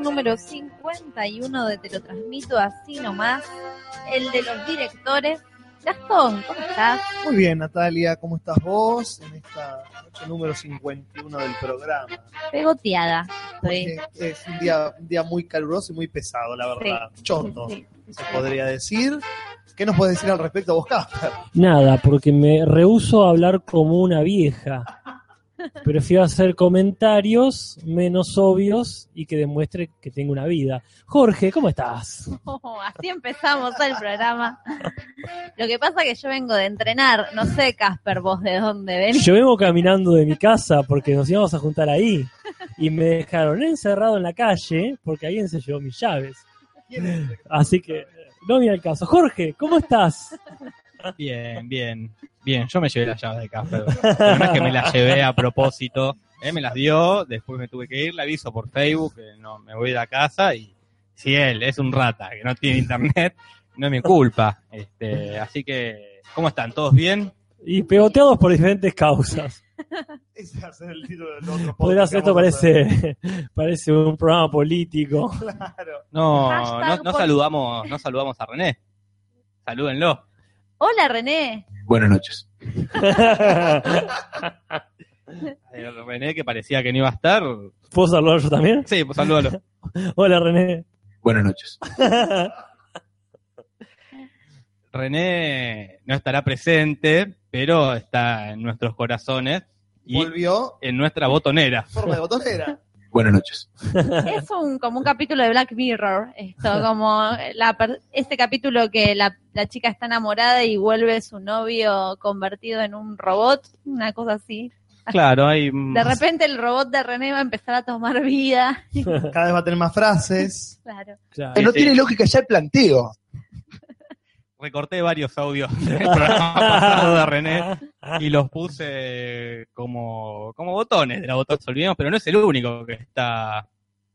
número 51 de Te lo transmito así nomás, el de los directores. Gastón, ¿cómo estás? Muy bien, Natalia, ¿cómo estás vos en esta noche número 51 del programa? Pegoteada. Estoy. Es un día muy caluroso y muy pesado, la verdad. Sí, Choto, sí. se podría decir. ¿Qué nos puedes decir al respecto vos, Casper? Nada, porque me rehúso a hablar como una vieja. Prefiero hacer comentarios menos obvios y que demuestre que tengo una vida. Jorge, ¿cómo estás? Oh, así empezamos el programa. Lo que pasa es que yo vengo de entrenar. No sé, Casper, vos de dónde venís. Yo vengo caminando de mi casa porque nos íbamos a juntar ahí y me dejaron encerrado en la calle porque alguien se llevó mis llaves. Así que no viene el caso. Jorge, ¿cómo estás? Bien. Yo me llevé las llaves de Casper. Pero no es que me las llevé a propósito. Me las dio, después me tuve que ir, le aviso por Facebook que no me voy de la casa y si él es un rata que no tiene internet, no es mi culpa. Así que, ¿cómo están? ¿Todos bien? Y pegoteados por diferentes causas. Ese va a ser el título del otro Podría podcast ser, que esto vamos a hacer. parece un programa político. Claro. No Hashtag saludamos a René. Salúdenlo. Hola, René. Buenas noches. René, que parecía que no iba a estar. ¿Puedo saludar yo también? Sí, pues salúdalo. Hola, René. Buenas noches. René no estará presente, pero está en nuestros corazones y Volvió en nuestra botonera. en forma de botonera. Buenas noches. Es como un capítulo de Black Mirror, esto, como este capítulo que la chica está enamorada y vuelve su novio convertido en un robot, una cosa así. Claro, hay... De repente el robot de René va a empezar a tomar vida. Cada vez va a tener más frases. Claro. Claro. No tiene lógica ya el planteo. Recorté varios audios del programa pasado de René y los puse como botones de la botón. Olvidemos, pero no es el único que está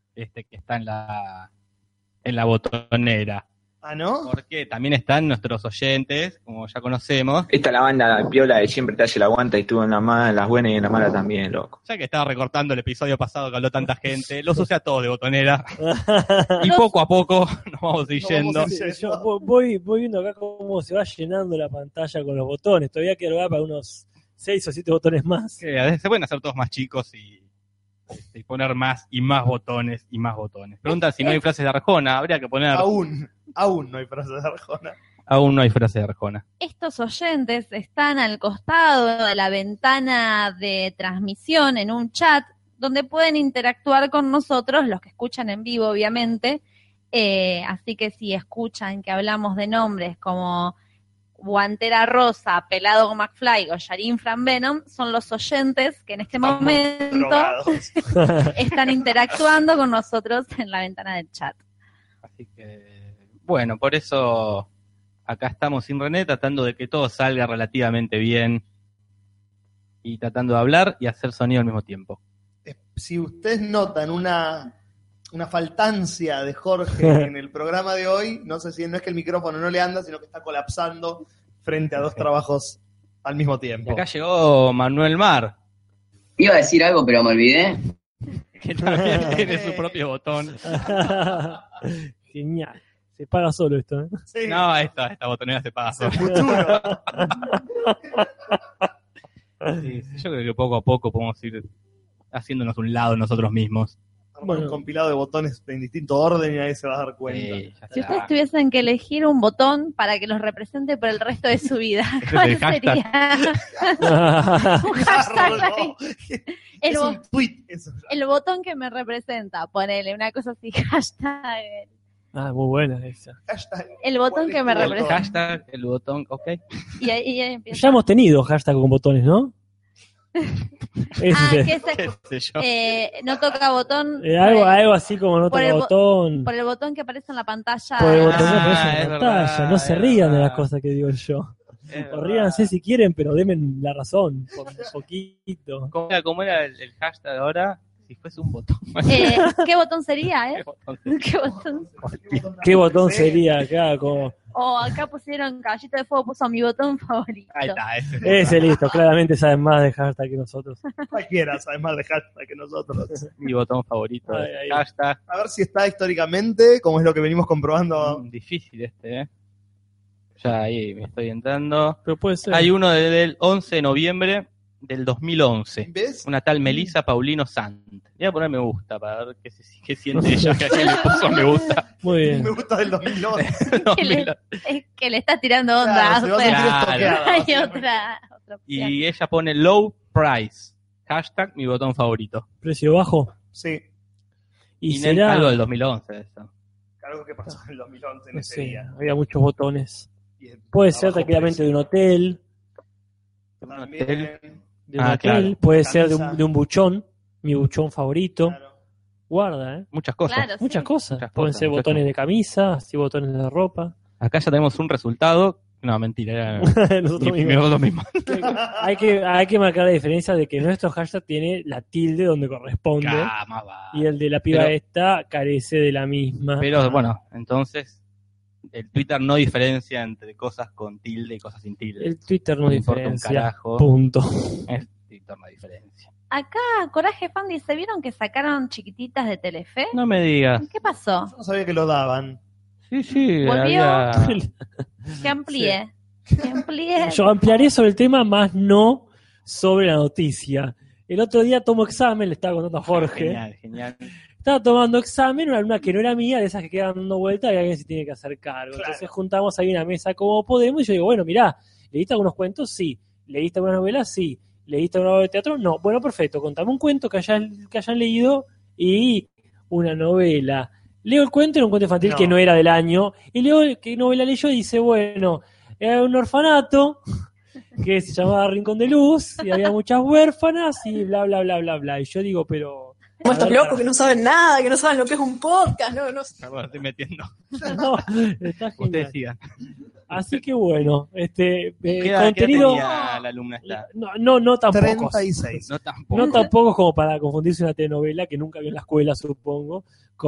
en la botonera. ¿Ah, no? Porque también están nuestros oyentes, como ya conocemos. Esta es la banda piola de siempre te hace la aguanta y estuvo en las buenas y en las malas también, loco. Ya que estaba recortando el episodio pasado que habló tanta gente, los usé a todos de botonera. Y poco a poco nos vamos a ir yendo. Sí, yo voy viendo acá cómo se va llenando la pantalla con los botones. Todavía queda lugar para unos 6 o 7 botones más. Que a veces se pueden hacer todos más chicos y poner más y más botones y más botones. Preguntan si no hay frases de Arjona, habría que poner... Aún no hay frases de Arjona. Aún no hay frase de Arjona. Estos oyentes están al costado de la ventana de transmisión en un chat donde pueden interactuar con nosotros, los que escuchan en vivo, obviamente. Así que si escuchan que hablamos de nombres como Guantera Rosa, Pelado McFly o Yarin Fran Venom, son los oyentes que en este momento Drogados. están interactuando con nosotros en la ventana del chat. Así que, bueno, por eso acá estamos sin René, tratando de que todo salga relativamente bien y tratando de hablar y hacer sonido al mismo tiempo. Si ustedes notan una faltancia de Jorge en el programa de hoy, no sé si no es que el micrófono no le anda, sino que está colapsando frente a dos trabajos al mismo Y tiempo. acá llegó Manuel Mar, Iba a decir algo, pero me olvidé. que también tiene su propio botón. Genial. Se paga solo esto, ¿eh? Sí, No, esta botonera se paga es sola. el futuro. Sí, yo creo que poco a poco podemos ir haciéndonos un lado nosotros mismos. Un compilado de botones en distinto orden y nadie se va a dar cuenta. Ya Si está. ustedes tuviesen que elegir un botón para que los represente por el resto de su vida, es ¿cuál el hashtag. sería? Un hashtag. No, El, es bo- un tweet eso. el botón que me representa, ponele una cosa así, hashtag. Muy buena esa. Hashtag. El botón que me ¿Cuál es tu El representa. hashtag, el botón, ok. Y ahí empieza. Ya hemos tenido hashtag con botones, ¿no? Ese, Que ese, ¿Qué sé yo? no toca botón. algo así como no por toca el botón. Por el botón que aparece en la pantalla. Por el botón que Ah, aparece en es la pantalla. verdad, No se es rían de verdad. las cosas que digo yo. Es O ríanse si quieren, pero denme la razón. Por un poquito. ¿Cómo era el hashtag ahora? Si fuese un botón. ¿Qué botón sería, ¿Qué botón sería? ¿Qué botón? ¿Qué botón sería acá? Como... O acá pusieron Caballito de Fuego, puso mi botón favorito. Ahí está, ese. Ese listo, claramente saben más de hashtag que nosotros. Cualquiera sabe más de hashtag que nosotros. Mi botón favorito. Ay, ay. Hashtag. A ver si está históricamente, como es lo que venimos comprobando. Difícil este, Ya ahí me estoy entrando. Pero puede ser. Hay uno del 11 de noviembre del 2011. ¿Ves? Una tal Melissa Paulino Sant. Voy a poner me gusta para ver qué siente ella, que aquí le puso me gusta. Muy bien. Me gusta del 2011. Es que le estás tirando onda. Claro, se va a sentir Claro. estoqueada. Hay otra opción. Y ella pone low price. Hashtag mi botón favorito. Precio bajo. Sí. Y Inés, será... algo del 2011 eso. Algo que pasó en el 2011 en No ese sé, día. había muchos botones. Y el Puede ser trabajo tranquilamente de un hotel. También, De un Ah, hotel. claro. Puede ser de Camisa. un buchón. Mi buchón favorito. claro. Guarda, ¿eh? Muchas cosas. Claro, sí. Muchas cosas. Muchas Pueden cosas, ser muchachos. botones de camisa, así botones de ropa. Acá ya tenemos un resultado. No, mentira. Era Nosotros mi mismos. botón mismo. hay que marcar la diferencia de que nuestro hashtag tiene la tilde donde corresponde Ah, más va. y el de la piba Pero- esta carece de la misma. Pero bueno, entonces el Twitter no diferencia entre cosas con tilde y cosas sin tilde. El Twitter no No importa un diferencia. carajo. Punto. Es Twitter no diferencia. Acá, Coraje Fan dice, ¿vieron que sacaron chiquititas de Telefe? No me digas. ¿Qué pasó? Yo no sabía que lo daban. Sí, ¿Volvió? había... Que amplíe. Que amplíe. Yo ampliaré sobre el tema, más no sobre la noticia. El otro día tomo examen, le estaba contando a Jorge. Genial, genial. Estaba tomando examen, una alumna que no era mía, de esas que quedan dando vueltas y alguien se tiene que hacer cargo. Claro. Entonces juntamos ahí una mesa como podemos y yo digo, bueno, mirá, ¿leíste algunos cuentos? Sí. ¿Leíste algunas novelas? Sí. ¿Leíste alguna obra de teatro? No. Bueno, perfecto, contame un cuento que hayan leído y una novela. Leo el cuento, era un cuento infantil No. que no era del año, y leo qué novela leyó y dice, bueno, era un orfanato que se llamaba Rincón de Luz y había muchas huérfanas y bla, bla, bla, bla, bla. Y yo digo, pero... Como estos locos que no saben nada, que no saben lo que es un podcast, no. Perdón, estoy metiendo. No, está genial. Ustedes sigan. Así que bueno, ¿Qué contenido... tenía la alumna esta? No tampoco. 36. No tampoco. No tampoco como para confundirse una telenovela que nunca vio en la escuela, supongo,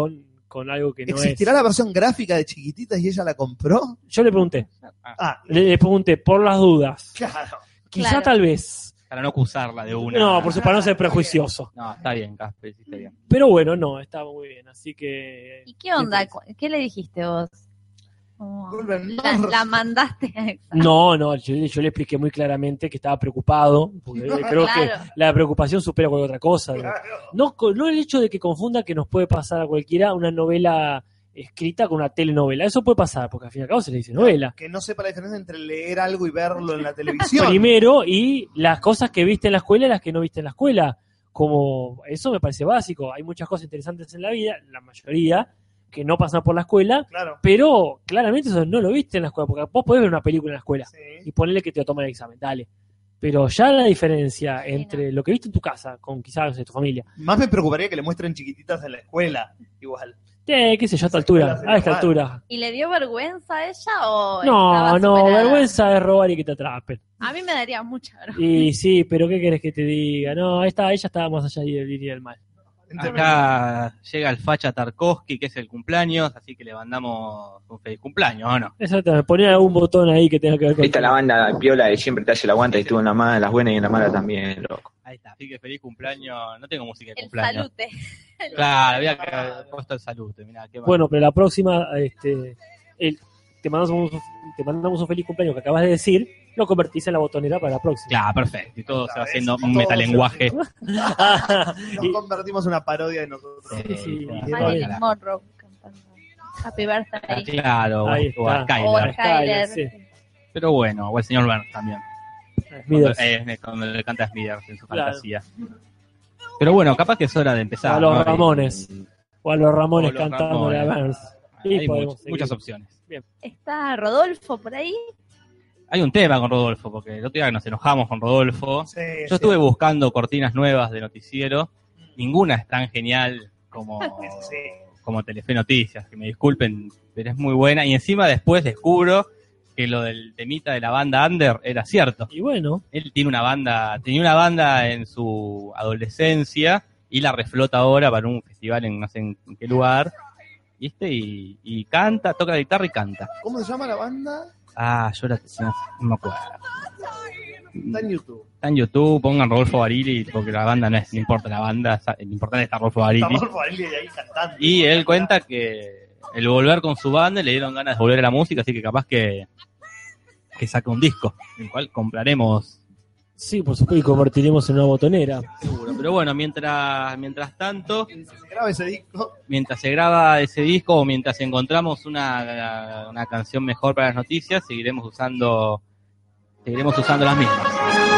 con algo que no ¿Existirá es. la versión gráfica de Chiquititas y ella la compró? Yo le pregunté, Ah, le pregunté por las dudas. claro. Quizá Claro. tal vez. Para no acusarla de una. No, por supuesto, para no ser prejuicioso. No, está bien, Casper, hiciste bien. Pero bueno, no, estaba muy bien. Así que... ¿Y qué onda? ¿Qué le dijiste vos? Oh, Disculpen, la mandaste a examen. No, yo le expliqué muy claramente que estaba preocupado, porque creo que Claro. la preocupación supera cualquier otra cosa. Claro. No el hecho de que confunda que nos puede pasar a cualquiera una novela escrita con una telenovela. Eso puede pasar, porque al fin y al cabo se le dice novela. Que no sepa la diferencia entre leer algo y verlo en la televisión. Primero, y las cosas que viste en la escuela y las que no viste en la escuela. Como eso me parece básico. Hay muchas cosas interesantes en la vida, la mayoría, que no pasan por la escuela, Claro. pero claramente eso no lo viste en la escuela, porque vos podés ver una película en la escuela Sí. y ponerle que te lo toman el examen, dale. Pero ya la diferencia Sí, entre lo que viste en tu casa, con quizás tu familia, Más me preocuparía que le muestren Chiquititas en la escuela. Igual. qué sé yo, a esta altura, a esta altura. ¿Y le dio vergüenza a ella o No, estaba no, superada? vergüenza es robar y que te atrapen. A mí me daría mucha vergüenza. Y sí, pero ¿qué querés que te diga? No, ella estaba más allá de línea del mal. Acá llega el facha Tarkovsky, que es el cumpleaños, así que le mandamos un feliz cumpleaños, ¿o no? Exactamente, poner algún botón ahí que tenga que ver con... Esta es la banda piola de siempre te hace la aguanta y estuvo en las buenas y en las malas también, loco. Ahí está, así que feliz cumpleaños. No tengo música de El cumpleaños. salute. Claro, había que haber puesto el salute. Mirá, qué Bueno, pero la próxima, te mandamos un feliz cumpleaños que acabas de decir, lo convertís en la botonera para la próxima. Claro, perfecto. Y todo se va haciendo Todo un metalenguaje. Nos convertimos en una parodia de nosotros. Sí, claro. Está Marilyn bien. Monroe cantando Happy Birthday. Claro, Ahí o a está. O a Skyler. Skyler. Sí. Pero bueno, o el señor Burns también. Smithers. Cuando le canta a Smithers en su Claro. fantasía. Pero bueno, capaz que es hora de empezar. A los ¿no? Ramones. O a los Ramones O los cantando la Ramones. Burns. Y Hay podemos seguir. muchas opciones. Está Rodolfo por ahí. Hay un tema con Rodolfo, porque el otro día que nos enojamos con Rodolfo, Sí, yo estuve buscando cortinas nuevas de noticiero. Ninguna es tan genial como, Sí. como Telefe Noticias, que me disculpen, pero es muy buena. Y encima después descubro que lo del temita de la banda Under era cierto. Y bueno, Él tenía una banda en su adolescencia y la reflota ahora para un festival en no sé en qué lugar, ¿viste? Y canta, toca la guitarra y canta. ¿Cómo se llama la banda? Yo no me acuerdo. Está en YouTube. Está en YouTube, pongan Rodolfo Barili, porque la banda no importa la banda, lo importante está Rodolfo Barili. Está Rodolfo Barili ahí cantando. Y él cuenta que el volver con su banda le dieron ganas de volver a la música, así que capaz que saca un disco, el cual compraremos. Sí, por supuesto, y convertiremos en una botonera. Seguro. Pero bueno, mientras tanto, Mientras se graba ese disco. mientras se graba ese disco o mientras encontramos una canción mejor para las noticias, seguiremos usando las mismas.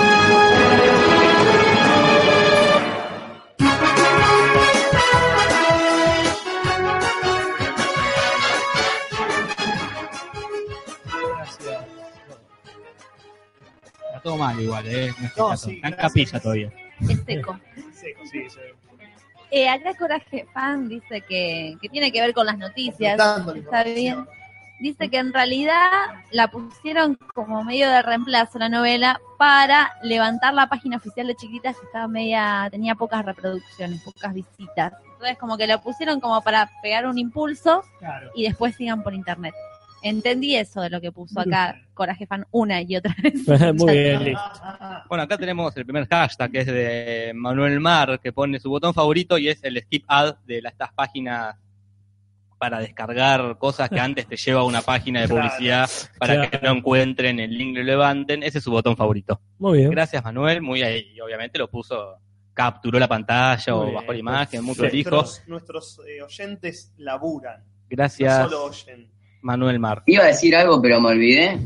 Está todo mal igual, No, está sí, en gracias. capilla todavía. Es seco. Seco, sí, sí. Acá Coraje Fan dice que tiene que ver con las noticias. Completando la Está bien. información. Dice que en realidad la pusieron como medio de reemplazo la novela para levantar la página oficial de Chiquititas, que tenía pocas reproducciones, pocas visitas. Entonces como que lo pusieron como para pegar un impulso Claro. y después sigan por internet. Entendí eso de lo que puso acá Coraje Fan una y otra vez. Muy bien, listo. Bueno, acá tenemos el primer hashtag, que es de Manuel Mar, que pone su botón favorito y es el skip ad de estas páginas para descargar cosas que antes te lleva a una página de publicidad para Claro. que no encuentren el link y lo levanten. Ese es su botón favorito. Muy bien. Gracias, Manuel. Muy ahí. Y obviamente lo puso, capturó la pantalla Muy o bien, bajó la imagen, muy perfecto. prolijo. Nuestros oyentes laburan. Gracias, No solo oyen. Manuel Mar. Iba a decir algo, pero me olvidé.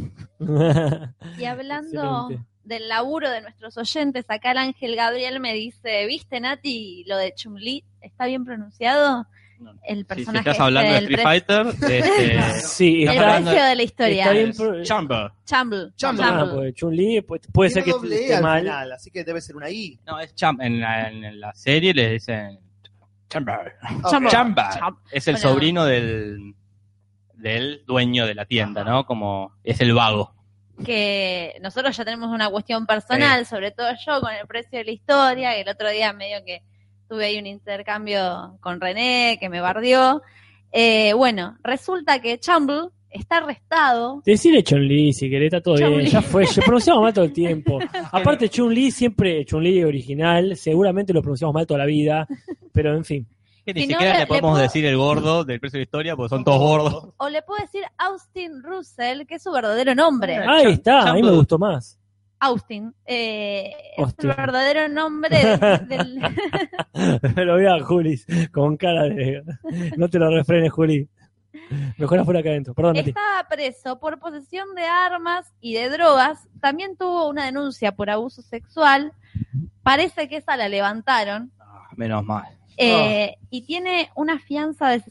Y hablando Excelente. del laburo de nuestros oyentes, acá el Ángel Gabriel me dice, ¿viste, Nati, lo de Chun-Li? ¿Está bien pronunciado? No. El Si personaje estás hablando de del Street Fighter, Sí, el estás está, hablando precio de la historia. está bien. Chamber. Chumble. Chumble. Ah, pues Chun-Li puede ser que Tiene doble E esté al mal. final, así que debe ser una I. No, es en la serie le dicen Chamber. Chumble. Chamber. Chum- Es el Bueno. sobrino del dueño de la tienda, ¿no? Como es el vago. Que nosotros ya tenemos una cuestión personal, sobre todo yo con el precio de la historia, y el otro día medio que tuve ahí un intercambio con René, que me bardeó. Bueno, resulta que Chumble está arrestado. Decirle Chun-Li si querés, está todo bien. Chun-Li. Ya fue, yo pronunciamos mal todo el tiempo. Aparte, Chun-Li siempre, Chun-Li original, seguramente lo pronunciamos mal toda la vida, pero en fin. Que ni Si no, siquiera le le podemos puedo- decir el gordo del precio de la historia, porque son todos gordos. O le puedo decir Austin Russell, que es su verdadero nombre. Ahí está, a mí me Chumble. gustó más. Austin. Es el Hostia. verdadero nombre del Lo vi a Julis con cara de. No te lo refrenes, Juli. Mejor afuera que adentro. Perdón, Nati. Estaba preso por posesión de armas y de drogas. También tuvo una denuncia por abuso sexual. Parece que esa la levantaron. Menos mal. Y tiene una fianza de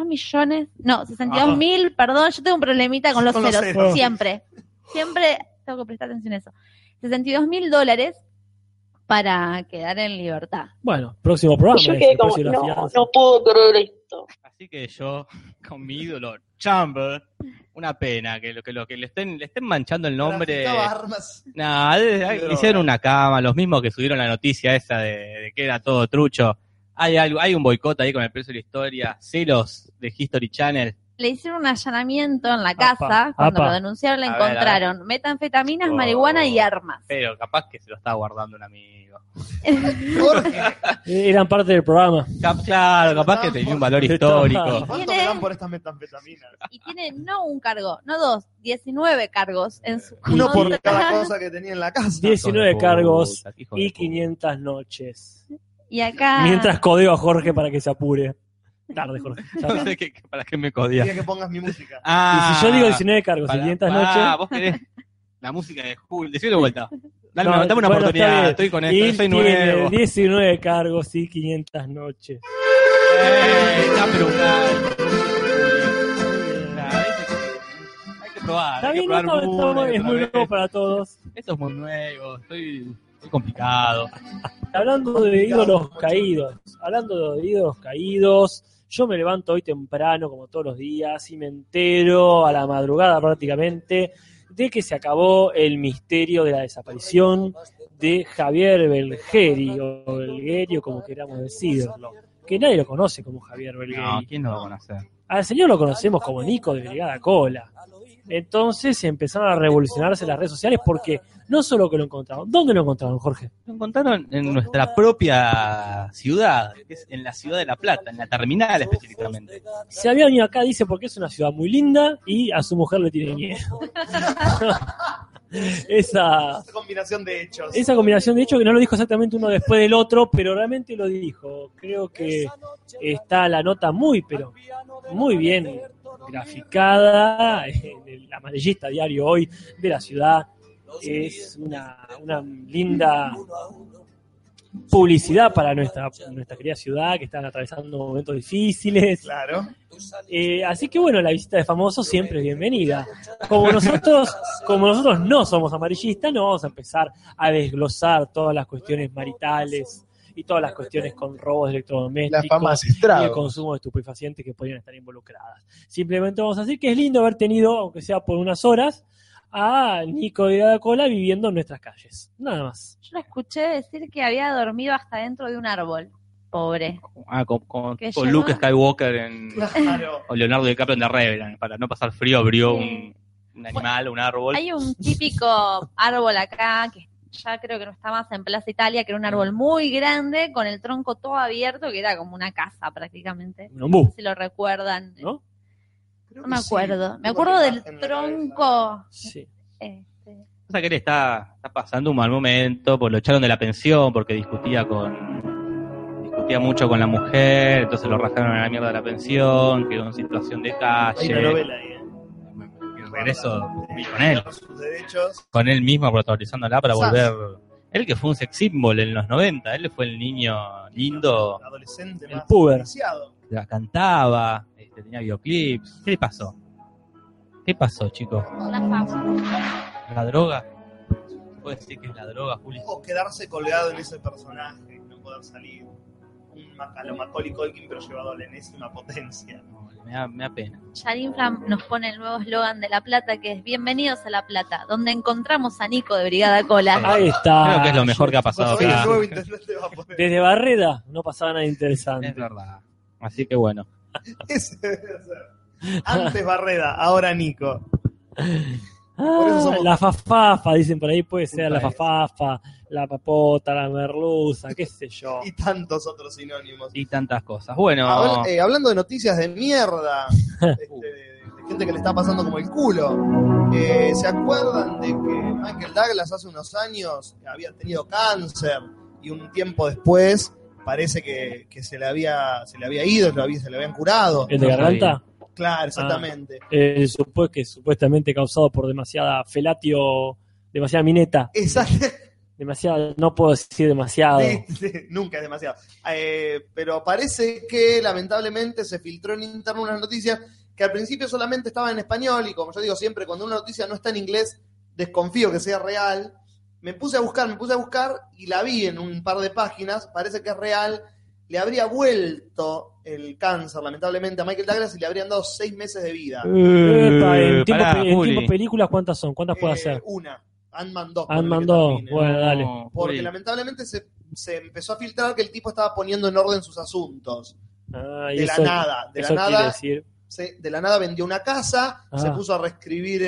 62.000, perdón, yo tengo un problemita con los Con los ceros, ceros. siempre tengo que prestar atención a eso. $62.000 para quedar en libertad. Bueno, próximo programa. Yo es quedé el como, precio de la no, fianza. no puedo creer esto. Así que yo, con mi ídolo, Chamber, una pena que lo que le estén manchando el nombre. Traficaba armas. Nah, hicieron una cama, los mismos que subieron la noticia esa de que era todo trucho. Hay un boicot ahí con el precio de la historia, celos de History Channel. Le hicieron un allanamiento en la casa, cuando apa. lo denunciaron le A ver, a encontraron metanfetaminas, Oh. marihuana y armas. Pero capaz que se lo estaba guardando un amigo. Jorge, Eran parte del programa. Claro, capaz que tenía un valor histórico. ¿cuánto me dan por estas metanfetaminas? Y tiene no un cargo, no dos, 19 cargos en su Uno por contra. cada cosa que tenía en la casa. 19 Hijo de cargos puta, hijo de y puta. 500 noches. Y acá Mientras codeo a Jorge para que se apure. Tarde, Jorge. Ya No está. sé para qué me codía. Quería que pongas mi música. Y si yo digo 19 cargos y Pará, 500 pará, noches. vos querés la música de Julio. Decilo de vuelta. Dame No, una bueno, está oportunidad. bien. Estoy con Y esto, soy tiene nuevo. 19 cargos y 500 noches. Ya, pero hay que probar. Está hay que bien, probar no, uno, hay que es muy probar nuevo para todos. Esto es muy nuevo. Estoy complicado. Hablando de ídolos caídos, yo me levanto hoy temprano, como todos los días, y me entero a la madrugada prácticamente de que se acabó el misterio de la desaparición de Javier Belgeri, o Belgeri, o como queramos decirlo, que nadie lo conoce como Javier Belgeri. No, ¿quién no va a conocer? Al señor lo conocemos como Nico de Brigada Cola. Entonces empezaron a revolucionarse las redes sociales porque no solo que lo encontraron. ¿Dónde lo encontraron, Jorge? Lo encontraron en nuestra propia ciudad, que es en la ciudad de La Plata, en la terminal específicamente. Se había venido acá, dice, porque es una ciudad muy linda y a su mujer le tiene miedo. Esa combinación de hechos. Esa combinación de hechos que no lo dijo exactamente uno después del otro, pero realmente lo dijo. Creo que está la nota muy bien graficada en el amarillista diario hoy de la ciudad. Es una linda publicidad para nuestra querida ciudad, que están atravesando momentos difíciles. Claro. Así que bueno, la visita de famosos siempre es bienvenida. Como nosotros no somos amarillistas, no vamos a empezar a desglosar todas las cuestiones maritales y todas las cuestiones con robos de electrodomésticos La fama y el consumo de estupefacientes que podrían estar involucradas. Simplemente vamos a decir que es lindo haber tenido, aunque sea por unas horas, a Nico de Brigada Cola viviendo en nuestras calles. Nada más. Yo lo escuché decir que había dormido hasta dentro de un árbol. Pobre. Con Que llegó- Luke Skywalker Claro. o Leonardo DiCaprio en The Revenant. Para no pasar frío, abrió un animal, un árbol. Hay un típico árbol acá que ya creo que no está más en Plaza Italia, que era un árbol muy grande con el tronco todo abierto, que era como una casa prácticamente. Un ombú, Si lo recuerdan. ¿no? Creo No me que sí. acuerdo. Me Tengo acuerdo la del imagen en la tronco. Sí. O sea que él está pasando un mal momento, pues lo echaron de la pensión porque discutía mucho con la mujer, entonces lo rajaron a la mierda de la pensión, quedó en situación de Hay una calle. novela ahí, Y regreso con él, Sus derechos. con él mismo protagonizándola para Quizás. volver. Él que fue un sex symbol en los 90, él fue el niño lindo, Adolescente El más puber. iniciado. la cantaba, tenía videoclips. ¿Qué le pasó? ¿Qué pasó, chicos? La fama. ¿La droga? ¿Puede decir que es la droga, Juli? O quedarse colgado en ese personaje, no poder salir. A lo Macaulay Culkin, pero llevado a la enésima potencia. No, me da pena. Yarinflam nos pone el nuevo eslogan de La Plata, que es Bienvenidos a La Plata, donde encontramos a Nico de Brigada Cola. Ahí está. Creo que es lo mejor que ha pasado Cuando venga acá. el nuevo intendente va a poder. Desde Barreda no pasaba nada interesante. Es verdad. Así que bueno. Ese debe ser. Antes Barreda, ahora Nico. Ah, eso somos- la fafafa, dicen por ahí, puede ser Puta la esa. fafafa, la papota, la merluza, qué sé yo. Y tantos otros sinónimos. Y tantas cosas. Bueno, Hablando de noticias de mierda, de gente que le está pasando como el culo, ¿se acuerdan de que Michael Douglas hace unos años había tenido cáncer y un tiempo después parece que se le había ido, se le habían curado? ¿El de No garganta? Claro, exactamente. Que supuestamente causado por demasiada mineta. Exacto. Demasiado, no puedo decir demasiado. Sí, nunca es demasiado. Pero parece que lamentablemente se filtró en interno unas noticias que al principio solamente estaban en español y como yo digo siempre, cuando una noticia no está en inglés, desconfío que sea real. Me puse a buscar y la vi en un par de páginas, parece que es real. Le habría vuelto el cáncer lamentablemente a Michael Douglas y le habrían dado 6 meses de vida. Epa, en pará, Juli. tiempo películas, ¿cuántas son? ¿Cuántas puede hacer? Una. Ant-Man 2. Ant-Man ponele que 2, termine. bueno, dale. No, Porque Juli. lamentablemente se empezó a filtrar que el tipo estaba poniendo en orden sus asuntos. Ah, y De la eso- nada, eso quiere decir. de la nada vendió una casa, Ah. se puso a reescribir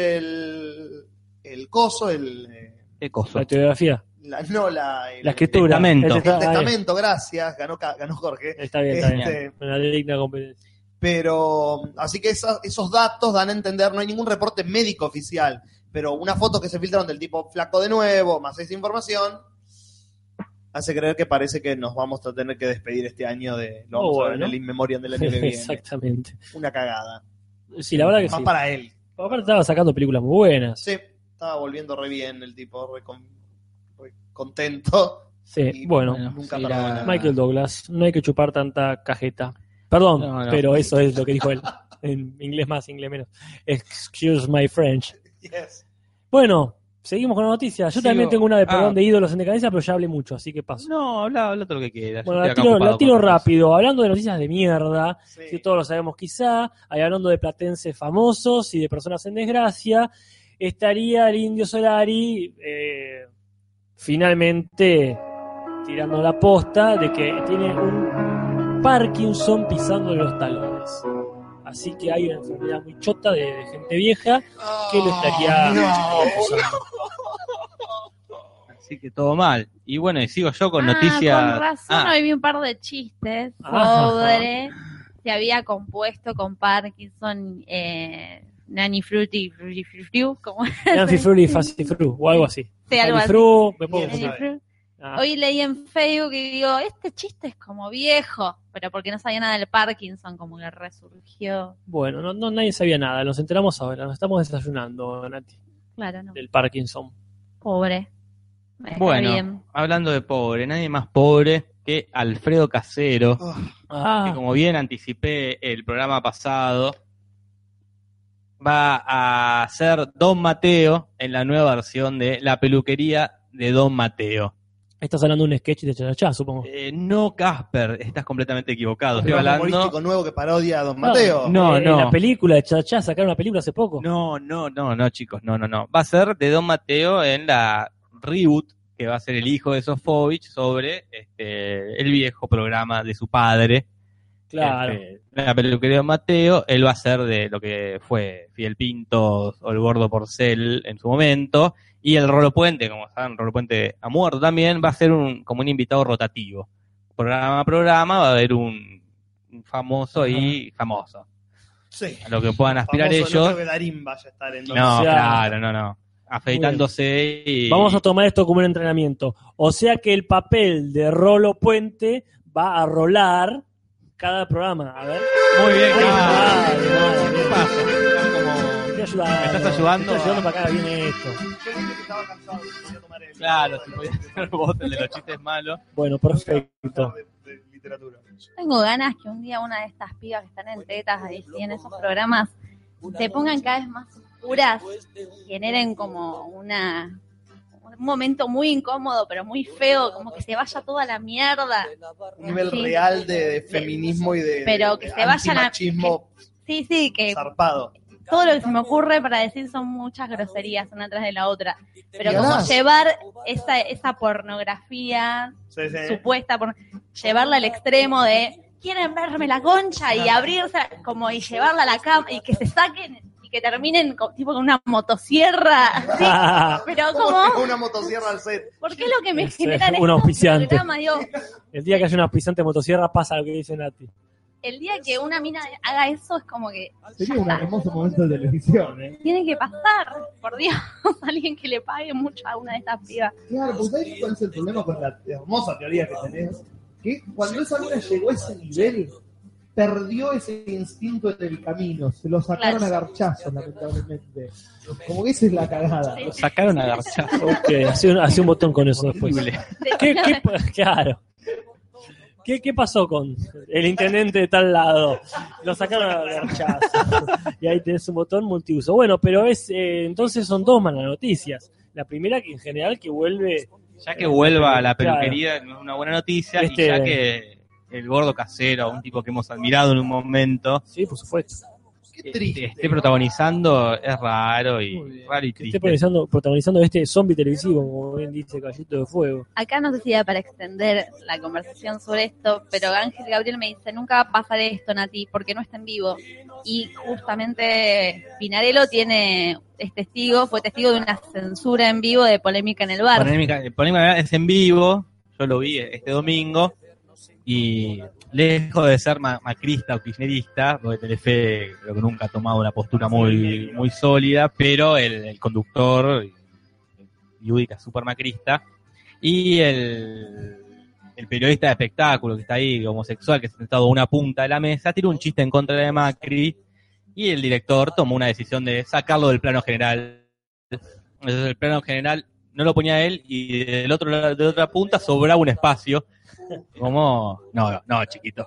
el coso, ¿Qué cosa? La teografía, la la escritura. testamento. el testamento, gracias, ganó Jorge. Está bien, está bien. Este, Una digna competencia. pero, así que esos datos dan a entender, no hay ningún reporte médico oficial, pero una foto que se filtraron del tipo flaco de nuevo, más esa información, hace creer que parece que nos vamos a tener que despedir este año lo vamos a ver en bueno. el In Memoriam del año que viene. Exactamente. Una cagada. Sí, la verdad que Más sí. para él. Aparte estaba sacando películas muy buenas. Sí, estaba volviendo re bien el tipo, re contento. Sí, Y bueno. nunca sí, perdona. Michael Douglas, no hay que chupar tanta cajeta. Perdón, No. pero eso es lo que dijo él. En inglés más, inglés menos. Excuse my French. Yes. Bueno, seguimos con la noticia. Yo Sigo. también tengo una de perdón Ah. de ídolos en decadencia, pero ya hablé mucho, así que paso. No, habla todo lo que quieras. Bueno, Yo la estoy acá tiro ocupado con otras rápido. Hablando de noticias de mierda, Sí. que todos lo sabemos quizá, ahí hablando de platenses famosos y de personas en desgracia, estaría el Indio Solari finalmente tirando la posta de que tiene un Parkinson pisando los talones. Así que hay una enfermedad muy chota de gente vieja que lo estaría acusando. Así que todo mal. Y bueno, y sigo yo con noticias. Con razón, hoy vi un par de chistes sobre se había compuesto con Parkinson, Nanny Fruity, ¿cómo es? Nancy Fruity, Fast Fru, o algo así. Sí, algo así. Fru, me puedo Nanny contar. Fruit. Hoy leí en Facebook y digo, este chiste es como viejo, pero porque no sabía nada del Parkinson, como que resurgió. Bueno, no nadie sabía nada, nos enteramos ahora, nos estamos desayunando, Nati, Claro, no. del Parkinson. Pobre. Está Bueno, bien. hablando de pobre, nadie más pobre que Alfredo Casero, que como bien anticipé el programa pasado, va a ser Don Mateo en la nueva versión de La peluquería de Don Mateo. Estás hablando de un sketch de Chachachá, supongo. No, Casper, estás completamente equivocado. Estoy Un hablando... humorístico nuevo que parodia a Don Mateo. No. La película de Chachachá, sacaron una película hace poco. No, chicos, no. Va a ser de Don Mateo en la reboot que va a ser el hijo de Sofovich sobre el viejo programa de su padre. Claro. La peluquería de Don Mateo, él va a ser de lo que fue Fidel Pinto o el Gordo Porcel en su momento, y el Rolo Puente, como saben, Rolo Puente ha muerto también, va a ser como un invitado rotativo. Programa a programa va a haber un famoso y famoso. Sí. A lo que puedan aspirar Famoso, ellos. No creo que Darín vaya a estar en donde No, sea. claro, no. Afeitándose y... Vamos a tomar esto como un entrenamiento. O sea que el papel de Rolo Puente va a rolar cada programa. A ver. Muy bien, ¿Qué ¿qué pasa? Estoy ayudando. ¿Me estás ayudando? Estoy ayudando para acá, viene esto. Yo dije que estaba cansado, que podía tomar el... Claro, si podías ser vos el de los chistes malos. Bueno, perfecto. de literatura. Tengo ganas que un día una de estas pibas que están en tetas ahí, sí, en esos programas, se pongan cada vez más oscuras, generen como un momento muy incómodo, pero muy feo, como que se vaya toda la mierda. Un nivel Sí. real de feminismo y de, Pero de que se vayan a... antimachismo Sí, que zarpado. todo lo que se me ocurre para decir son muchas groserías una tras de la otra. Pero Y como además- llevar esa pornografía Sí, sí. supuesta, llevarla al extremo de quieren verme la concha y abrirse como y llevarla a la cama y que se saquen y que terminen tipo con una motosierra así. Pero ¿Cómo llegó como, una motosierra al set? ¿por qué es lo que me Es generan un estos auspiciante. programas? Digo, El día que haya un auspiciante de motosierra pasa lo que dice Nati. el día que una mina haga eso es como que Sería ya un está. hermoso momento de televisión, ¿eh? Tiene que pasar, por Dios, alguien que le pague mucho a una de estas pibas. Claro, porque ¿sabes cuál es el problema con la hermosa teoría que tenés? Que cuando esa luna llegó a ese nivel, perdió ese instinto en el camino. Se lo sacaron Claro. a garchazos, lamentablemente. Como que esa es la cagada. Sí. Sacaron a garchazo. Ok, hace un botón con eso después. Claro. ¿Qué pasó con el intendente de tal lado? Lo sacaron a garchazo. Y ahí tenés un botón multiuso. Bueno, pero entonces son dos malas noticias. La primera que en general que vuelve... Ya que vuelva a la Claro. peluquería es una buena noticia, Este- y ya que el Gordo Casero, un tipo que hemos admirado en un momento, Sí, por supuesto. Qué triste. esté protagonizando, es raro y Que triste. esté protagonizando este zombie televisivo, como bien dice Caballito de Fuego. Acá no sé si da para extender la conversación sobre esto, pero Ángel Gabriel me dice, nunca va a pasar esto, Nati, porque no está en vivo. Y justamente Pinarello fue testigo de una censura en vivo de Polémica en el Bar. Polémica es en vivo, yo lo vi este domingo, y lejos de ser macrista o kirchnerista, porque Telefe creo que nunca ha tomado una postura muy, muy sólida, pero el conductor, Yudica, es súper macrista, y el periodista de espectáculo que está ahí, homosexual, que está sentado a una punta de la mesa, tiró un chiste en contra de Macri, y el director tomó una decisión de sacarlo del plano general. Entonces el plano general no lo ponía él, y del otro lado, de otra punta sobraba un espacio. Como, no, chiquito.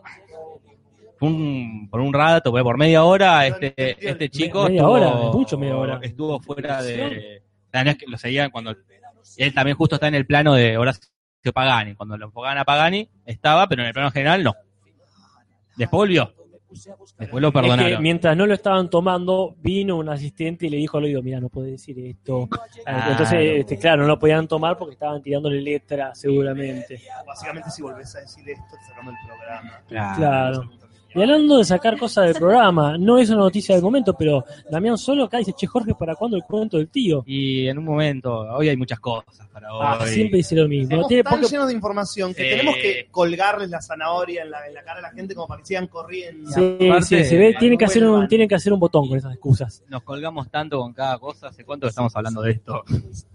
Por un rato, por media hora, este chico Media hora, es mucho media hora. estuvo fuera de... No es que lo seguían cuando... Él también justo está en el plano de Horacio Pagani. Cuando lo enfocaban a Pagani, estaba, pero en el plano general no. Después volvió. Después lo Es perdonaron. que mientras no lo estaban tomando, vino un asistente y le dijo al oído, mira, no puede decir esto. Entonces, claro, no lo podían tomar porque estaban tirándole letra, seguramente. Básicamente, si volvés a decir esto, te sacamos el programa. Claro. Y hablando de sacar cosas del programa, no es una noticia del momento, pero Damián Solo acá dice, che, Jorge, ¿para cuándo el cuento del tío? Y en un momento, hoy hay muchas cosas para hoy. Siempre dice lo mismo. Estamos Tiene tan poco- llenos de información que tenemos que colgarles la zanahoria en la cara de la gente como para que sigan corriendo. Sí, aparte, sí, se ve, tienen que vuelvan. hacer un botón con esas excusas. Nos colgamos tanto con cada cosa. ¿Hace cuánto que estamos hablando de esto?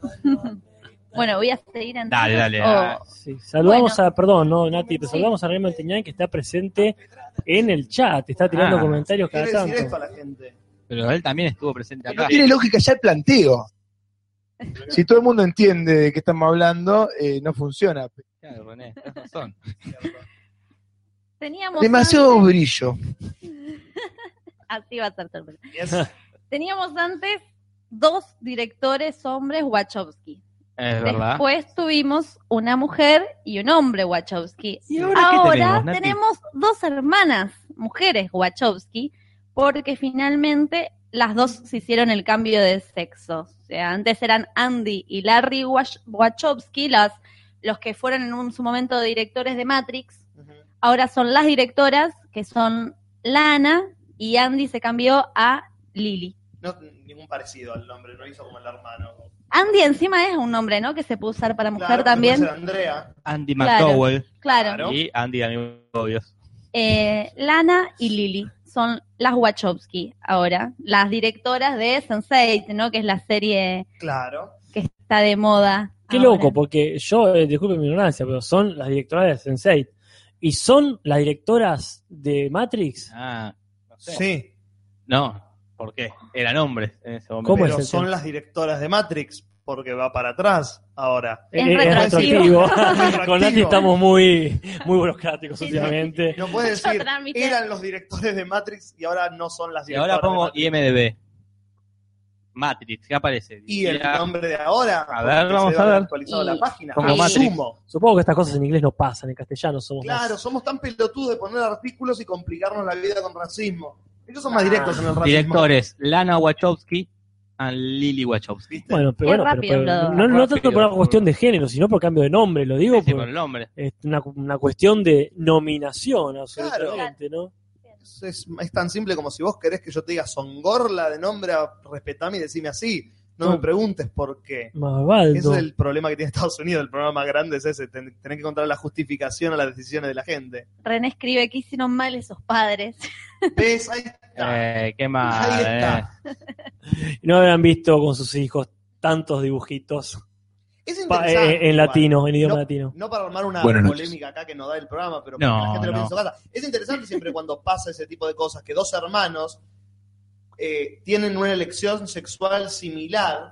Bueno, voy a seguir entonces. Dale. Oh, Sí, saludamos Nati, pero saludamos a Raymond Teñán que está presente en el chat, está tirando comentarios cada Quiere decir tanto. esto a la gente. Pero él también estuvo presente acá. No tiene lógica ya el planteo. Si todo el mundo entiende de qué estamos hablando, no funciona. Claro, René, tenés razón. teníamos Demasiado antes- brillo. Así va a ser sorpresa. Yes. Teníamos antes 2 directores hombres Wachowski. Es verdad. Después tuvimos una mujer y un hombre Wachowski. ¿Y ahora qué tenemos, Nati? tenemos 2 hermanas mujeres Wachowski, porque finalmente las 2 se hicieron el cambio de sexo. O sea, antes eran Andy y Larry Wachowski, los que fueron en su momento directores de Matrix. Ahora son las directoras, que son Lana, y Andy se cambió a Lily. No, ningún parecido al nombre, no hizo como el hermano. Andy encima es un nombre, ¿no? Que se puede usar para mujer Claro, también. puede ser Andrea. Andy Claro. McDowell Claro. y Andy Amigobios. Lana y Lily son las Wachowski ahora, las directoras de Sense8, ¿no? Que es la serie Claro. que está de moda. Qué ahora. loco, porque yo, disculpen mi ignorancia, pero son las directoras de Sense8 y son las directoras de Matrix. Ah, no sé. Sí, No, ¿por qué? Eran hombres en ese momento. ¿Cómo pero es el son tema? las directoras de Matrix, porque va para atrás ahora. Es Es retroactivo. retroactivo. Con Nati estamos muy burocráticos Sí, sí. últimamente. No puedes Mucho decir, trámite. eran los directores de Matrix y ahora no son las Y directoras ahora pongo de Matrix. IMDB. Matrix, ¿qué aparece? Y el Mira, nombre de ahora, A ver, porque vamos se a ha ver. actualizado Y- la página. Como y- Matrix. Asumo. Supongo que estas cosas en inglés no pasan, en castellano somos Claro, más. somos tan pelotudos de poner artículos y complicarnos la vida con racismo. Ellos son más directos en el racismo. Directores, Lana Wachowski y Lily Wachowski. ¿Viste? Bueno, Qué pero rápido, no, Blodo. no tanto por una Rápido. cuestión de género, sino por cambio de nombre, lo digo Sí, por por el nombre. es una cuestión de nominación, absolutamente, ¿no? Es tan simple como si vos querés que yo te diga Songorla de nombre, respetame y decime así. No me preguntes por qué. Más Ese Baldo. es el problema que tiene Estados Unidos. El problema más grande es ese. Tenés que encontrar la justificación a las decisiones de la gente. René escribe que hicieron mal esos padres. ¿Ves? Ahí está. Qué mal. Ahí está. No habrán visto con sus hijos tantos dibujitos Es interesante. en igual. latino, en idioma No- latino. No para armar una Buenas noches. polémica acá que no da el programa, pero No, para que la gente lo no. piense en su casa. Es interesante siempre cuando pasa ese tipo de cosas, que 2 hermanos tienen una elección sexual similar,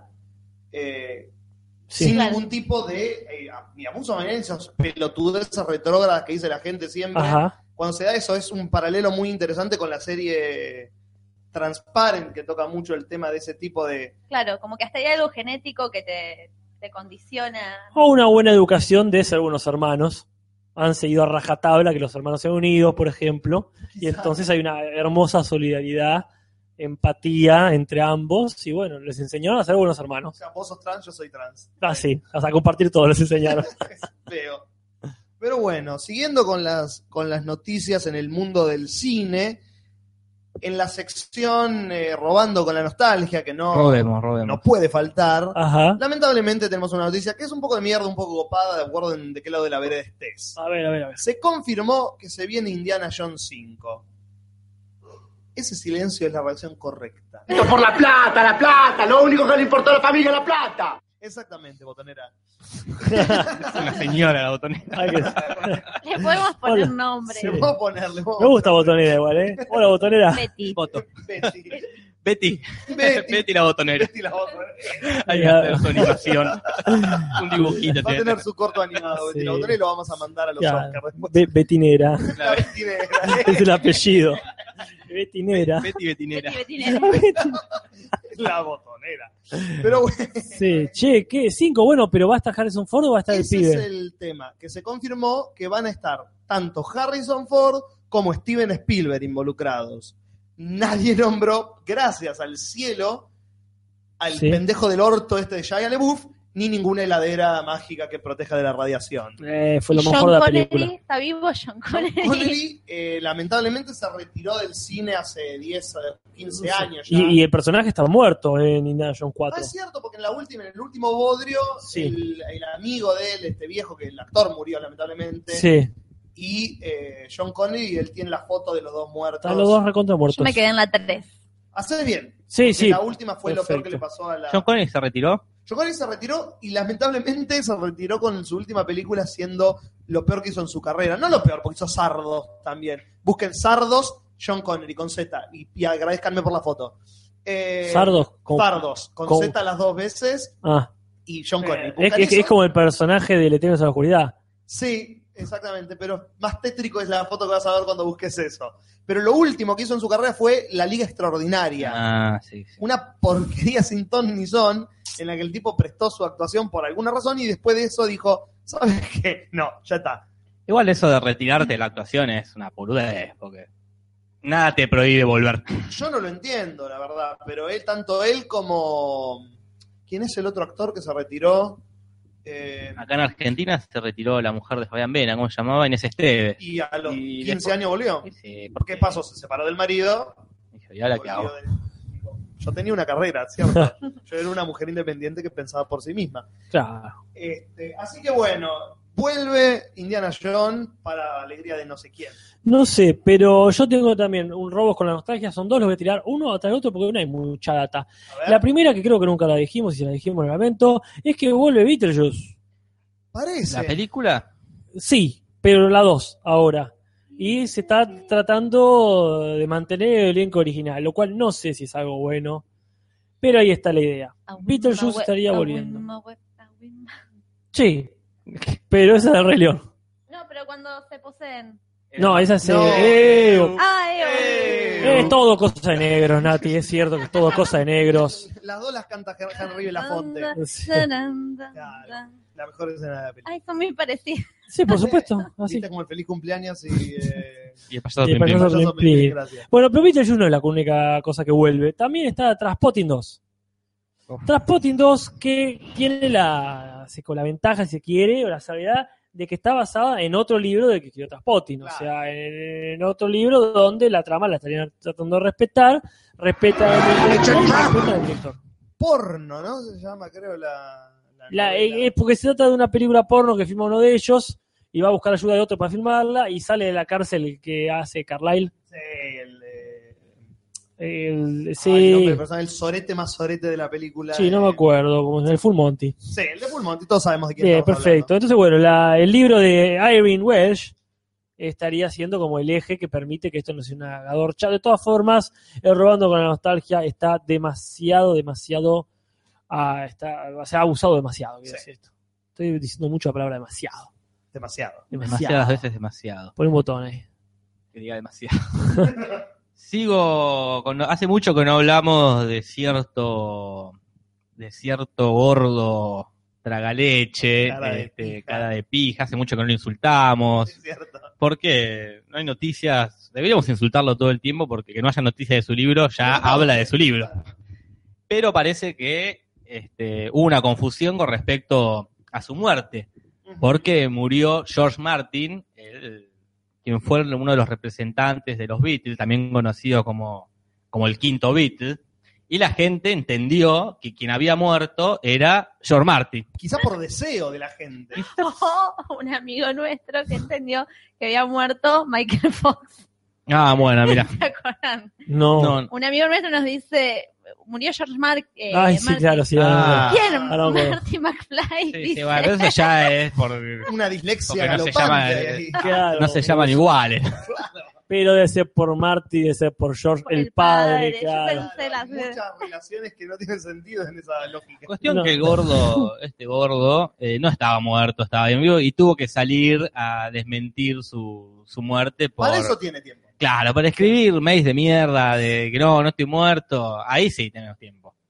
Sí. sin Claro. ningún tipo de ni abuso de esas pelotudeces retrógradas que dice la gente siempre. Ajá. Cuando se da eso, es un paralelo muy interesante con la serie Transparent, que toca mucho el tema de ese tipo de... Claro, como que hasta hay algo genético que te condiciona. O una buena educación de ser buenos hermanos. Han seguido a rajatabla que los hermanos sean unidos, por ejemplo. Y entonces hay una hermosa solidaridad, empatía entre ambos. Y bueno, les enseñaron a ser buenos O hermanos. sea, vos sos trans, yo soy trans. Ah, sí, hasta compartir todo les enseñaron. Es feo. Pero bueno, siguiendo con las noticias en el mundo del cine, en la sección Robando con la Nostalgia, que no puede faltar, Ajá. lamentablemente tenemos una noticia que es un poco de mierda, un poco copada, de acuerdo en de qué lado de la vereda estés. A ver. Se confirmó que se viene Indiana Jones 5. Ese silencio es la reacción correcta. Esto por la plata, lo único que le importó a la familia es la plata. Exactamente, botonera. Es una señora la botonera. Hay que- Le podemos poner Hola. nombre. Sí. Le puedo ponerle. Me gusta botonera igual, ¿eh? Hola, botonera. Betty. Foto. Betty. Betty. Betty. Betty la botonera. Betty la botonera. Hay que hacer su animación. Un dibujito. Va a tiene que tener hacer. su corto animado, Betty Sí. la botonera, y lo vamos a mandar a los Ya, Oscars después. Betinera. La Betty negra. Es el apellido. Betinera. Betty Betinera. Betty Bettinera. La botonera. Pero bueno, Sí, che, ¿qué? 5, bueno, pero ¿va a estar Harrison Ford o va a estar el ese pibe? es el tema, que se confirmó que van a estar tanto Harrison Ford como Steven Spielberg involucrados. Nadie nombró, gracias al cielo, al Sí. pendejo del orto este de Shia LaBeouf, ni ninguna heladera mágica que proteja de la radiación. Fue lo ¿Y mejor John de la Connery? película. ¿Está vivo John Connery? Connery, lamentablemente, se retiró del cine hace 10, 15 años ya. Y el personaje está muerto en Indiana Jones 4. Es cierto, porque en el último bodrio, Sí. el amigo de él, este viejo, que el actor murió lamentablemente, Sí, y John Connery, él tiene la foto de los dos muertos. están los dos recontra muertos. Yo me quedé en la 3. Hace bien. Sí, porque sí. La última fue lo peor que Perfecto. le pasó a la... John Connery se retiró. John Connery se retiró y lamentablemente se retiró con su última película haciendo lo peor que hizo en su carrera. No lo peor, porque hizo Sardos también. Busquen Sardos, John Connery con Z y agradezcanme por la foto. Sardos. Sardos, con con- Z las dos veces Ah, y John Connery. es, Buscan es eso. como el personaje de Eternos a la Oscuridad. Sí, exactamente, pero más tétrico es la foto que vas a ver cuando busques eso. Pero lo último que hizo en su carrera fue La Liga Extraordinaria. Ah, sí. Una porquería sin ton ni son, en la que el tipo prestó su actuación por alguna razón y después de eso dijo, ¿sabes qué? No, ya está. Igual eso de retirarte de la actuación es una boludez, porque nada te prohíbe volver. Yo no lo entiendo, la verdad, pero tanto él como... ¿Quién es el otro actor que se retiró? Acá en Argentina se retiró la mujer de Fabián Vena, ¿cómo se llamaba? Inés Esteve. Y a los Y 15 después- años volvió. Sí, ¿Qué pasó? Se separó del marido. Dije, ¿y ahora qué hago? Yo tenía una carrera, ¿cierto? Yo era una mujer independiente que pensaba por sí misma. Claro. Así que bueno, vuelve Indiana Jones para alegría de no sé quién. No sé, pero yo tengo también un robos con la nostalgia. Son dos, los voy a tirar uno atrás del otro porque no hay mucha data. A ver, La primera, que creo que nunca la dijimos, y si la dijimos en el evento, es que vuelve Beetlejuice. parece. ¿La película? Sí, pero la 2 ahora. Y se está tratando de mantener el elenco original, lo cual no sé si es algo bueno, pero ahí está la idea. Beetlejuice estaría volviendo. Sí, pero esa es de Rey León. No, pero cuando se poseen. No, esa es... No. Ah, Es todo cosa de negros, Nati, es cierto que es todo cosa de negros. Las dos las canta Henry Belafonte. Sí. La mejor escena de la película. Ay, son muy parecidas. Sí, por supuesto, así. Viste como el feliz cumpleaños y... Y el pasado Y el Plim Plim. payaso Plim Plim. Gracias. Bueno, pero Beetlejuice no es la única cosa que vuelve. También está Trainspotting 2. Trainspotting 2 que tiene la ventaja, si se quiere, o la salvedad de que está basada en otro libro de que escribió Trainspotting. Claro. O sea, en otro libro donde la trama la estarían tratando de respetar. Respeta al director. Porno, ¿no? Se llama, creo, la novela. Es porque se trata de una película porno que filma uno de ellos y va a buscar ayuda de otro para filmarla y sale de la cárcel el que hace Carlyle. Sí, Sí, el nombre del personaje, el sorete más sorete de la película. sí, no me acuerdo, como es el Full Monty. Sí, el de Full Monty, todos sabemos de quién Bien, estamos perfecto. Entonces, bueno, el libro de Irene Welsh estaría siendo como el eje que permite que esto no sea una gadorcha. De todas formas, el Robando con la Nostalgia está demasiado, se ha abusado demasiado. Quiero decir esto. Estoy diciendo mucho la palabra demasiado. Demasiado. Demasiadas veces demasiado. Pon un botón ahí. Que diga demasiado. Hace mucho que no hablamos de cierto gordo tragaleche, cara de pija, hace mucho que no lo insultamos. Es cierto. Porque no hay noticias, deberíamos insultarlo todo el tiempo porque que no haya noticias de su libro ya habla de su libro. Pero parece que hubo una confusión con respecto a su muerte, porque murió George Martin, quien fue uno de los representantes de los Beatles, también conocido como el quinto Beatle, y la gente entendió que quien había muerto era George Martin. Quizá por deseo de la gente. Un amigo nuestro que entendió que había muerto Michael Fox. Ah, bueno, mira. ¿Se acuerdan? No. Un amigo nuestro nos dice, murió George Martin. Ay, sí, claro, sí. ¿Quién? Ah, no, bueno. Marty McFly. Sí, dice. bueno, eso ya es por... Una dislexia Porque no se galopante. llama- ahí. Claro. No se llaman iguales. Pero debe ser por Marty, debe ser por George, Por el padre, yo claro. pensé las- Muchas relaciones que no tienen sentido en esa lógica. Cuestión No. que este gordo, no estaba muerto, estaba bien vivo y tuvo que salir a desmentir su muerte por... Para eso tiene tiempo. Claro, para escribir mails de mierda, de que no estoy muerto, ahí sí tenemos tiempo.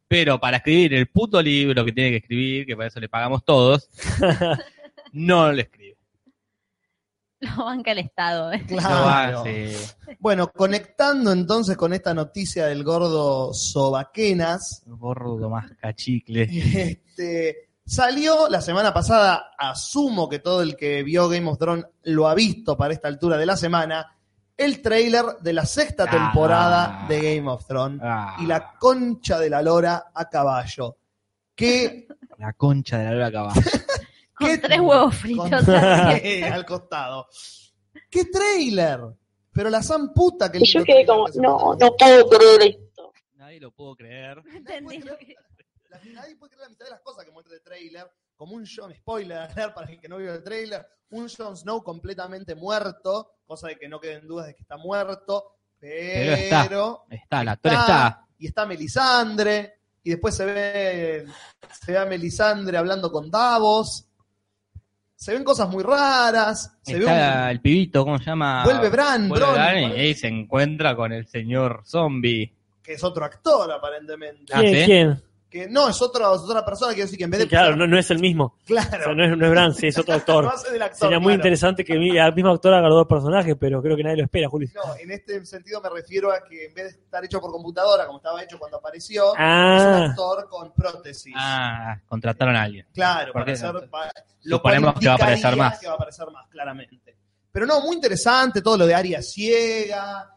pero para escribir el puto libro que tiene que escribir, que para eso le pagamos todos, no lo escribe. Lo banca el Estado. Claro. Sí. Bueno, conectando entonces con esta noticia del gordo Sobaquenas, El gordo más cachicle. salió la semana pasada, asumo que todo el que vio Game of Thrones lo ha visto para esta altura de la semana, el tráiler de la 6ª temporada de Game of Thrones y la concha de la lora a caballo. ¿Qué? La concha de la lora a caballo. Con 3 huevos fritos. Al costado. ¿Qué tráiler? Pero la san puta que Y yo quedé como, no puedo creer esto. Nadie lo puedo creer. Nadie puede creer la mitad de las cosas que muestra el tráiler, como un Jon, spoiler para el que no vio el tráiler, un Jon Snow completamente muerto, cosa de que no queden dudas de que está muerto, pero está, el actor está. Y está Melisandre, y después se ve a Melisandre hablando con Davos. Se ven cosas muy raras. Está el pibito, ¿cómo se llama? Vuelve Bran, y ahí se encuentra con el señor zombie. Que es otro actor, aparentemente. ¿Quién? Que no, es otra persona, quiero decir que en vez de... Claro, no es el mismo. Claro. O sea, no es Bran, sí, es otro actor. No hace del actor, Sería muy claro. interesante que el mismo actor haga los 2 personajes, pero creo que nadie lo espera, Juli. No, en este sentido me refiero a que en vez de estar hecho por computadora, como estaba hecho cuando apareció, es un actor con prótesis. Contrataron a alguien. Claro, Porque lo suponemos cual que va a aparecer indicaría más. que va a aparecer más, claramente. Pero no, muy interesante todo lo de Arya ciega,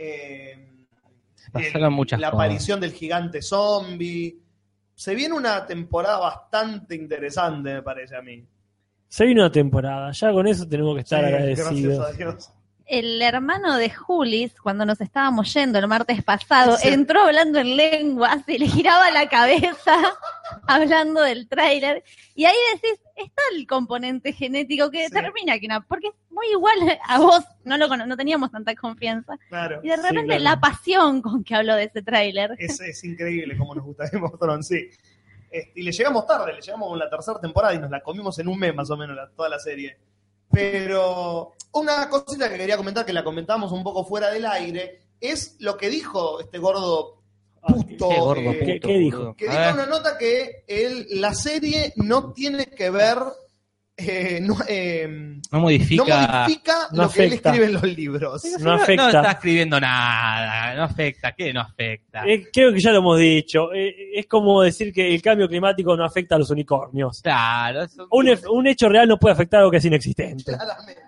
Pasaron muchas la cosas. aparición del gigante zombie. Se viene una temporada bastante interesante, me parece a mí. Se vino una temporada, ya con eso tenemos que estar Sí, agradecidos. gracias a Dios. El hermano de Julis, cuando nos estábamos yendo el martes pasado, Sí. entró hablando en lenguas y le giraba la cabeza hablando del tráiler. Y ahí decís, está el componente genético que determina que no, porque es muy igual a vos, no teníamos tanta confianza. Claro. Y de repente claro. la pasión con que habló de ese tráiler. Es increíble cómo nos gusta Game of Thrones, sí. Y le llegamos tarde, le llegamos con la 3ª temporada y nos la comimos en un mes más o menos toda la serie. Pero una cosita que quería comentar, que la comentamos un poco fuera del aire, es lo que dijo este gordo puto. Qué gordo puto, ¿Qué dijo? Que dijo una nota que la serie no tiene que ver, No modifica. No lo que él afecta. escribe en los libros. No afecta. No está escribiendo nada. No afecta. ¿Qué no afecta? Creo que ya lo hemos dicho. Es como decir que el cambio climático no afecta a los unicornios. Claro. Un hecho real no puede afectar a algo que es inexistente. Claramente.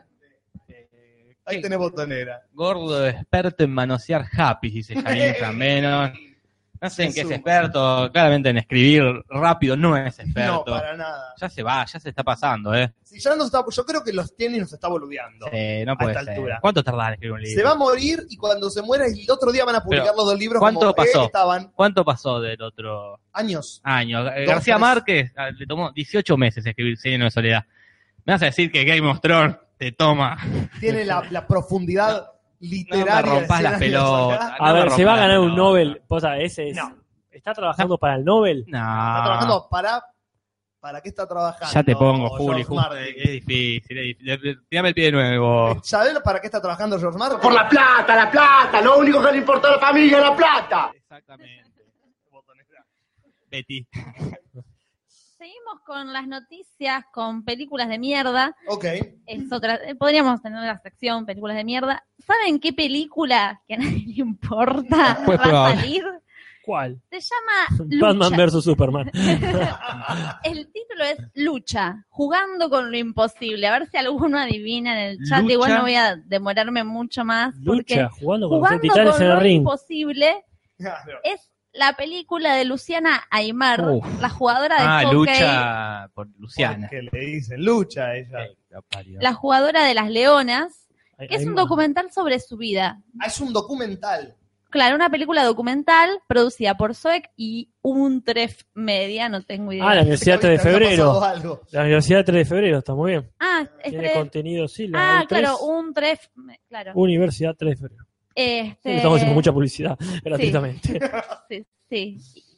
Ahí tenés botonera. Gordo experto en manosear happy, dice Janine menos. No sé en qué es experto, claramente en escribir rápido no es experto. No, para nada. Ya se está pasando, Si ya nos está, yo creo que los tiene y nos está boludeando. No puede a esta ser. altura. ¿Cuánto tardás en escribir un libro? Se va a morir y cuando se muera el otro día van a publicar Pero, los 2 libros ¿cuánto como pasó? estaban ¿Cuánto pasó del otro años? año? 2, García 3. Márquez le tomó 18 meses escribir Cien años de soledad. ¿Me vas a decir que Game of Thrones te toma? Tiene la profundidad literaria. No me rompas de las 100 años de soledad. pelotas. A ver, se va a ganar un No. Nobel. Vos sabés, ¿está trabajando para el Nobel? Está No. trabajando ¿para qué está trabajando? Ya te pongo, George Juli. Martin? Es difícil. Tirame el pie de nuevo. ¿Sabés para qué está trabajando George Martin? Por la plata, lo único que le importa a la familia es la plata. Exactamente. Betty. Seguimos con las noticias, con películas de mierda. Ok. Es otra, podríamos tener una sección, películas de mierda. ¿Saben qué película que a nadie le importa Pues va a probable. salir? ¿Cuál? Se llama Lucha. Batman vs Superman. El título es Lucha, jugando con lo imposible. A ver si alguno adivina en el chat. Lucha. Igual no voy a demorarme mucho más. Porque Lucha, jugando con los jugando titanes con en el lo ring. imposible Claro. es la película de Luciana Aymar, Uf. la jugadora de hockey. Lucha por Luciana. Que le dicen lucha a ella. La jugadora de las Leonas, que es un Aymar. documental sobre su vida. Es un documental. Claro, una película documental producida por Zoec y Untref Media, no tengo idea. La Universidad 3 de Había Febrero. pasado algo. La Universidad 3 de Febrero, está muy bien. Tiene Tiene contenido, sí. La U3, claro, Untref, claro. Universidad 3 de Febrero. Estamos haciendo mucha publicidad gratuitamente. Sí.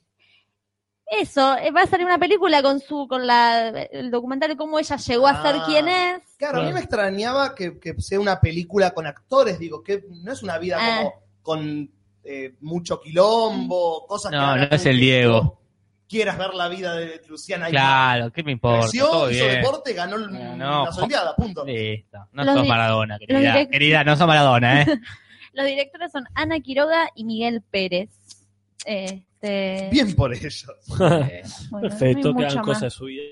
Eso, va a salir una película con el documental de cómo ella llegó a ser quien es. Claro, a mí me extrañaba que sea una película con actores, digo, que no es una vida como con mucho quilombo, cosas que No, hagan no es el que Diego. vos quieras ver la vida de Luciana Aymar. Claro, ¿qué me importa? Creció, Todo hizo bien. deporte, ganó las Olimpiadas, punto. Listo. No Los sos di- Maradona, los querida. direct- Querida, no sos Maradona, ¿eh? Los directores son Ana Quiroga y Miguel Pérez. Bien por ellos. Bueno, Perfecto, no que hay hagan mucho cosas de más. su vida.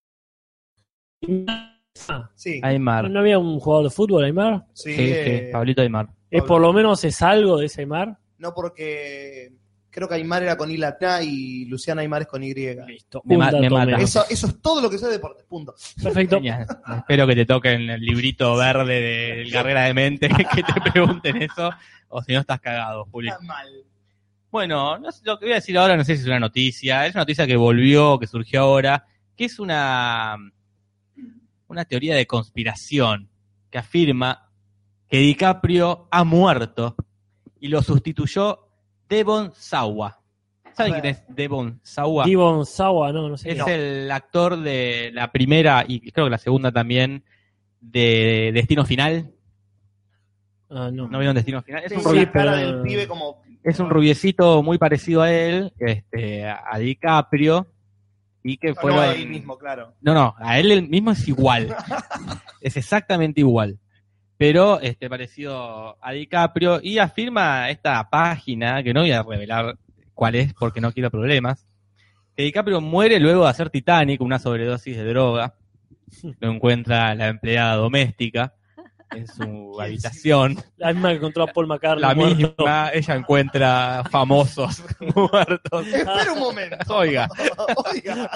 Sí, Aymar. ¿No había un jugador de fútbol, Aymar? sí, Sí, Pablito Aymar. Por lo menos es algo de ese Aymar. no porque creo que Aymar era con I latina y Luciana Aymar es con Y. Listo. Me un ma- dato me mata. menos. Eso es todo lo que sé de deporte, punto. Perfecto. Genial. Espero que te toquen el librito verde de Carrera de Mente, que te pregunten eso, o si no estás cagado, Juli. Está mal. Bueno, no sé, lo que voy a decir ahora no sé si es una noticia que volvió, que surgió ahora, que es una teoría de conspiración que afirma que DiCaprio ha muerto y lo sustituyó Devon Sawa. ¿Saben quién es Devon Sawa? Devon Sawa, no sé. Es el actor de la primera y creo que la segunda también de Destino Final. Ah, no. ¿No vieron Destino Final? Es un, Tengo la Sí, cara pero- del pibe como... es un rubiecito muy parecido a él, a DiCaprio, y que No, fueron... no, ahí mismo, claro. No, a él mismo es igual. Es exactamente igual. Pero parecido a DiCaprio, y afirma esta página, que no voy a revelar cuál es porque no quiero problemas, que DiCaprio muere luego de hacer Titanic, una sobredosis de droga. Lo encuentra la empleada doméstica en su habitación. La misma que encontró a Paul McCartney. La muerto. misma, ella encuentra famosos muertos. Espera un momento. Oiga. Oiga.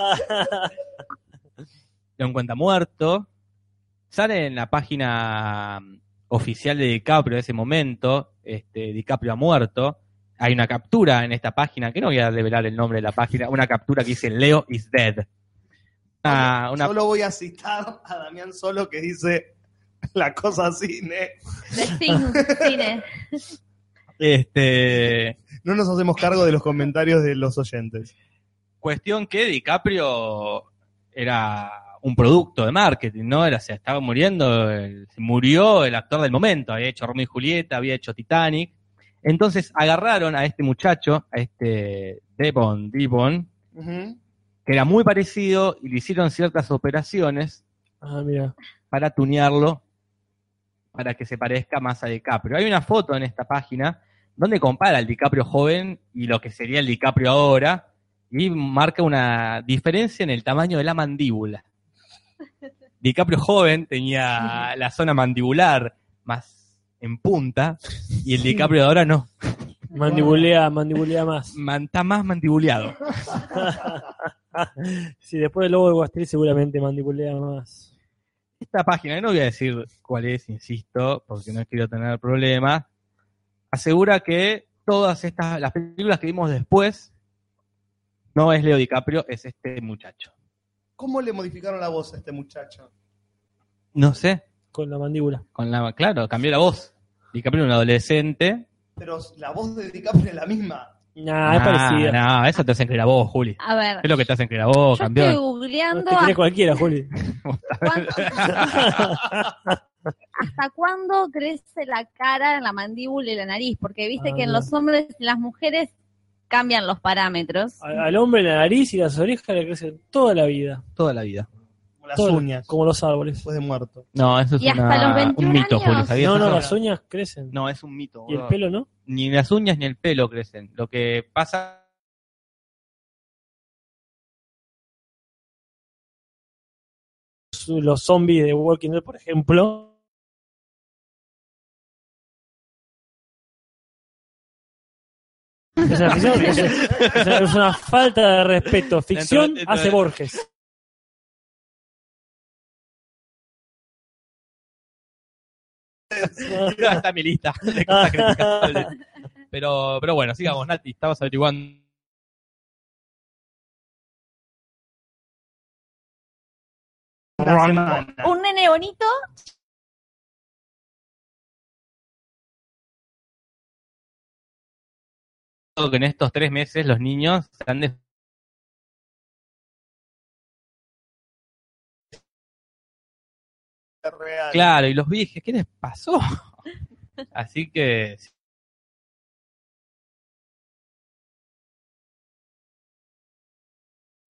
Lo encuentra muerto. Sale en la página oficial de DiCaprio de ese momento, DiCaprio ha muerto. Hay una captura en esta página, que no voy a revelar el nombre de la página, una captura que dice Leo is dead. Solo voy a citar a Damián Solo que dice la cosa cine. Cine. No nos hacemos cargo de los comentarios de los oyentes. Cuestión que DiCaprio era un producto de marketing, ¿no? Se estaba muriendo, murió el actor del momento, había hecho Romeo y Julieta, había hecho Titanic. Entonces agarraron a este muchacho, a Devon, Ujú. que era muy parecido, y le hicieron ciertas operaciones Mira. para tunearlo, para que se parezca más a DiCaprio. Hay una foto en esta página donde compara el DiCaprio joven y lo que sería el DiCaprio ahora, y marca una diferencia en el tamaño de la mandíbula. DiCaprio joven tenía la zona mandibular más en punta, y el DiCaprio de ahora no. Mandibulea más. Está más mandibuleado. Sí, después del lobo de Wall Street seguramente mandibulea más. Esta página, no voy a decir cuál es, insisto, porque no quiero tener problemas, asegura que todas las películas que vimos después no es Leo DiCaprio, es este muchacho. ¿Cómo le modificaron la voz a este muchacho? No sé, Con la mandíbula. claro, cambió la voz. DiCaprio era un adolescente. Pero la voz de DiCaprio es la misma. Nah, es parecida. No, eso te hacen creer a vos, Juli. A ver, Es lo que te hacen creer a vos, yo campeón. estoy googleando Te crees cualquiera, Juli. hasta cuándo crece la cara, la mandíbula y la nariz, porque viste que en mira. los hombres y las mujeres cambian los parámetros. Al hombre la nariz y las orejas le crecen toda la vida. Toda la vida. Como las Toda- uñas. Como los árboles. Después de muerto. No, eso es Y hasta los 21 un mito, años. Juli, ¿sabías No, eso? las uñas crecen. No, es un mito. ¿Y el boludo. pelo no? Ni las uñas ni el pelo crecen. Lo que pasa... Los zombies de Walking Dead, por ejemplo. Es una, ficción, es una falta de respeto. Ficción Dentro- hace Borges. Está mi lista de cosas criticables. Pero bueno, sigamos, Nati, estabas averiguando. Un nene bonito, Que en estos 3 meses los niños se han Real. Claro, y los dije, ¿qué les pasó? Así que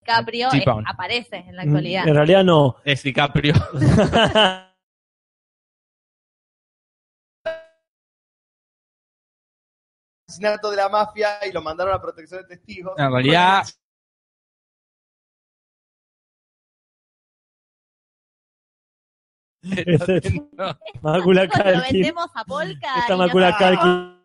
DiCaprio T-Pawn. aparece en la actualidad. En realidad no. Es DiCaprio. Asesinato de la mafia y lo mandaron a protección de testigos. En realidad, no. Macula Chicos, lo Culkin. vendemos a Polka. Esta y Macula nos- Culkin.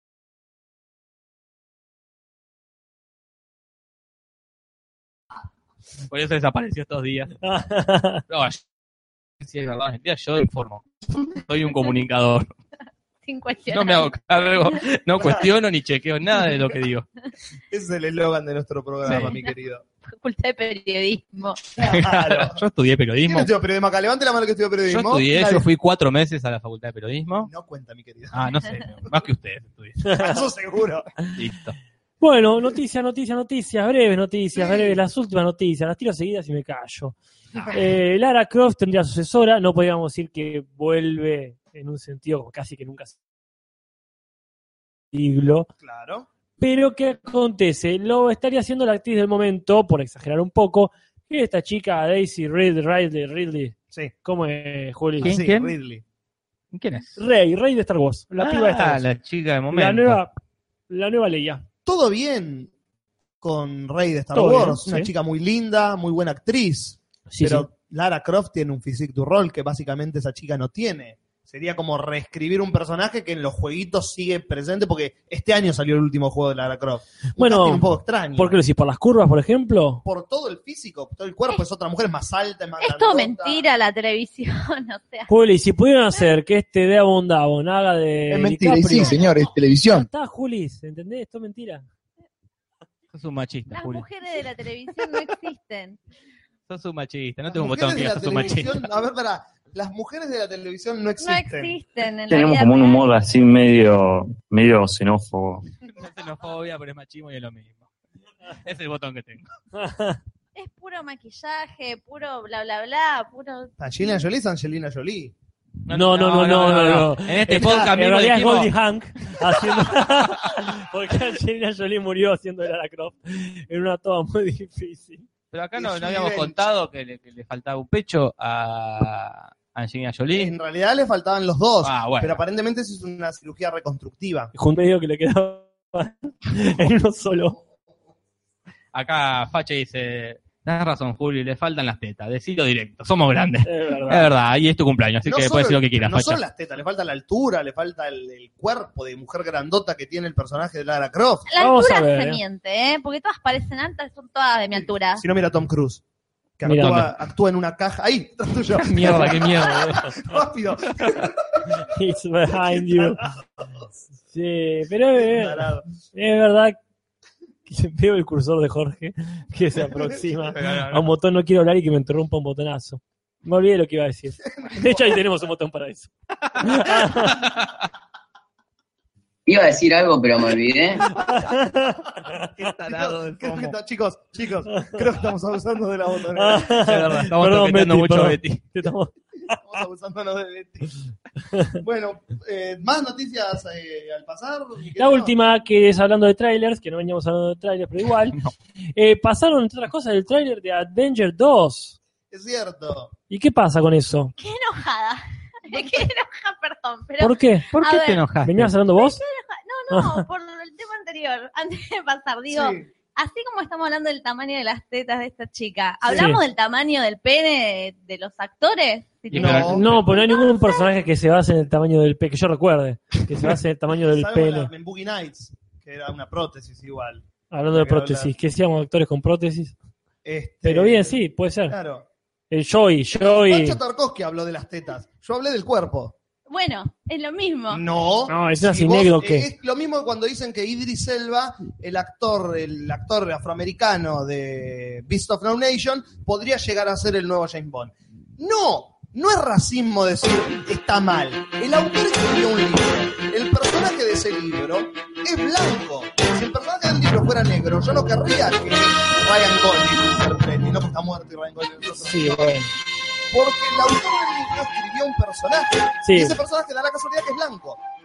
Por eso desapareció estos días. No, sí, es verdad, mentira, yo informo. Soy un comunicador. Sin cuestionar. No me hago cargo, no cuestiono ni chequeo nada de lo que digo. Ese es el eslogan de nuestro programa, Sí. mi querido. Facultad de Periodismo. Claro. Yo estudié ¿Quién periodismo. estudió periodismo acá? Levante la mano que estudió Yo periodismo. estudié, Nadie. yo fui 4 meses a la Facultad de Periodismo. No cuenta, mi querido. Ah, no sé, más que ustedes estudié. Eso seguro. Listo. Bueno, noticias, breves noticias, breves, las últimas noticias, las tiro seguidas y me callo. Lara Croft tendría sucesora, no podríamos decir que vuelve en un sentido casi que nunca siglo, Claro. pero ¿qué acontece? Lo estaría haciendo la actriz del momento, por exagerar un poco, que es esta chica Daisy Ridley. Sí. ¿Cómo es, Juli? ¿Quién? Sí, ¿Quién? Ridley. ¿Quién es? Rey de Star Wars, la piba de Star Wars. La chica de momento. La nueva Leia. Todo bien con Rey de Star Todo Wars. bien, Una sí. chica muy linda, muy buena actriz. Sí, pero sí. Lara Croft tiene un physique du rol que básicamente esa chica no tiene. Sería como reescribir un personaje que en los jueguitos sigue presente, porque este año salió el último juego de Lara Croft. Bueno, casting un poco extraño. ¿Por qué lo decís? ¿Por las curvas, por ejemplo? Por todo el físico, todo el cuerpo, es otra mujer, es más alta, es más Es todo grandota. mentira la televisión, o sea. Juli, si pudieran hacer que este Devon Davon haga de Es mentira, y DiCaprio, sí, señor, es televisión. está, Juli, ¿entendés? Esto es mentira. Sos un machista, Las Juli. mujeres de la televisión no existen. Sos un machista. No Las tengo un mujeres botón que de diga la sos un televisión- machista. A ver, pará. Las mujeres de la televisión no No existen. existen en la Tenemos vida como un real. humor así medio xenófobo. No es xenofobia, pero es machismo y es lo mismo. Es el botón que tengo. Es puro maquillaje, puro bla bla bla, puro. Angelina Jolie es Angelina Jolie. No. En este podcast En mismo realidad es dijimos- Goldie Hawn haciendo... Porque Angelina Jolie murió haciendo de Lara Croft en una toma muy difícil. Pero acá Es no un habíamos nivel. contado que le faltaba un pecho a Angelina Jolie. En realidad le faltaban los dos, Ah, bueno. pero aparentemente eso es una cirugía reconstructiva. Junto medio que le quedaba en uno solo. Acá Fache dice, tenés razón, Juli, le faltan las tetas. Decilo directo, somos grandes. Es Es verdad. verdad, y es tu cumpleaños, así No que solo- puedes decir lo que quieras, No Facha. solo las tetas, le falta la altura, le falta el cuerpo de mujer grandota que tiene el personaje de Lara Croft. La Vamos altura a ver, se miente, ¿eh? Porque todas parecen altas, son todas de mi altura. Si no, mira a Tom Cruise, que Mira. actúa en una caja. Ahí, tras tuyo. Mierda, qué mierda. Rápido. It's behind you. Sí, pero Tarado. es verdad que veo el cursor de Jorge que se aproxima a un botón. No quiero hablar y que me interrumpa un botonazo. Me olvidé lo que iba a decir. De hecho, ahí tenemos un botón para eso. Iba a decir algo, pero me olvidé. Chicos, creo que estamos abusando de la botonera. Es verdad, estamos Perdón, toqueteando Betty, mucho perdón. a Betty. Estamos- Estamos abusándonos de Betty. Bueno, más noticias al pasar. mi La querido. última, que es hablando de trailers, que no veníamos hablando de trailers, pero igual. Pasaron, entre otras cosas, el trailer de Avenger 2. Es cierto. ¿Y qué pasa con eso? Qué enojada. Qué enojada, perdón. Pero, ¿Por qué? ¿Por A qué ver. te enojaste? ¿Venías hablando vos? no, por el tema anterior. Antes de pasar, digo, Sí. así como estamos hablando del tamaño de las tetas de esta chica, ¿hablamos del tamaño del pene de los actores? Si Y te- pero- No, pues no hay ningún personaje que se base en el tamaño del pene, que yo recuerde, que se base en el tamaño del Salvo pene. en Boogie Nights, que era una prótesis igual. Hablando de que habla- prótesis, que decíamos actores con prótesis. Este, Pero bien, sí, puede ser. Claro. El Joey. Pancho Tarkovsky habló de las tetas. Yo hablé del cuerpo. Bueno, es lo mismo. No, es una Si vos- anécdota que. Es lo mismo cuando dicen que Idris Elba, el actor afroamericano de Beast of No Nation, podría llegar a ser el nuevo James Bond. No es racismo decir está mal. El autor escribió un libro. El personaje de ese libro es blanco. Si el personaje del libro fuera negro, yo no querría que Ryan Gosling interprete. No, que está muerto y Ryan Gosling. Sí, bueno. Porque el autor del libro escribió un personaje. Sí. Y ese personaje da la casualidad que es blanco.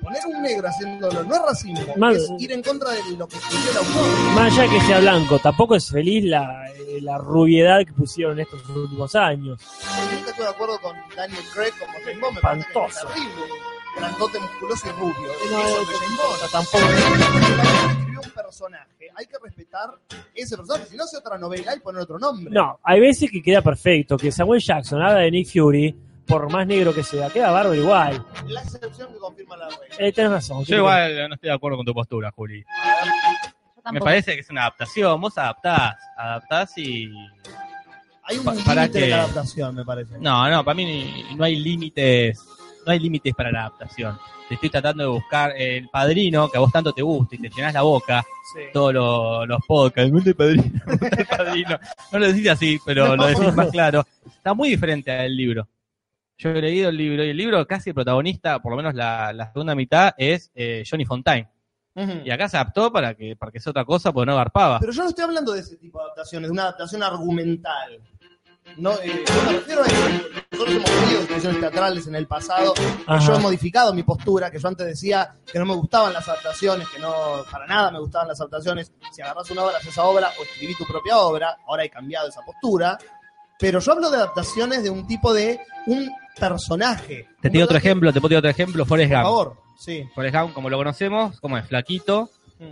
poner un negro haciéndolo no es racismo, Mal. es ir en contra de lo que escribió el autor. Más allá que sea blanco, tampoco es feliz la rubiedad que pusieron estos últimos años. Nunca estoy de acuerdo con Daniel Craig como James Bond, me parece que es Espantoso. terrible, grandote, musculoso y rubio. No, Eso es James Bond. tampoco. Escribió un personaje, hay que respetar ese personaje, si no hace otra novela y poner otro nombre. No, hay veces que queda perfecto. Que Samuel Jackson haga de Nick Fury, por más negro que sea, queda bárbaro igual. La excepción que confirma la regla. Tenés razón. Yo igual no estoy de acuerdo con tu postura, Juli. Me parece que es una adaptación. Vos adaptás y... Hay un para límite de que- la adaptación, me parece. No, para mí no hay límites. No hay límites para la adaptación. Te estoy tratando de buscar El Padrino, que a vos tanto te gusta y te llenás la boca. Sí. Todos los podcasts. Me gusta El Padrino, me gusta El Padrino. No lo decís así, pero lo decís más claro. Está muy diferente al libro. Yo he leído el libro y el libro casi el protagonista, por lo menos la segunda mitad, es Johnny Fontaine. Ujú. Y acá se adaptó para que sea otra cosa, porque no garpaba. Pero yo no estoy hablando de ese tipo de adaptaciones, de una adaptación argumental. No, yo me refiero a que nosotros hemos tenido discusiones teatrales en el pasado, que Ajá. yo he modificado mi postura, que yo antes decía que no me gustaban las adaptaciones, que no para nada me gustaban las adaptaciones. Si agarrás una obra, haces esa obra, o escribí tu propia obra, ahora he cambiado esa postura. Pero yo hablo de adaptaciones de un tipo de un personaje. Te tiro otro ejemplo, Forrest Por Gump. favor, sí. Forrest Gump, como lo conocemos, como es flaquito,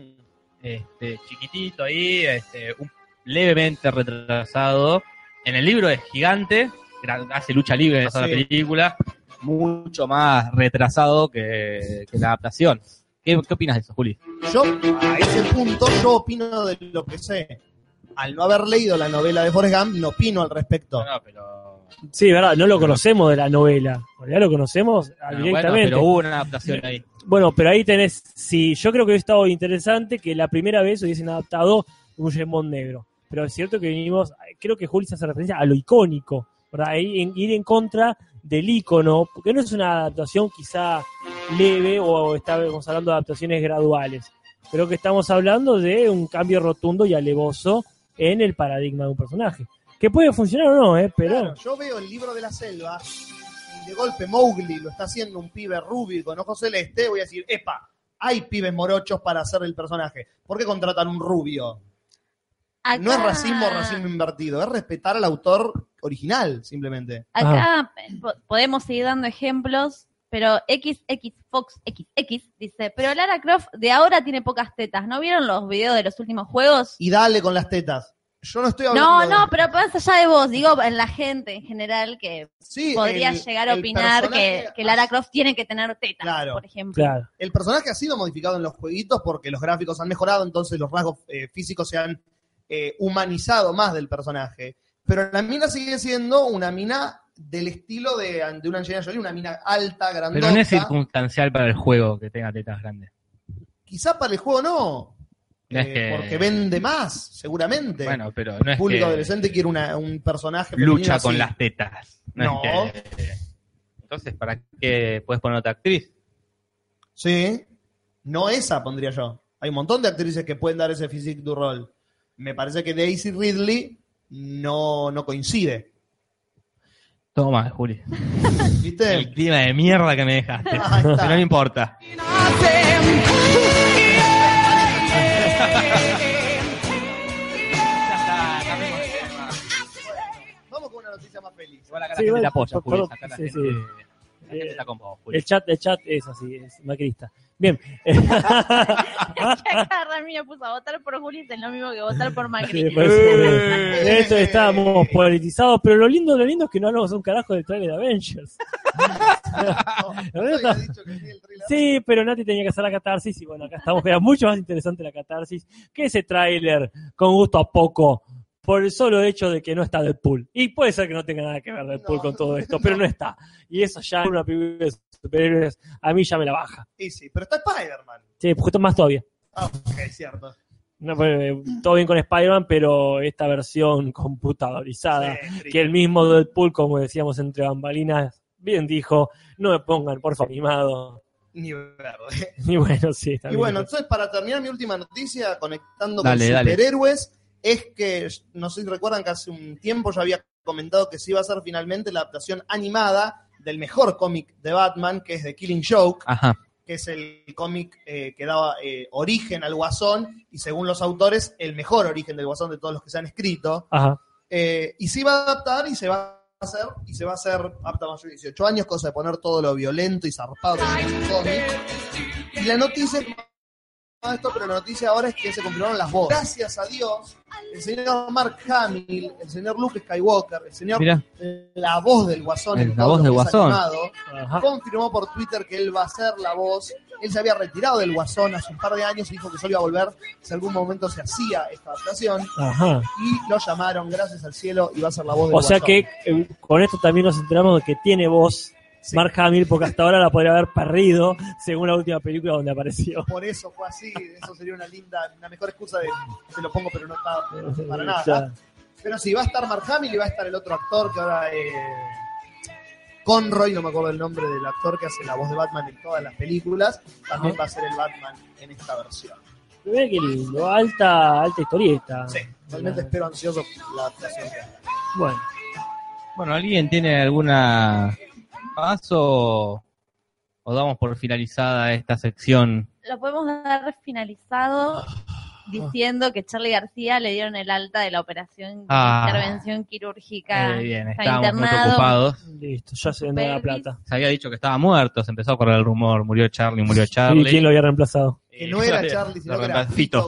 chiquitito ahí, levemente retrasado. En el libro es gigante, hace lucha libre en toda la Sí. película, mucho más retrasado que la adaptación. ¿Qué opinas de eso, Juli? Yo, a ese punto, yo opino de lo que sé. Al no haber leído la novela de Forrest Gump, no opino al respecto. No, pero... Sí, verdad, no lo conocemos de la novela. Ya lo conocemos directamente. Bueno, pero hubo una adaptación ahí. Bueno, pero ahí tenés, sí, yo creo que hubiera estado interesante que la primera vez hubiesen adaptado un James Bond negro. Pero es cierto que venimos, creo que Juli se hace referencia a lo icónico, ¿verdad? Ahí ir en contra del ícono, porque no es una adaptación quizá leve o estamos hablando de adaptaciones graduales. Creo que estamos hablando de un cambio rotundo y alevoso en el paradigma de un personaje. Que puede funcionar o no, pero... Claro, yo veo el libro de la selva y de golpe Mowgli lo está haciendo un pibe rubio y con ojos celeste, voy a decir, epa, hay pibes morochos para hacer el personaje. ¿Por qué contratan un rubio? Acá, No es racismo invertido, es respetar al autor original, simplemente. Acá podemos seguir dando ejemplos, pero XX Fox XX dice, pero Lara Croft de ahora tiene pocas tetas. ¿No vieron los videos de los últimos juegos? Y dale con las tetas. Yo no estoy hablando No, pero más allá de vos, digo en la gente en general que Sí, podría llegar a el opinar personaje- que Lara Croft tiene que tener tetas, Claro. por ejemplo. Claro. El personaje ha sido modificado en los jueguitos porque los gráficos han mejorado, entonces los rasgos físicos se han humanizado más del personaje. Pero la mina sigue siendo una mina del estilo de una Angelina Jolie, una mina alta, grandota. Pero no es circunstancial para el juego que tenga tetas grandes. Quizá para el juego no. No es que- Porque vende más, seguramente. Bueno, pero no el es público que adolescente quiere un personaje femenino lucha así. con las tetas. No. Es que- entonces, ¿para qué puedes poner otra actriz? Sí. No esa pondría yo. Hay un montón de actrices que pueden dar ese physique du rol. Me parece que Daisy Ridley no coincide. Toma, Juli. ¿Viste? El clima de mierda que me dejaste. Ahí está. Que no me importa. Vamos con una noticia más feliz. Igual acá la Sí, gente bueno, te apoya, Juli. perdón, Acá la sí, gente, sí. la gente está con vos, Juli. El chat es así, es macrista. Bien. Acá Ramiro puso a votar por Juli, es lo mismo que votar por Macri. Sí, parece que esto estábamos politizados, pero lo lindo es que no hablamos un carajo del trailer de Avengers. La verdad está- Sí, pero Nati tenía que hacer la catarsis y bueno, acá estamos. Era mucho más interesante la catarsis que ese tráiler con gusto a poco por el solo hecho de que no está Deadpool. Y puede ser que no tenga nada que ver Deadpool con todo esto, pero no está. Y eso ya en una película de superhéroes a mí ya me la baja. Y sí, pero está Spider-Man. Sí, justo más todavía. Ah, ok, cierto. No, pues, todo bien con Spider-Man, pero esta versión computadorizada, Sí, que el mismo Deadpool, como decíamos entre bambalinas, bien dijo, no me pongan, por favor, animado. Ni verde. Y bueno, sí, Y también. bueno, entonces para terminar mi última noticia, conectando Dale, con dale. superhéroes, es que, no sé si recuerdan que hace un tiempo yo había comentado que se iba a hacer finalmente la adaptación animada del mejor cómic de Batman, que es The Killing Joke. Ajá. que es el cómic que daba origen al Guasón, y según los autores, el mejor origen del Guasón de todos los que se han escrito. Ajá. Y se iba a adaptar y se va a hacer apta a mayor de 18 años, cosa de poner todo lo violento y zarpado que es el cómic. Y la noticia pero la noticia ahora es que se confirmaron las voces. Gracias a Dios, el señor Mark Hamill, el señor Luke Skywalker, el señor la voz del Guasón, la voz del Guasón, confirmó por Twitter que él va a ser la voz. Él se había retirado del Guasón hace un par de años y dijo que solo iba a volver si algún momento se hacía esta adaptación. Ajá. Y lo llamaron, gracias al cielo, y va a ser la voz del O Guasón. sea que con esto también nos enteramos de que tiene voz Mark Hamill, porque hasta ahora la podría haber perdido según la última película donde apareció. Por eso fue así, eso sería una mejor excusa de te lo pongo pero no está para nada. Pero sí, va a estar Mark Hamill y va a estar el otro actor que ahora Conroy, no me acuerdo el nombre del actor que hace la voz de Batman en todas las películas, también va a ser el Batman en esta versión. Ve que lindo, alta historieta. Sí, realmente espero ansioso la adaptación que haga. Bueno, ¿alguien tiene alguna paso o damos por finalizada esta sección? Lo podemos dar finalizado diciendo que Charly García le dieron el alta de la operación intervención quirúrgica. Bien, Está estábamos muy internado. preocupados. Listo, ya se vendrá la plata. Se había dicho que estaba muerto, se empezó a correr el rumor, murió Charly. ¿Y quién lo había reemplazado? Que no era Charly, sino que era Fito.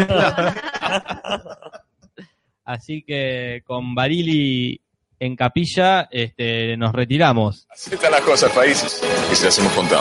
Así que con Barili en capilla nos retiramos. Así están las cosas, países, y se las hemos contado.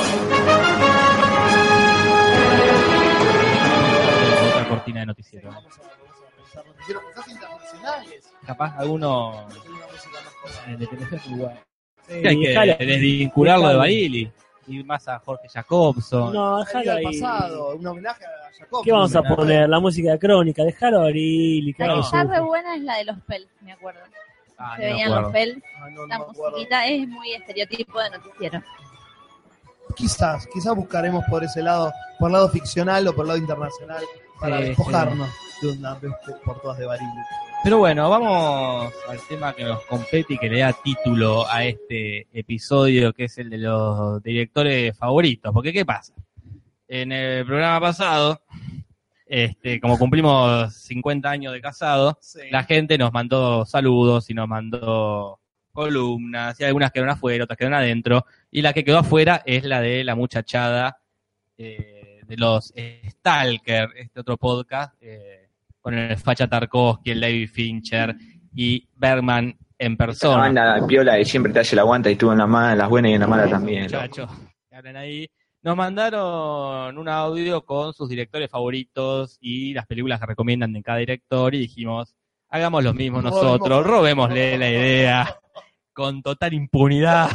Otra cortina de noticiero. Vamos a pensar noticieros quizás internacionales. Capaz alguno de televisión igual. hay que desvincularlo de Barili. Ir más a Jorge Jacobson. No, dejalo ahí. Pasado, un homenaje a Jacobson. ¿Qué vamos a poner? La música de Crónica, dejalo a Barili. La que está re buena es la de los Pels, me acuerdo. Se veían los Pels. La musiquita es muy estereotipo de noticiero. Quizás buscaremos por ese lado, por el lado ficcional o por el lado internacional, para despojarnos de una vez por todas de Barili. Pero bueno, vamos al tema que nos compete y que le da título a este episodio, que es el de los directores favoritos. Porque ¿qué pasa? En el programa pasado, como cumplimos 50 años de casado, la gente nos mandó saludos y nos mandó columnas, y algunas quedaron afuera, otras quedaron adentro, y la que quedó afuera es la de la muchachada de los Stalker, este otro podcast, con el Facha Tarkovsky, el David Fincher y Bergman en persona. La banda piola de siempre te hace la aguanta y estuvo en las buenas y en la mala también. Muchachos, que hablan ahí. Nos mandaron un audio con sus directores favoritos y las películas que recomiendan de cada director y dijimos, hagamos lo mismo nosotros, robémosle la idea con total impunidad.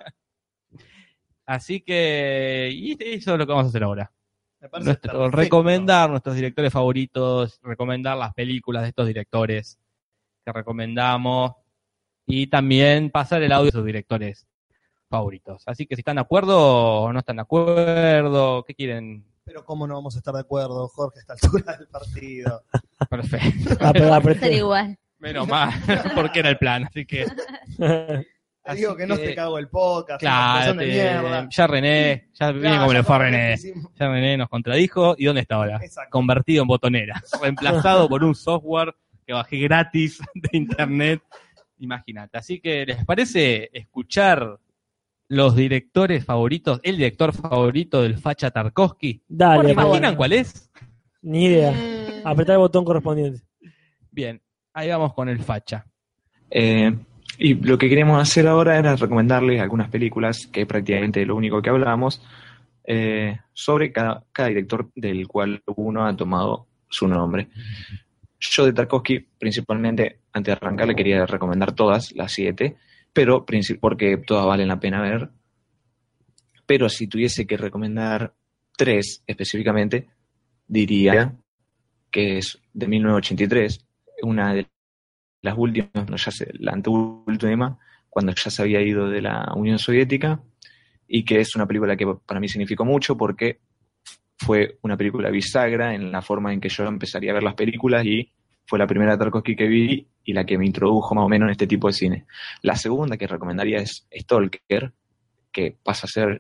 Así que, y eso es lo que vamos a hacer ahora. Recomendar nuestros directores favoritos, recomendar las películas de estos directores que recomendamos y también pasar el audio de sus directores favoritos. Así que si están de acuerdo o no están de acuerdo, ¿qué quieren? Pero cómo no vamos a estar de acuerdo, Jorge, a esta altura del partido. Perfecto. Ser igual. Menos mal, porque era el plan, así que... Te digo que no te cago el podcast. Claro, ya René, viene como le fue a René. Ya René nos contradijo. ¿Y dónde está ahora? Exacto. Convertido en botonera. Reemplazado por un software que bajé gratis de internet. Imagínate. Así que, ¿les parece escuchar los directores favoritos? El director favorito del Facha Tarkovsky. Dale. ¿Imaginan cuál es? Ni idea. Apretar el botón correspondiente. Bien, ahí vamos con el Facha. Y lo que queremos hacer ahora era recomendarles algunas películas, que es prácticamente lo único que hablábamos, sobre cada director del cual uno ha tomado su nombre. Yo de Tarkovsky, principalmente, antes de arrancar, le quería recomendar todas, las 7, pero porque todas valen la pena ver. Pero si tuviese que recomendar 3 específicamente, diría que es de 1983, una de las últimas, la anteúltima, cuando ya se había ido de la Unión Soviética, y que es una película que para mí significó mucho porque fue una película bisagra en la forma en que yo empezaría a ver las películas y fue la primera Tarkovsky que vi y la que me introdujo más o menos en este tipo de cine. La segunda que recomendaría es Stalker, que pasa a ser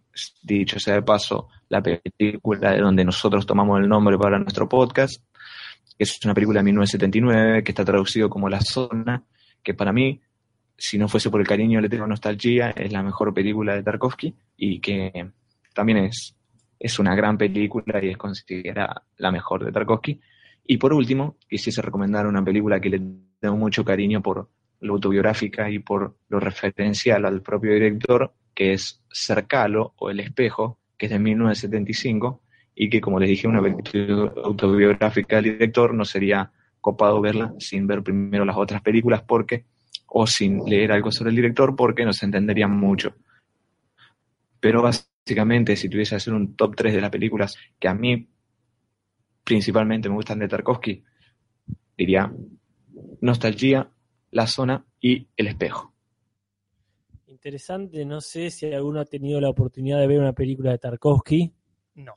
dicho sea de paso, la película de donde nosotros tomamos el nombre para nuestro podcast, que es una película de 1979 que está traducido como La Zona, que para mí, si no fuese por el cariño le tengo nostalgia, es la mejor película de Tarkovsky y que también es una gran película y es considerada la mejor de Tarkovsky. Y por último, quisiese recomendar una película que le tengo mucho cariño por lo autobiográfica y por lo referencial al propio director, que es Cercalo o El Espejo, que es de 1975, y que, como les dije, una película autobiográfica del director, no sería copado verla sin ver primero las otras películas o sin leer algo sobre el director, porque no se entenderían mucho. Pero básicamente, si tuviese que hacer un top 3 de las películas que a mí principalmente me gustan de Tarkovsky, diría Nostalgia, La Zona y El Espejo. Interesante, no sé si alguno ha tenido la oportunidad de ver una película de Tarkovsky. No.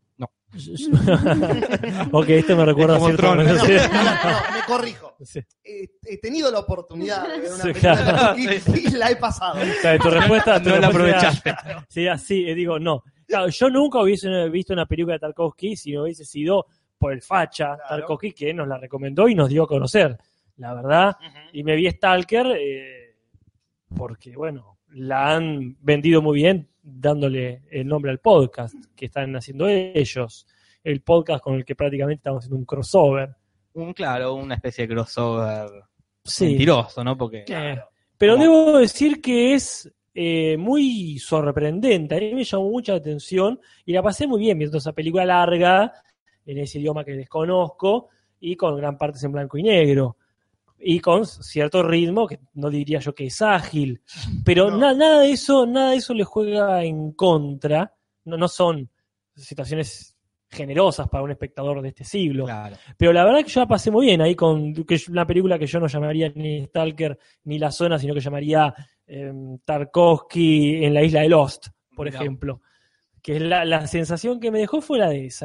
Ok, esto me recuerda a cierto... No, me corrijo. Sí. He tenido la oportunidad de ver una Sí, película claro. de Tarkovsky y la he pasado. Claro, tu respuesta No la aprovechaste. Sí, así, digo, no. Claro, yo nunca hubiese visto una película de Tarkovsky si no hubiese sido por el facha Tarkovsky, que nos la recomendó y nos dio a conocer, la verdad. Y me vi Stalker porque, bueno, la han vendido muy bien dándole el nombre al podcast que están haciendo ellos. El podcast con el que prácticamente estamos haciendo un crossover. Una especie de crossover Sí. mentiroso, ¿no? Porque Pero debo decir que es muy sorprendente. A mí me llamó mucha atención y la pasé muy bien viendo esa película larga, en ese idioma que desconozco, y con gran partes en blanco y negro. Y con cierto ritmo, que no diría yo que es ágil. Pero nada de eso le juega en contra. No son situaciones generosas para un espectador de este siglo. Claro. Pero la verdad que yo la pasé muy bien ahí con una película que yo no llamaría ni Stalker ni La Zona, sino que llamaría Tarkovsky en la isla de Lost, por ejemplo. Que la sensación que me dejó fue la de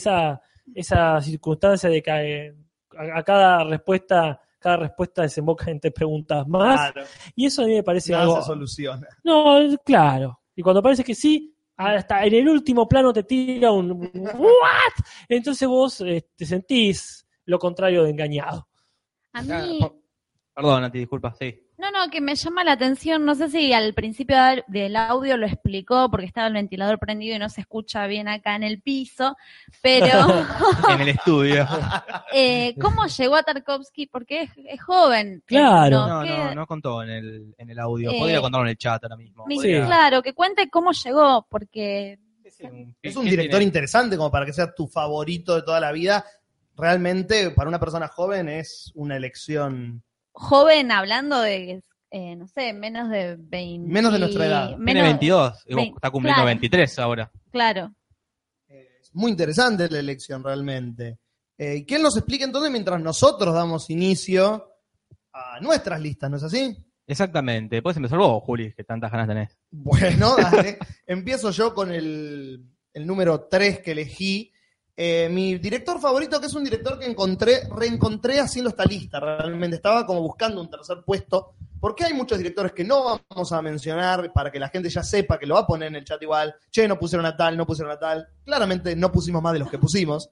esa circunstancia de que a cada respuesta desemboca en 3 preguntas más. Claro. Y eso a mí me parece Nada algo... se soluciona. No, claro. Y cuando parece que sí, hasta en el último plano te tira un ¿what? Entonces vos te sentís lo contrario de engañado. A mí, Perdón, Nati, disculpa, sí. no, que me llama la atención, no sé si al principio del audio lo explicó porque estaba el ventilador prendido y no se escucha bien acá en el piso, pero En el estudio. ¿cómo llegó a Tarkovsky? Porque es joven. Claro. No contó en el audio. Podría contarlo en el chat ahora mismo. Claro, que cuente cómo llegó, porque... Es un director interesante como para que sea tu favorito de toda la vida. Realmente, para una persona joven es una elección... Joven hablando de, no sé, menos de 20... Menos de nuestra edad. Tiene 22, y vos está cumpliendo claro. 23 ahora. Claro. Es muy interesante la elección realmente. Que él nos explique entonces mientras nosotros damos inicio a nuestras listas, ¿no es así? Exactamente. Puedes empezar vos, Juli, que tantas ganas tenés. Bueno, dale. Empiezo yo con el número 3 que elegí. Mi director favorito, que es un director que reencontré haciendo esta lista, realmente estaba como buscando un tercer puesto, porque hay muchos directores que no vamos a mencionar para que la gente ya sepa, que lo va a poner en el chat igual, no pusieron a tal, claramente no pusimos más de los que pusimos,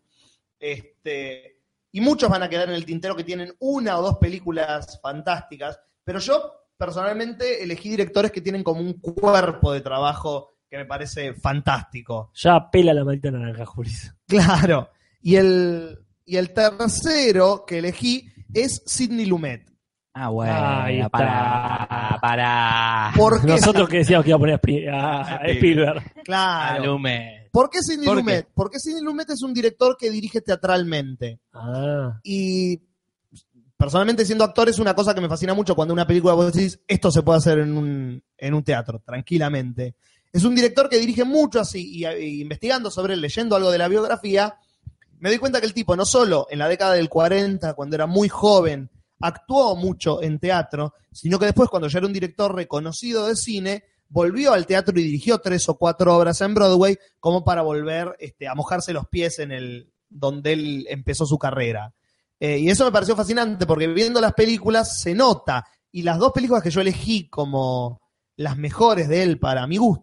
y muchos van a quedar en el tintero que tienen 1 o 2 películas fantásticas, pero yo personalmente elegí directores que tienen como un cuerpo de trabajo que me parece fantástico. Ya pela la maldita naranja, Julis. Claro. Y el tercero que elegí es Sidney Lumet. Ahí está. Pará. ¿Por qué? Nosotros que decíamos que iba a poner a Spielberg. Claro. Lumet. ¿Por qué Sidney Lumet? Porque Sidney Lumet es un director que dirige teatralmente. Y personalmente, siendo actor, es una cosa que me fascina mucho cuando una película vos decís, esto se puede hacer en un teatro, tranquilamente. Es un director que dirige mucho así, y investigando sobre él, leyendo algo de la biografía, me doy cuenta que el tipo no solo en la década del 40, cuando era muy joven, actuó mucho en teatro, sino que después, cuando ya era un director reconocido de cine, volvió al teatro y dirigió 3 o 4 obras en Broadway, como para volver a mojarse los pies en donde él empezó su carrera. Y eso me pareció fascinante, porque viendo las películas se nota, y las 2 películas que yo elegí como las mejores de él para mi gusto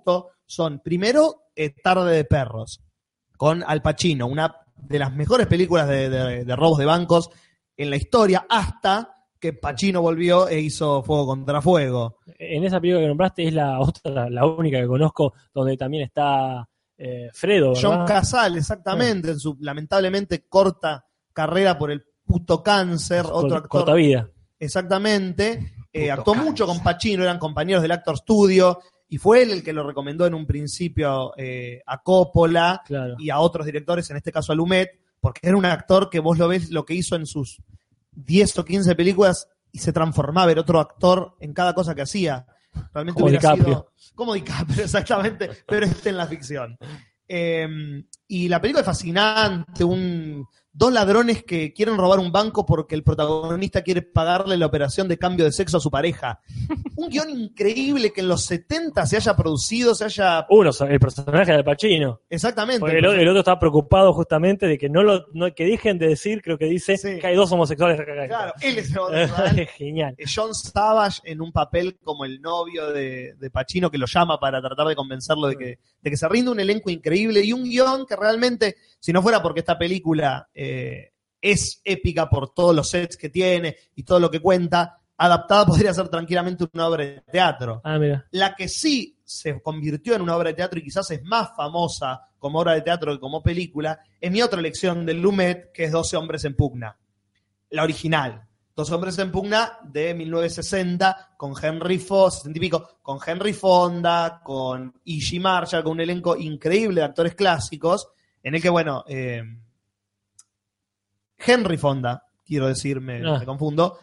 son, primero, Tarde de Perros, con Al Pacino, una de las mejores películas de robos de bancos en la historia, hasta que Pacino volvió e hizo Fuego contra Fuego. En esa película que nombraste es la única que conozco donde también está Fredo, ¿verdad? John Casal, exactamente, en su lamentablemente corta carrera por el puto cáncer, otro actor. Corta vida. Exactamente. Actuó mucho con Pacino, eran compañeros del Actor Studio, y fue él el que lo recomendó en un principio a Coppola y a otros directores, en este caso a Lumet, porque era un actor que vos lo ves lo que hizo en sus 10 o 15 películas y se transformaba, era otro actor en cada cosa que hacía. Realmente como hubiera DiCaprio. sido como DiCaprio, exactamente, pero en la ficción. Y la película es fascinante, dos ladrones que quieren robar un banco porque el protagonista quiere pagarle la operación de cambio de sexo a su pareja. Un guión increíble que en los 70 se haya producido, el personaje de Al Pacino. Exactamente. Porque el otro está preocupado justamente de que que dejen de decir, creo que dice, que hay dos homosexuales acá. Claro, él es el homosexual. Genial. John Savage en un papel como el novio de Pacino que lo llama para tratar de convencerlo de que se rinde, un elenco increíble y un guión que realmente, si no fuera porque esta película es épica por todos los sets que tiene y todo lo que cuenta, adaptada podría ser tranquilamente una obra de teatro. Mira. La que sí se convirtió en una obra de teatro y quizás es más famosa como obra de teatro que como película, es mi otra elección del Lumet, que es 12 hombres en pugna. La original. 12 hombres en pugna de 1960 con Henry con Henry Fonda, con E.G. Marshall, con un elenco increíble de actores clásicos, en el que, bueno, Henry Fonda, quiero decir, me confundo,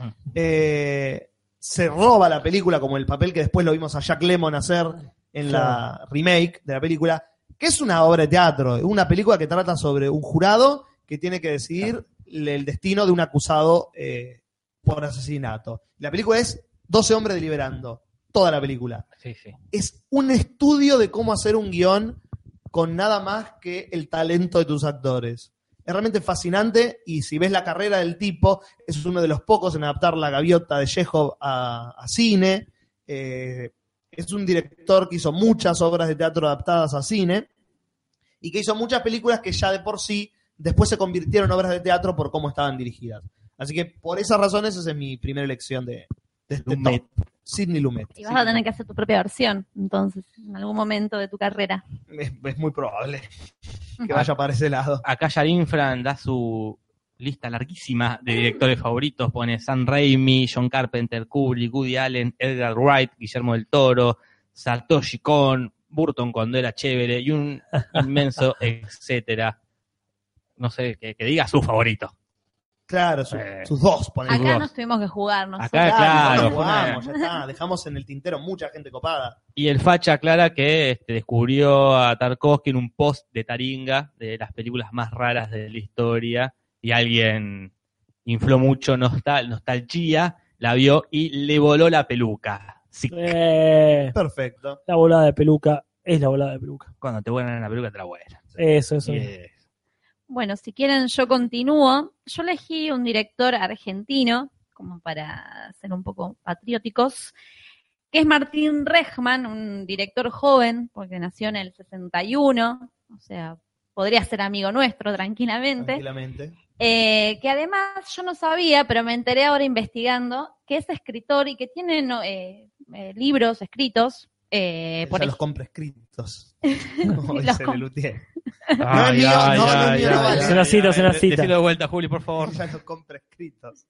se roba la película como el papel que después lo vimos a Jack Lemmon hacer en la remake de la película, que es una obra de teatro, una película que trata sobre un jurado que tiene que decidir el destino de un acusado por asesinato. La película es 12 hombres deliberando, toda la película. Sí, sí. Es un estudio de cómo hacer un guión con nada más que el talento de tus actores. Es realmente fascinante y si ves la carrera del tipo, es uno de los pocos en adaptar La Gaviota de Chekhov a cine. Es un director que hizo muchas obras de teatro adaptadas a cine y que hizo muchas películas que ya de por sí después se convirtieron en obras de teatro por cómo estaban dirigidas. Así que por esas razones esa es mi primera elección de este top. Sidney Lumet. Y vas a tener que hacer tu propia versión, entonces, en algún momento de tu carrera. Es muy probable que vaya para ese lado. Acá Yarin Fran da su lista larguísima de directores favoritos. Pone Sam Raimi, John Carpenter, Kubrick, Woody Allen, Edgar Wright, Guillermo del Toro, Satoshi Kon, Burton cuando era chévere y un inmenso etcétera. No sé, que diga su favorito. Claro, sus dos. Acá nos tuvimos que jugar. Acá, claro. Jugamos, ya está. Dejamos en el tintero mucha gente copada. Y el Facha aclara que descubrió a Tarkovsky en un post de Taringa de las películas más raras de la historia y alguien infló mucho nostalgia, la vio y le voló la peluca. Sí. Perfecto. La volada de peluca es la volada de peluca. Cuando te vuelan la peluca te la vuelan. Eso. Bueno, si quieren yo continúo. Yo elegí un director argentino, como para ser un poco patrióticos, que es Martín Rejman, un director joven, porque nació en el 61, o sea, podría ser amigo nuestro tranquilamente. Que además yo no sabía, pero me enteré ahora investigando, que es escritor y que tiene libros escritos. Por los compra escritos, como Los dice Lelutier. Es una cita. Decilo de vuelta, Juli, por favor. Ya los compra escritos.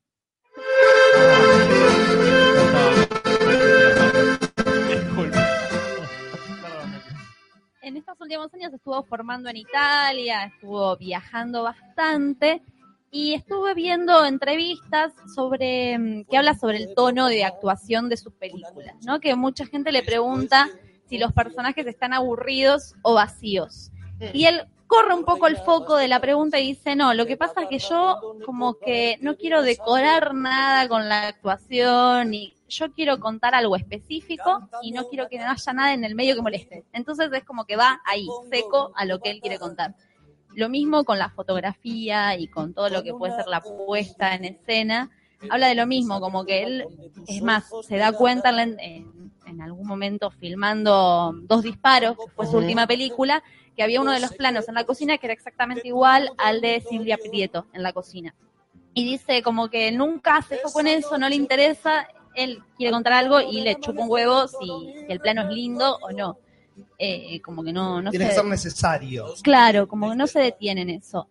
En estos últimos años estuvo formando en Italia, estuvo viajando bastante y estuve viendo entrevistas que habla sobre el tono de actuación de sus películas, ¿no? Que mucha gente le pregunta si los personajes están aburridos o vacíos. Y él corre un poco el foco de la pregunta y dice, no, lo que pasa es que yo como que no quiero decorar nada con la actuación y yo quiero contar algo específico y no quiero que no haya nada en el medio que moleste. Entonces es como que va ahí, seco a lo que él quiere contar. Lo mismo con la fotografía y con todo lo que puede ser la puesta en escena. Habla de lo mismo, como que él, es más, se da cuenta en en algún momento filmando Dos disparos, que fue su última película, que había uno de los planos en la cocina que era exactamente igual al de Silvia Prieto en la cocina. Y dice como que nunca se fue con eso, no le interesa, él quiere contar algo y le chupa un huevo si el plano es lindo o no. Como que no tiene que ser necesario. Claro, como que no se detiene en eso.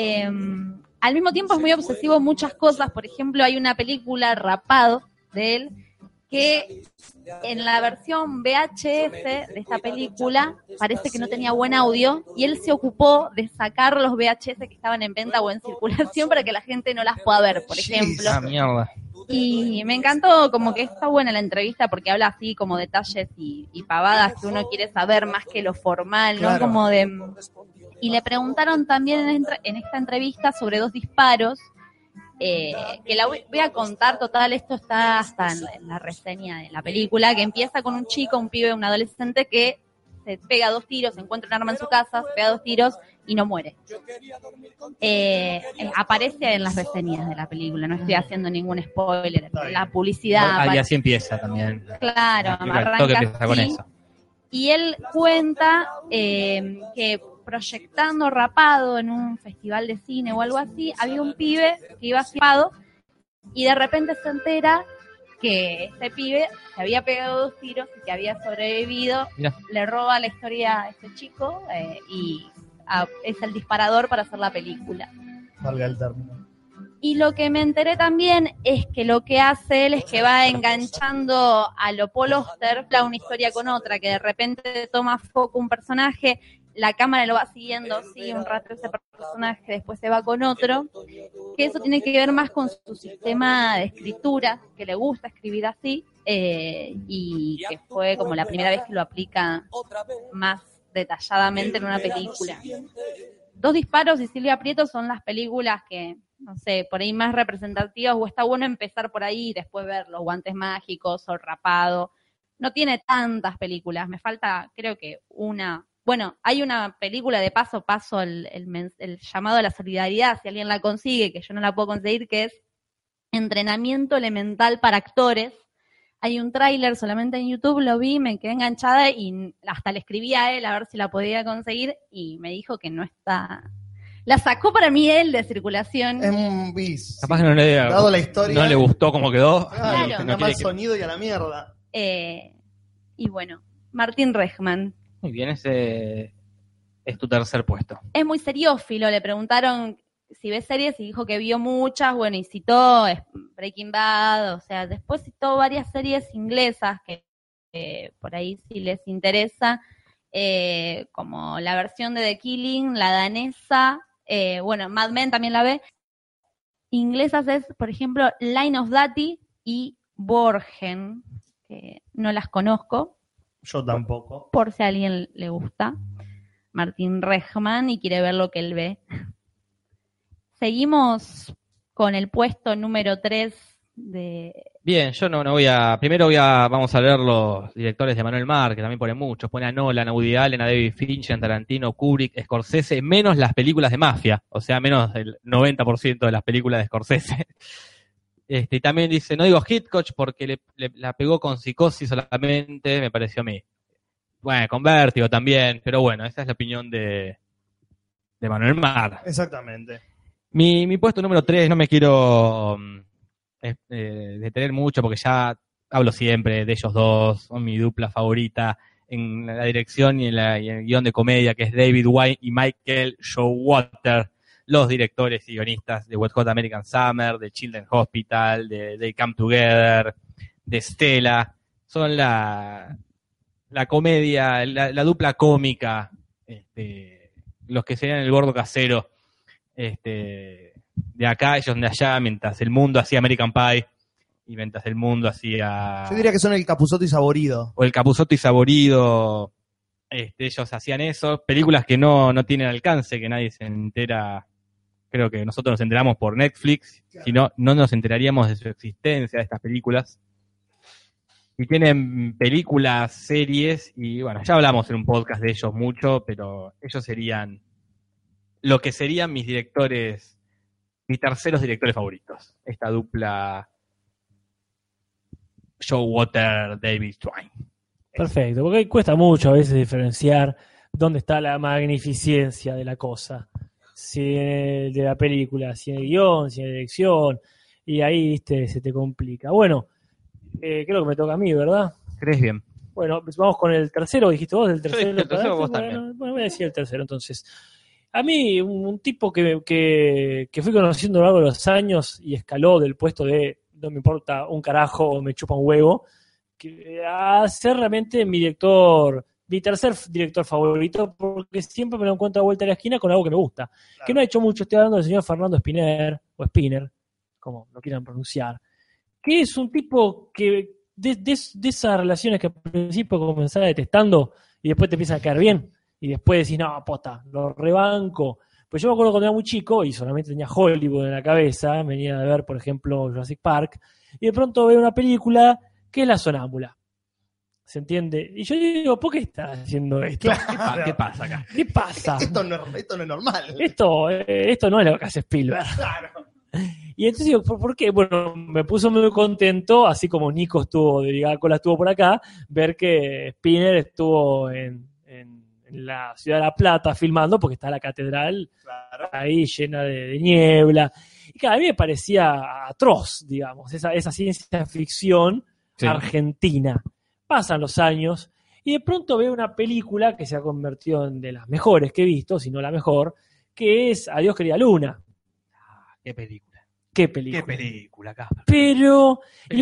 Al mismo tiempo es muy obsesivo en muchas cosas. Por ejemplo, hay una película, Rapado, de él, que en la versión VHS de esta película parece que no tenía buen audio y él se ocupó de sacar los VHS que estaban en venta o en circulación para que la gente no las pueda ver, por ejemplo. Ah, mierda. Y me encantó, como que está buena la entrevista porque habla así como detalles y pavadas que uno quiere saber más que lo formal, ¿no? Claro. Como de... Y le preguntaron también en esta entrevista sobre Dos disparos, que la voy a contar, total, esto está hasta en la reseña de la película, que empieza con un chico, un pibe, un adolescente que se pega 2 tiros, encuentra un arma en su casa, se pega 2 tiros y no muere. Aparece en las reseñas de la película, no estoy haciendo ningún spoiler, la publicidad. Y así empieza también. Claro, El toque empieza con así. eso. Y él cuenta que proyectando Rapado en un festival de cine o algo así, había un pibe que iba filmado y de repente se entera que este pibe se había pegado 2 tiros y que había sobrevivido. Mirá. Le roba la historia a este chico y es el disparador para hacer la película. Valga el término. Y lo que me enteré también es que lo que hace él es que va enganchando a lo Paul Auster, una historia con otra, que de repente toma foco un personaje, la cámara lo va siguiendo, sigue un rato ese personaje, después se va con otro, que eso tiene que ver más con su sistema de escritura, que le gusta escribir así, y que fue como la primera vez que lo aplica más detalladamente en una película. Dos disparos y Silvia Prieto son las películas que, no sé, por ahí más representativas, o está bueno empezar por ahí y después ver Los guantes mágicos o Rapado. No tiene tantas películas, me falta creo que una. Bueno, hay una película de Paso a Paso, el llamado a la solidaridad, si alguien la consigue, que yo no la puedo conseguir, que es Entrenamiento Elemental para Actores. Hay un tráiler solamente en YouTube, lo vi, me quedé enganchada y hasta le escribí a él a ver si la podía conseguir y me dijo que no está... La sacó para mí él de circulación. Es un bis. Capaz que no Dado la historia, no le gustó cómo quedó. Claro, y no nada quiere más sonido y a la mierda. Y bueno, Martín Rechman. Muy bien, ese es tu tercer puesto. Es muy seriófilo, le preguntaron si ve series y dijo que vio muchas, bueno, y citó Breaking Bad, o sea, después citó varias series inglesas que por ahí si les interesa, como la versión de The Killing, la danesa, bueno, Mad Men también la ve. Inglesas es, por ejemplo, Line of Duty y Borgen, que no las conozco. Yo tampoco. Por si a alguien le gusta Martín Rechman y quiere ver lo que él ve. Seguimos con el puesto número 3 de... Bien, yo no voy a... Primero vamos a leer los directores de Manuel Mar, que también pone muchos. Pone a Nolan, a Woody Allen, a David Fincher, a Tarantino, Kubrick, Scorsese, menos las películas de mafia. O sea, menos del 90% de las películas de Scorsese. Y también dice, no digo Hitchcock porque la pegó con Psicosis solamente, me pareció a mí. Bueno, con Vértigo también, pero bueno, esa es la opinión de Manuel Mar. Exactamente. Mi puesto número 3, no me quiero detener mucho porque ya hablo siempre de ellos dos, son mi dupla favorita en la dirección y en el guión de comedia, que es David Wayne y Michael Showalter, los directores y guionistas de Wet Hot American Summer, de Children's Hospital, de They Come Together, de Stella. Son la comedia, la dupla cómica, los que serían el gordo casero, de acá, ellos de allá, mientras el mundo hacía American Pie y mientras el mundo hacía... Yo diría que son el Capusotto y Saborido. O el Capusotto y Saborido, ellos hacían eso. Películas que no tienen alcance, que nadie se entera. Creo que nosotros nos enteramos por Netflix, si no nos enteraríamos de su existencia, de estas películas. Y tienen películas, series, y bueno, ya hablamos en un podcast de ellos mucho, pero ellos serían lo que serían mis terceros directores favoritos. Esta dupla Showalter, David Wayne. Perfecto, porque cuesta mucho a veces diferenciar dónde está la magnificencia de la cosa. Si en de la película, si en el guión, si en la dirección, y ahí, viste, se te complica. Bueno, creo que me toca a mí, ¿verdad? ¿Crees bien? Bueno, pues vamos con el tercero, dijiste vos, del tercero. Yo dije el tercero, vos bueno, también. bueno, voy a decir el tercero, entonces. A mí, un tipo que fui conociendo a lo largo de los años y escaló del puesto de no me importa un carajo o me chupa un huevo, a ser realmente mi tercer director favorito, porque siempre me lo encuentro a vuelta de la esquina con algo que me gusta. Claro. Que no ha hecho mucho, estoy hablando del señor Fernando Spinner, o Spinner, como lo quieran pronunciar, que es un tipo que de esas relaciones que al principio comenzás detestando y después te empiezan a caer bien, y después decís, no, posta, lo rebanco. Pues yo me acuerdo cuando era muy chico y solamente tenía Hollywood en la cabeza, venía de ver, por ejemplo, Jurassic Park, y de pronto veo una película que es La Sonámbula. ¿Se entiende? Y yo digo, ¿por qué estás haciendo esto? Claro. ¿Qué pasa acá? ¿Qué pasa? Esto no es normal. Esto no es lo que hace Spielberg. Claro. Y entonces digo, ¿por qué? Bueno, me puso muy contento, así como Nico estuvo, de Ligacola estuvo por acá, ver que Spinner estuvo en la ciudad de La Plata filmando, porque está la catedral ahí llena de niebla. Y cada vez me parecía atroz, digamos, esa ciencia ficción argentina. Pasan los años y de pronto veo una película que se ha convertido en de las mejores que he visto, si no la mejor, que es Adiós querida Luna. ¿Qué película? ¿Qué película? ¿Qué película, Pero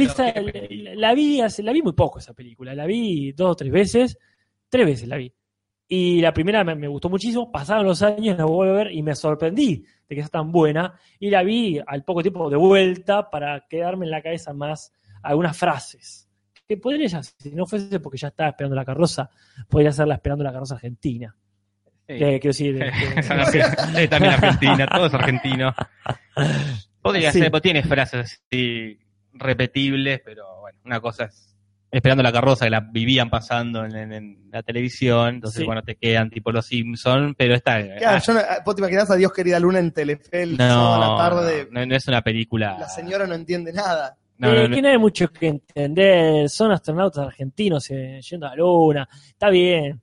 la vi muy poco esa película, la vi 2 o 3 veces la vi. Y la primera me gustó muchísimo, pasaron los años, la volví a ver y me sorprendí de que sea tan buena. Y la vi al poco tiempo de vuelta para quedarme en la cabeza más algunas frases. Que podría ya, si no fuese porque ya estaba esperando la carroza, podría ser la esperando la carroza argentina. Sí. Quiero decir, también Argentina, todo es argentino. Podría ser, pues tiene frases así repetibles, pero bueno, una cosa es esperando la carroza que la vivían pasando en la televisión, entonces bueno, te quedan tipo Los Simpsons, pero está... Claro, vos te imaginás a Dios querida Luna en Telefe el sábado a la tarde. No es una película... La señora no entiende nada. Que no hay mucho que entender, son astronautas argentinos yendo a la Luna, está bien,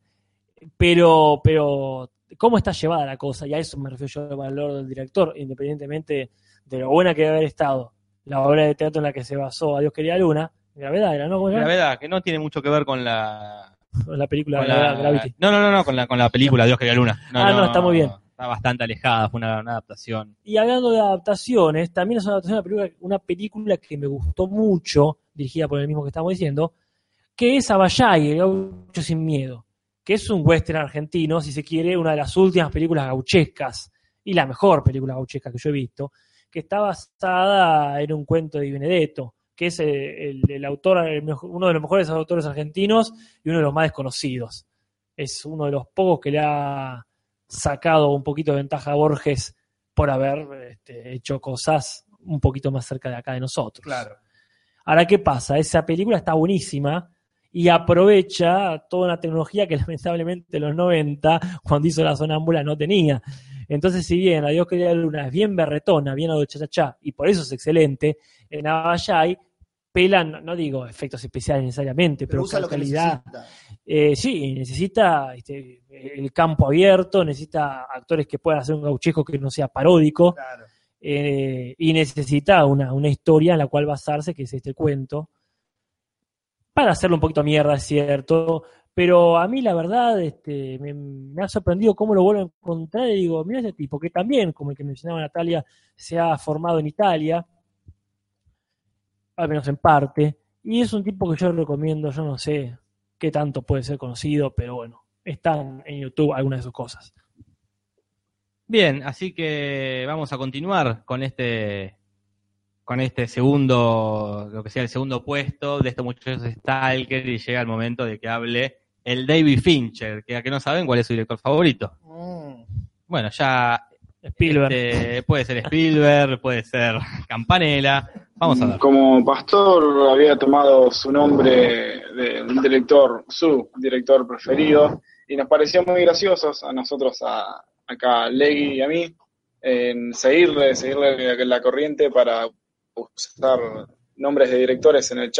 pero ¿cómo está llevada la cosa? Y a eso me refiero yo al valor del director, independientemente de lo buena que debe haber estado la obra de teatro en la que se basó Adiós querida Luna. Gravedad era, ¿no? Gravedad, que no tiene mucho que ver con la película Gravity. No, con la película Dios querida Luna. No, está muy bien. Está bastante alejada, fue una adaptación. Y hablando de adaptaciones, también es una adaptación de una película que me gustó mucho, dirigida por el mismo que estamos diciendo, que es Abayay, El Gaucho sin Miedo, que es un western argentino, si se quiere, una de las últimas películas gauchescas, y la mejor película gauchesca que yo he visto, que está basada en un cuento de Di Benedetto, que es el autor, uno de los mejores autores argentinos y uno de los más desconocidos. Es uno de los pocos que le ha sacado un poquito de ventaja a Borges por haber hecho cosas un poquito más cerca de acá de nosotros. Claro. Ahora, ¿qué pasa? Esa película está buenísima y aprovecha toda una tecnología que lamentablemente en los 90, cuando hizo La Sonámbula, no tenía. Entonces, si bien Adiós querida Luna es bien berretona, bien cha y por eso es excelente, en Abayay pelan, no digo efectos especiales necesariamente, pero usa calidad. Sí, necesita el campo abierto, necesita actores que puedan hacer un gauchesco que no sea paródico, claro. Y necesita una historia en la cual basarse, que es este cuento, para hacerlo un poquito mierda, es cierto, pero a mí la verdad me ha sorprendido cómo lo vuelvo a encontrar y digo, mira ese tipo, que también, como el que mencionaba Natalia, se ha formado en Italia, al menos en parte, y es un tipo que yo recomiendo, yo no sé qué tanto puede ser conocido, pero bueno, están en YouTube algunas de sus cosas. Bien, así que vamos a continuar con este segundo, lo que sea el segundo puesto de estos muchachos Stalker, y llega el momento de que hable el David Fincher, que a que no saben cuál es su director favorito. Bueno, ya Spielberg. Puede ser Spielberg, puede ser Campanella. Vamos a ver. Como Pastor había tomado su nombre de un director, su director preferido, y nos pareció muy graciosos a nosotros, acá Legui y a mí, en seguirle la corriente para usar nombres de directores en el chat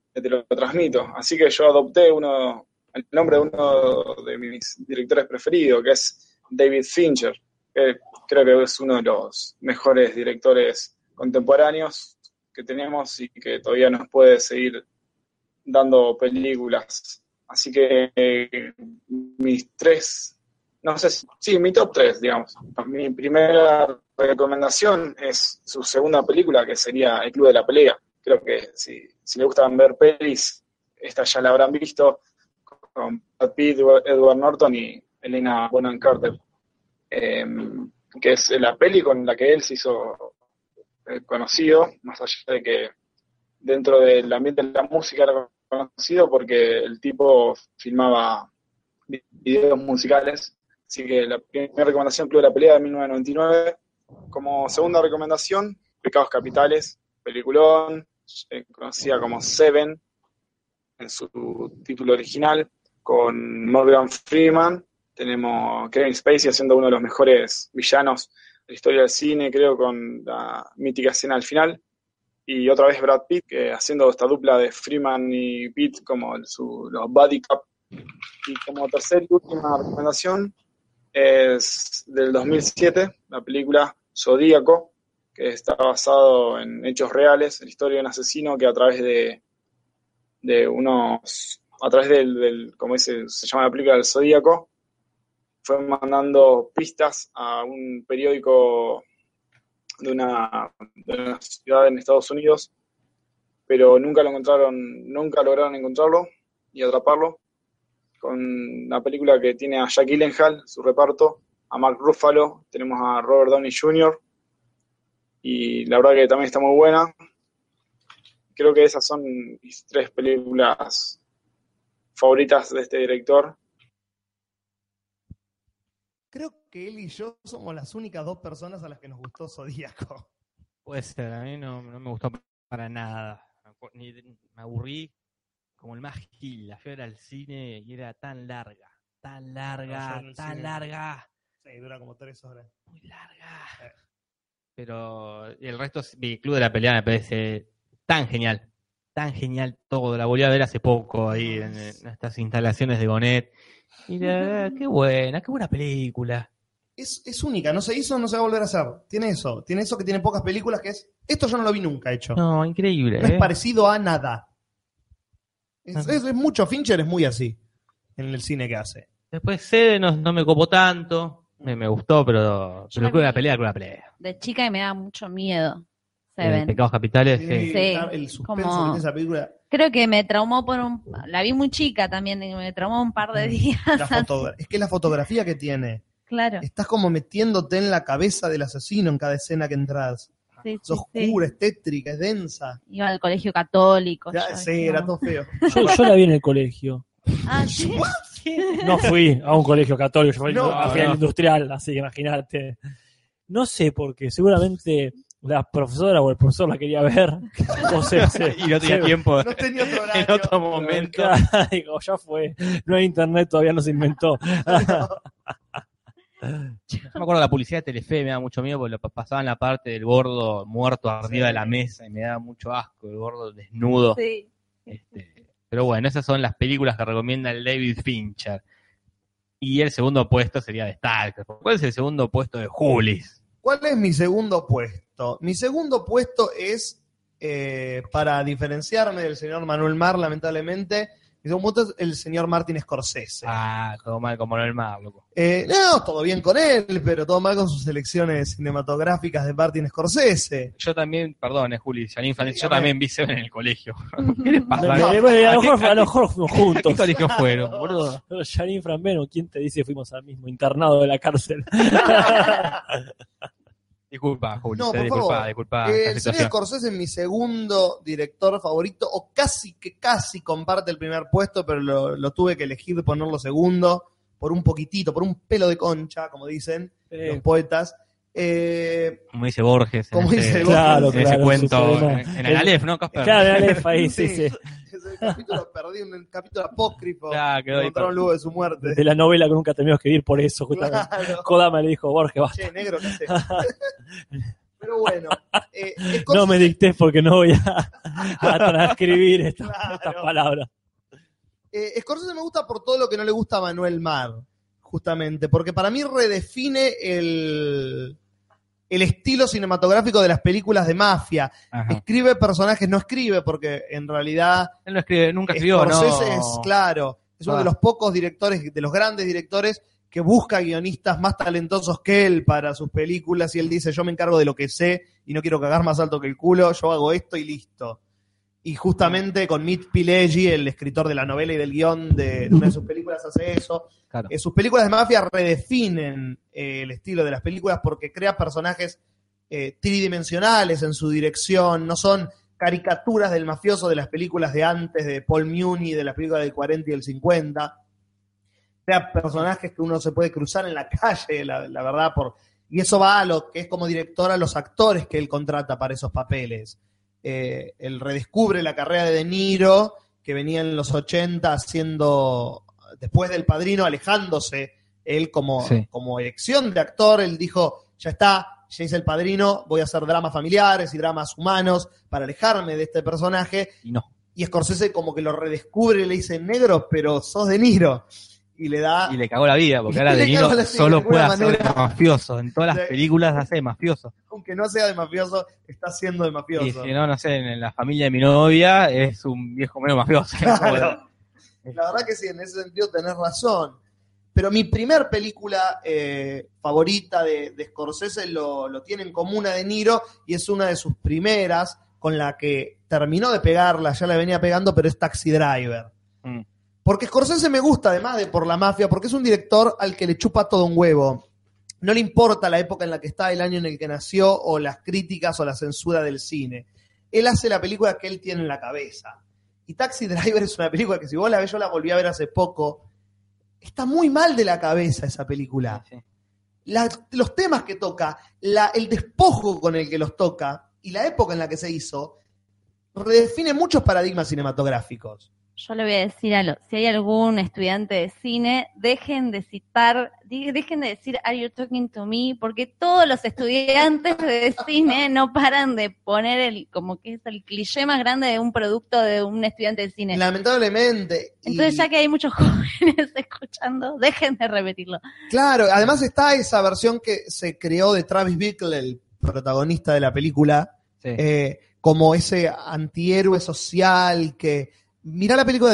te lo transmito. Así que yo adopté el nombre de uno de mis directores preferidos, que es David Fincher, que creo que es uno de los mejores directores contemporáneos que tenemos y que todavía nos puede seguir dando películas. Así que mis tres, no sé si mi top 3, digamos. Mi primera recomendación es su segunda película, que sería El Club de la Pelea. Creo que si les gustan ver pelis, esta ya la habrán visto, con Brad Pitt, Edward Norton y Helena Bonham Carter, que es la peli con la que él se hizo conocido, más allá de que dentro del ambiente de la música era conocido porque el tipo filmaba videos musicales. Así que la primera recomendación, Club de la Pelea de 1999. Como segunda recomendación, Pecados Capitales, peliculón, conocida como Seven en su título original, con Morgan Freeman. Tenemos Kevin Spacey haciendo uno de los mejores villanos de la historia del cine, creo, con la mítica escena al final. Y otra vez Brad Pitt, haciendo esta dupla de Freeman y Pitt como los buddy cop. Y como tercera y última recomendación es del 2007, la película Zodíaco, que está basado en hechos reales, la historia de un asesino que a través del como se llama la película del Zodíaco, fue mandando pistas a un periódico de una ciudad en Estados Unidos, pero nunca lograron encontrarlo y atraparlo. Con una película que tiene a Jack Gyllenhaal, su reparto, a Mark Ruffalo, tenemos a Robert Downey Jr., y la verdad que también está muy buena. Creo que esas son mis tres películas favoritas de este director. Creo que él y yo somos las únicas dos personas a las que nos gustó Zodíaco. Puede ser, a mí no me gustó para nada. Me aburrí como el más gil. La fui a ver al cine y era tan larga. Sí, dura como 3 horas. Muy larga. Pero el resto, mi Club de la Pelea me parece tan genial todo. La volví a ver hace poco ahí en estas instalaciones de Gonet. Y la verdad, qué buena película. Es única, no se hizo, no se va a volver a hacer. Tiene eso que tiene pocas películas, que es, esto yo no lo vi nunca hecho. No, increíble. No es parecido a nada. Es mucho, Fincher es muy así en el cine que hace. Después Sede no me copó tanto, me gustó, pero el Club de la Pelea. De chica y me da mucho miedo. Seven. Pecados Capitales. Sí. El suspenso que tiene esa película. Creo que me traumó la vi muy chica también, y me traumó un par de días. Es que la fotografía que tiene. Claro. Estás como metiéndote en la cabeza del asesino en cada escena que entras. Sí, es oscura, es tétrica, es densa. Iba al colegio católico. Era todo feo. Yo la vi en el colegio. Ah, ¿sí? No fui a un colegio católico, yo fui a no. industrial, así que imagínate. No sé por qué, seguramente la profesora o el profesor la quería ver. O sea, y no tenía tiempo. No tenía otro horario. En otro momento. Digo, ya fue. No hay internet, todavía no se inventó. Yo me acuerdo de la publicidad de Telefe, me da mucho miedo porque pasaban la parte del gordo muerto arriba de la mesa y me daba mucho asco, el gordo desnudo. Sí. Pero bueno, esas son las películas que recomienda el David Fincher. Y el segundo puesto sería de Stalker. ¿Cuál es el segundo puesto de Julis? ¿Cuál es mi segundo puesto? Mi segundo puesto es, para diferenciarme del señor Manuel Mar, lamentablemente, mi segundo puesto es el señor Martin Scorsese. Todo mal con Manuel Mar, loco. No, todo bien con él, pero todo mal con sus selecciones cinematográficas de Martin Scorsese. Yo también, perdón, Juli, Janine Francis, yo también vi Seven en el colegio. ¿Qué les pasa? A lo mejor fuimos juntos. ¿Qué colegio fueron, boludo? Janine Frambeno, ¿quién te dice fuimos al mismo internado de la cárcel? Disculpa, Juli, no, disculpa. El señor Scorsese es mi segundo director favorito, o casi comparte el primer puesto, pero lo tuve que elegir, ponerlo segundo, por un poquitito, por un pelo de concha, como dicen los poetas. Como dice Borges. Claro, ese cuento. En el Aleph, ¿no, Casper? Claro, en el Aleph, ahí, sí. Ese capítulo perdí, un capítulo apócrifo. Claro, encontraron luego de su muerte. De la novela que nunca terminó de escribir por eso, justamente. Claro. Kodama le dijo, Borges, basta. Che, negro, ¿qué haces? Pero bueno. No me dictés porque no voy a transcribir estas palabras. Scorsese me gusta por todo lo que no le gusta a Manuel Mar, justamente, porque para mí redefine el estilo cinematográfico de las películas de mafia. Ajá. Escribe personajes, no escribe, porque en realidad... Él no escribe, nunca escribió, Scorsese es uno de los pocos directores, de los grandes directores, que busca guionistas más talentosos que él para sus películas, y él dice, yo me encargo de lo que sé, y no quiero cagar más alto que el culo, yo hago esto y listo. Y justamente con Mitch Pileggi, el escritor de la novela y del guión de una de sus películas, hace eso. Claro. Sus películas de mafia redefinen el estilo de las películas porque crea personajes tridimensionales en su dirección, no son caricaturas del mafioso de las películas de antes, de Paul Muni, de las películas del 40 y del 50. Crea personajes que uno se puede cruzar en la calle, la verdad, y eso va a lo que es como director, a los actores que él contrata para esos papeles. Él redescubre la carrera de De Niro, que venía en los 80 haciendo, después del Padrino, alejándose él como elección de actor. Él dijo, ya hice El Padrino, voy a hacer dramas familiares y dramas humanos para alejarme de este personaje. Y Scorsese como que lo redescubre y le dice, negro, pero sos De Niro. Y le cagó la vida, porque ahora De Niro solo puede hacer de mafioso. En todas las películas hace de mafioso. Aunque no sea de mafioso, está haciendo de mafioso. Y si no sé, en La familia de mi novia es un viejo medio mafioso. Claro. La verdad que sí, en ese sentido tenés razón. Pero mi primer película favorita de Scorsese lo tiene en común a De Niro, y es una de sus primeras, con la que terminó de pegarla, ya la venía pegando, pero es Taxi Driver. Porque Scorsese me gusta, además de por la mafia, porque es un director al que le chupa todo un huevo. No le importa la época en la que está, el año en el que nació, o las críticas o la censura del cine. Él hace la película que él tiene en la cabeza. Y Taxi Driver es una película que, si vos la ves, yo la volví a ver hace poco, está muy mal de la cabeza esa película. Sí. Los temas que toca, el despojo con el que los toca, y la época en la que se hizo, redefine muchos paradigmas cinematográficos. Yo le voy a decir si hay algún estudiante de cine, dejen de decir "Are you talking to me?", porque todos los estudiantes de cine no paran de poner como que es el cliché más grande de un producto de un estudiante de cine. Lamentablemente. Entonces, ya que hay muchos jóvenes escuchando, dejen de repetirlo. Claro, además está esa versión que se creó de Travis Bickle, el protagonista de la película, como ese antihéroe social que... Mirá la película de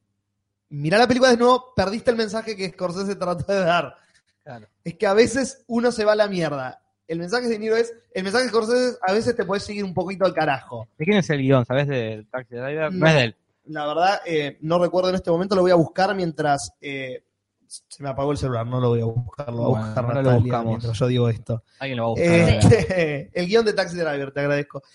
nuevo, perdiste el mensaje que Scorsese trató de dar. Claro. Es que a veces uno se va a la mierda. El mensaje de Niro el mensaje de Scorsese a veces te puede seguir un poquito al carajo. ¿De quién es el guión? ¿Sabes del Taxi Driver? No es de él. La verdad, no recuerdo en este momento, lo voy a buscar mientras... se me apagó el celular, no lo voy a buscar, lo voy a buscar Natalia mientras yo digo esto. Alguien lo va a buscar. El guión de Taxi Driver, te agradezco.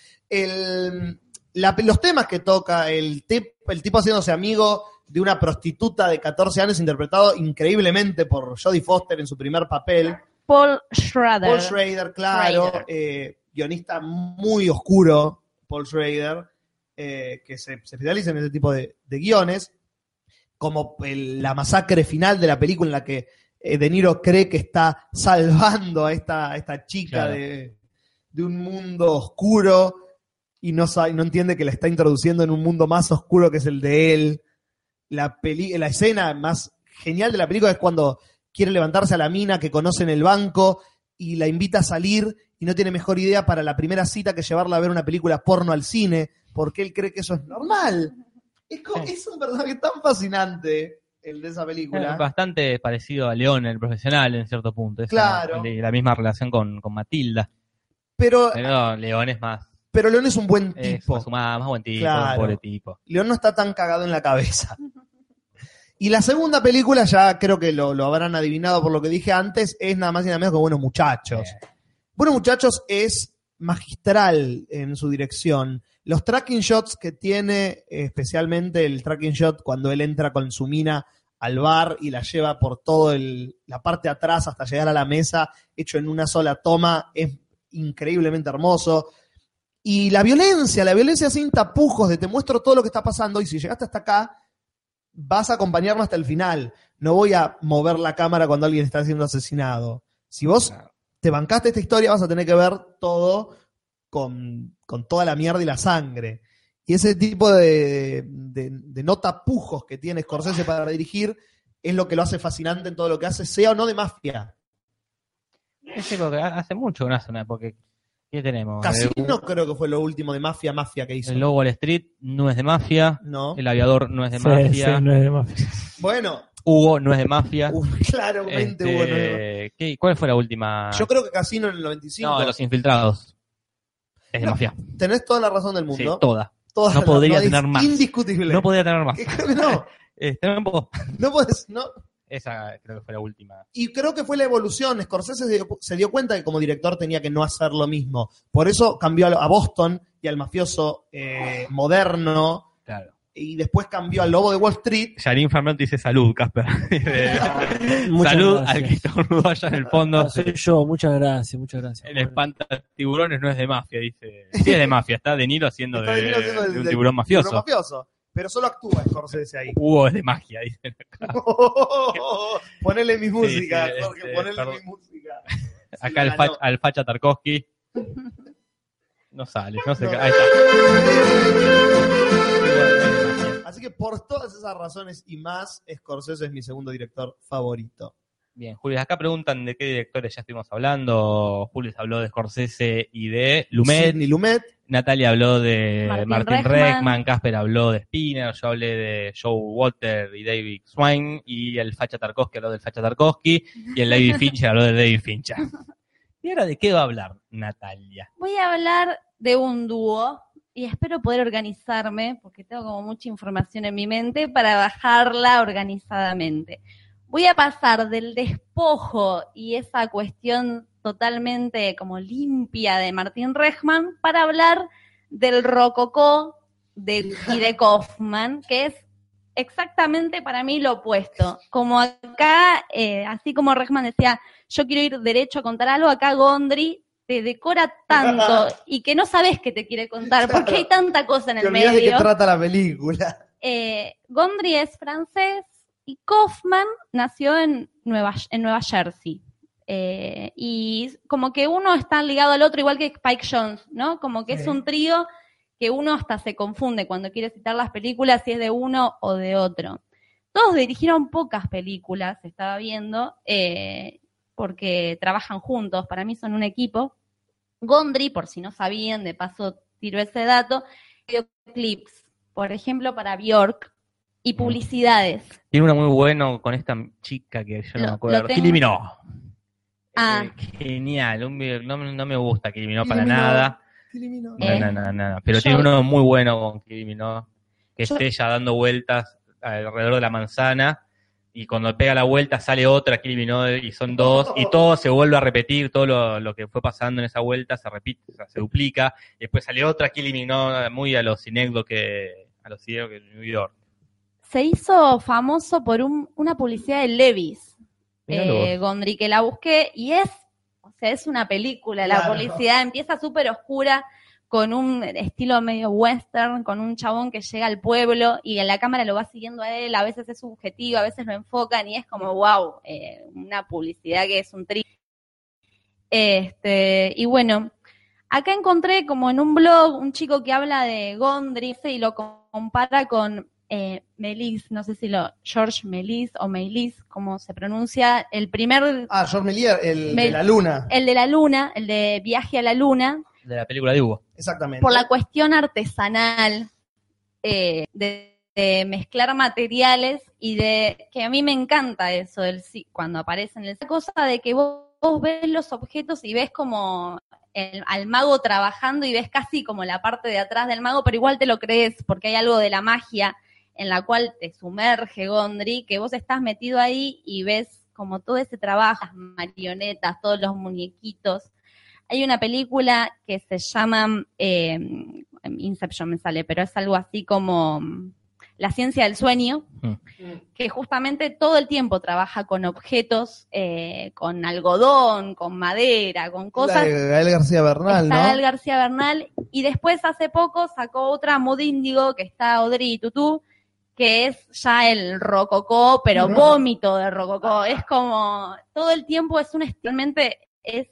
Los temas que toca, el tipo haciéndose amigo de una prostituta de 14 años, interpretado increíblemente por Jodie Foster en su primer papel. Paul Schrader, claro. Guionista muy oscuro, Paul Schrader, que se especializa en ese tipo de guiones. Como la masacre final de la película en la que De Niro cree que está salvando a esta chica, claro, de un mundo oscuro, y no entiende que la está introduciendo en un mundo más oscuro que es el de él. La escena más genial de la película es cuando quiere levantarse a la mina que conoce en el banco y la invita a salir, y no tiene mejor idea para la primera cita que llevarla a ver una película porno al cine, porque él cree que eso es normal. Es un personaje tan fascinante el de esa película. Es bastante parecido a León, el profesional, en cierto punto. Claro. La misma relación con Matilda. Pero León es más... Pero León es un buen tipo. Es más buen tipo, claro. Un pobre tipo. León no está tan cagado en la cabeza. Y la segunda película, ya creo que lo habrán adivinado por lo que dije antes, es nada más y nada menos que Buenos Muchachos. Buenos Muchachos es magistral en su dirección. Los tracking shots que tiene, especialmente el tracking shot cuando él entra con su mina al bar y la lleva por todo la parte de atrás hasta llegar a la mesa, hecho en una sola toma, es increíblemente hermoso. Y la violencia sin tapujos, de te muestro todo lo que está pasando, y si llegaste hasta acá, vas a acompañarme hasta el final. No voy a mover la cámara cuando alguien está siendo asesinado. Si vos te bancaste esta historia, vas a tener que ver todo con toda la mierda y la sangre. Y ese tipo de no tapujos que tiene Scorsese para dirigir es lo que lo hace fascinante en todo lo que hace, sea o no de mafia. Porque hace mucho que no hace una, porque ¿qué tenemos? Casino creo que fue lo último de mafia que hizo. El Lobo Wall Street no es de mafia. No. El Aviador no es de mafia. Sí, no es de mafia. Bueno. Hugo no es de mafia. Claramente Hugo no es de mafia. ¿Cuál fue la última? Yo creo que Casino en el 95. No, Los Infiltrados. Es de mafia. Tenés toda la razón del mundo. Sí, toda. No podría tener más. Indiscutible. No podría tener más. Creo que no. No podés, no. Esa creo que fue la última. Y creo que fue la evolución. Scorsese se dio cuenta que como director tenía que no hacer lo mismo. Por eso cambió a Boston y al mafioso moderno. Claro. Y después cambió al Lobo de Wall Street. Janine Farmont dice salud, Casper. Salud al que estornudó allá en el fondo. Soy yo, muchas gracias. El espantatiburones no es de mafia, dice. Sí es de mafia, está De Niro haciendo de un tiburón mafioso. Pero solo actúa Scorsese ahí. Hugo es de magia, dicen acá. Ponele mi música, sí, Jorge, ponele mi música. Acá al facha Tarkovsky. No sale, no sé. No. Ahí está. Así que por todas esas razones y más, Scorsese es mi segundo director favorito. Bien, Julio, acá preguntan de qué directores ya estuvimos hablando. Julio habló de Scorsese y de Lumet. Sidney Lumet. Natalia habló de Martin Reckman. Reckman. Casper habló de Spinner. Yo hablé de Joe Walter y David Swain. Y el facha Tarkovsky habló del facha Tarkovsky. Y el David Fincher habló de David Fincher. ¿Y ahora de qué va a hablar Natalia? Voy a hablar de un dúo y espero poder organizarme, porque tengo como mucha información en mi mente, para bajarla organizadamente. Voy a pasar del despojo y esa cuestión totalmente como limpia de Martin Reckman para hablar del rococó y de Kaufman, que es exactamente para mí lo opuesto. Como acá, así como Reckman decía, yo quiero ir derecho a contar algo, acá Gondry te decora tanto y que no sabes qué te quiere contar, porque hay tanta cosa en el medio. de qué trata la película. Gondry es francés y Kaufman nació en Nueva Jersey. Y como que uno está ligado al otro, igual que Spike Jonze, ¿no? Como que es un trío que uno hasta se confunde cuando quiere citar las películas si es de uno o de otro. Todos dirigieron pocas películas, estaba viendo, porque trabajan juntos, para mí son un equipo. Gondry, por si no sabían, de paso tiro ese dato, videoclips, por ejemplo, para Björk, y publicidades. Tiene uno muy bueno con esta chica que yo no me acuerdo. Kylie Minogue. Genial, no me gusta Kylie Minogue para nada. No. Pero tiene uno muy bueno con Kylie Minogue, que es ella dando vueltas alrededor de la manzana. Y cuando pega la vuelta sale otra Kylie Minogue y son dos, y todo se vuelve a repetir, todo lo que fue pasando en esa vuelta se repite, o sea, se duplica, y después sale otra Kylie Minogue muy a los cinéfilos que de New York. Se hizo famoso por una publicidad de Levi's, Gondry, que la busqué, y es una película, la publicidad empieza súper oscura, con un estilo medio western, con un chabón que llega al pueblo y la cámara lo va siguiendo a él, a veces es subjetivo, a veces lo enfocan y es como wow, una publicidad que es un tri. Y bueno, acá encontré como en un blog un chico que habla de Gondry y lo compara con Méliès, no sé si Georges Méliès o Méliès, como se pronuncia, el primer... Georges Méliès, de la luna. El de la luna, el de Viaje a la Luna. De la película de Hugo. Exactamente. Por la cuestión artesanal de mezclar materiales y de que a mí me encanta eso cuando aparecen esa cosa de que vos ves los objetos y ves como al mago trabajando y ves casi como la parte de atrás del mago, pero igual te lo crees porque hay algo de la magia en la cual te sumerge Gondry, que vos estás metido ahí y ves como todo ese trabajo, las marionetas, todos los muñequitos. Hay una película que se llama Inception me sale, pero es algo así como La ciencia del sueño, que justamente todo el tiempo trabaja con objetos, con algodón, con madera, con cosas. Gael García Bernal, ¿no? Gael García Bernal, y después hace poco sacó otra Mood Índigo, que está Audrey Tautou, que es ya el rococó, pero vómito de rococó. Es como, todo el tiempo es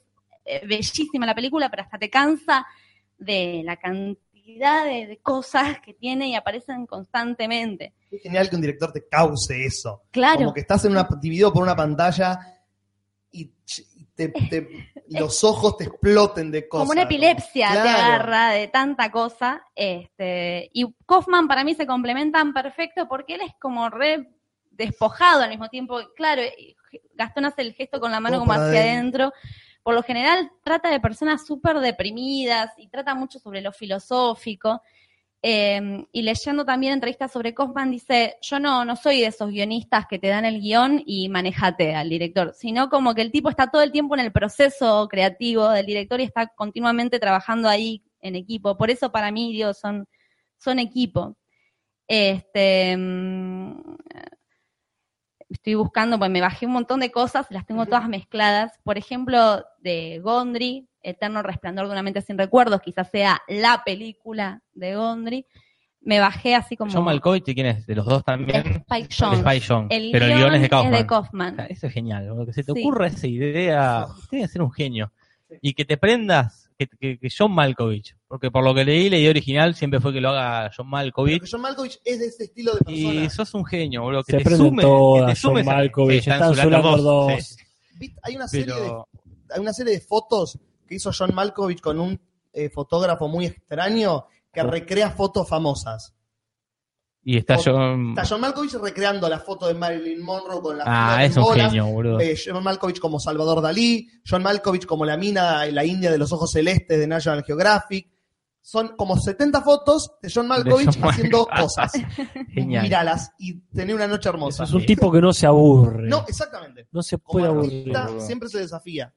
bellísima la película, pero hasta te cansa de la cantidad de cosas que tiene y aparecen constantemente. Es genial que un director te cause eso. Claro. Como que estás dividido por una pantalla y los ojos te exploten de cosas. Como una epilepsia Claro. te agarra de tanta cosa. Y Kaufman para mí se complementan perfecto porque él es como re despojado al mismo tiempo. Claro, Gastón hace el gesto con la mano Todo como para hacia adentro. adentro. Por lo general trata de personas súper deprimidas y trata mucho sobre lo filosófico. Y leyendo también entrevistas sobre Kaufman dice, yo no soy de esos guionistas que te dan el guión y manejate al director, sino como que el tipo está todo el tiempo en el proceso creativo del director y está continuamente trabajando ahí en equipo. Por eso para mí, digo, son equipo. Estoy buscando, pues me bajé un montón de cosas, las tengo todas mezcladas. Por ejemplo, de Gondry, Eterno Resplandor de una mente sin recuerdos, quizás sea la película de Gondry. Me bajé así como... John Malkovich, ¿quién es? De los dos también. Spike Jonze. Spike Jonze. El Pero el guión es de Kaufman. Es de Kaufman. Eso es genial, lo que se te Sí. ocurra esa idea, tiene que ser un genio. Y que te prendas, que John Malkovich, porque por lo que leí, la idea original siempre fue que lo haga John Malkovich. Porque John Malkovich es de ese estilo de persona. Y sos un genio, boludo. Que Se te prenden sume, todas, que te sume John Malkovich, sí, están en Zoolander Zoolander 2. sí. ¿Viste? Hay Pero- Y está John... Está John Malkovich recreando la foto de Marilyn Monroe con la Ah, flor en es un bolas, genio, boludo. John Malkovich como Salvador Dalí, John Malkovich como la mina, la india de los ojos celestes de National Geographic. Son como 70 fotos de John Malkovich John haciendo Malkovich. cosas. Genial. Míralas y tener una noche hermosa. Es un tipo que no se aburre. No, exactamente. No se Como puede aburrir. artista siempre se desafía.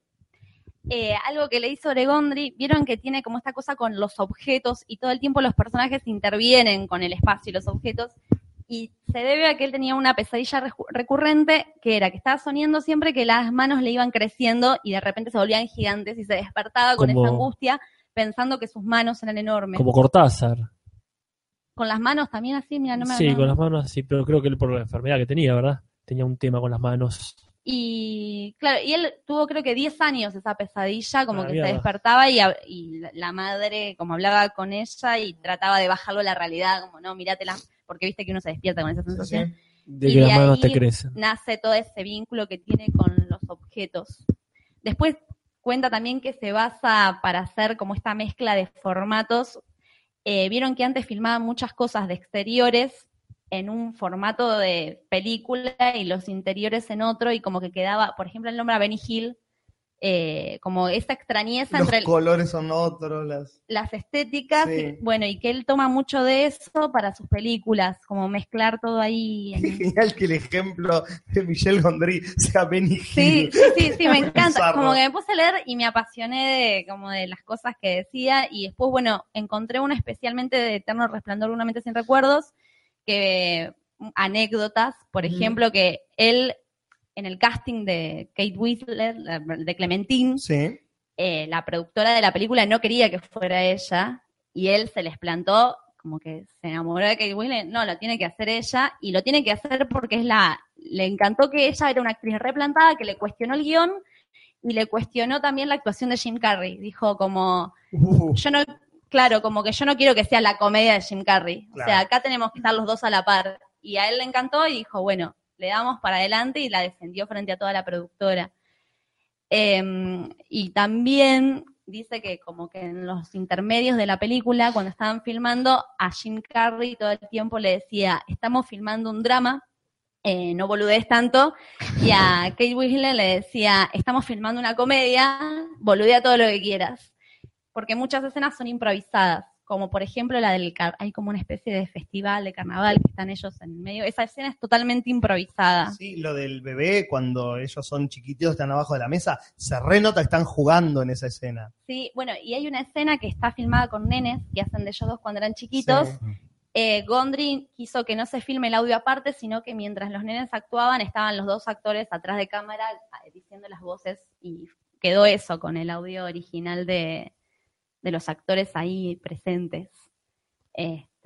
Algo que leí sobre Gondry, vieron que tiene como esta cosa con los objetos y todo el tiempo los personajes intervienen con el espacio y los objetos, y se debe a que él tenía una pesadilla recurrente que era que estaba soñando siempre que las manos le iban creciendo y de repente se volvían gigantes y se despertaba con Como- esa angustia pensando que sus manos eran enormes. Como Cortázar. Con las manos también así, mira, no me Sí, no- con las manos así, pero creo que él por la enfermedad que tenía, ¿verdad? Tenía un tema con las manos. Y claro, y él tuvo creo que 10 años esa pesadilla, como Ah, que mierda. se despertaba y la madre como hablaba con ella y trataba de bajarlo a la realidad, como no, míratela, porque viste que uno se despierta con esa sensación. De Y que de las manos te ahí crecen. nace todo ese vínculo que tiene con los objetos. Después cuenta también que se basa para hacer como esta mezcla de formatos. Vieron que antes filmaban muchas cosas de exteriores en un formato de película y los interiores en otro, y como que quedaba, por ejemplo, el nombre a Benny Hill, como esa extrañeza Los entre colores son otros. las estéticas, Sí. y, bueno, y que él toma mucho de eso para sus películas, como mezclar todo ahí. Qué genial que el ejemplo de Michel Gondry sea Benny Sí, Hill. sí, me encanta. Bizarro. Como que me puse a leer y me apasioné de las cosas que decía, y después, bueno, encontré una especialmente de Eterno Resplandor de una mente sin recuerdos, que anécdotas, por ejemplo, que él en el casting de Kate Winslet, de Clementine, la productora de la película no quería que fuera ella, y él se les plantó como que se enamoró de Kate Winslet, no, lo tiene que hacer ella, y lo tiene que hacer porque le encantó que ella era una actriz replantada, que le cuestionó el guión, y le cuestionó también la actuación de Jim Carrey. Dijo como, yo no, claro, como que yo no quiero que sea la comedia de Jim Carrey. Claro. O sea, acá tenemos que estar los dos a la par. Y a él le encantó y dijo, bueno, le damos para adelante, y la defendió frente a toda la productora. Y también dice que como que en los intermedios de la película, cuando estaban filmando, a Jim Carrey todo el tiempo le decía, estamos filmando un drama, no boludees tanto, y a Kate Winslet le decía, estamos filmando una comedia, boludea todo lo que quieras, porque muchas escenas son improvisadas, como por ejemplo la hay como una especie de festival de carnaval que están ellos en medio, esa escena es totalmente improvisada. Sí, lo del bebé, cuando ellos son chiquititos, están abajo de la mesa, se renota que están jugando en esa escena. Sí, bueno, y hay una escena que está filmada con nenes que hacen de ellos dos cuando eran chiquitos. Gondry quiso que no se filme el audio aparte, sino que mientras los nenes actuaban, estaban los dos actores atrás de cámara diciendo las voces, y quedó eso con el audio original de los actores ahí presentes.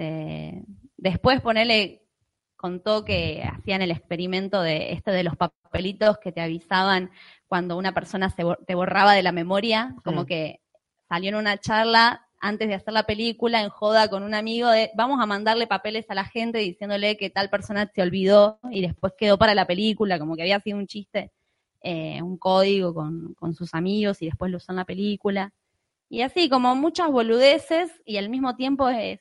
Después contó que hacían el experimento de los papás papelitos que te avisaban cuando una persona te borraba de la memoria, como que salió en una charla antes de hacer la película, en joda con un amigo, de vamos a mandarle papeles a la gente diciéndole que tal persona se olvidó y después quedó para la película, como que había sido un chiste, un código con sus amigos y después lo usó en la película. Y así, como muchas boludeces y al mismo tiempo es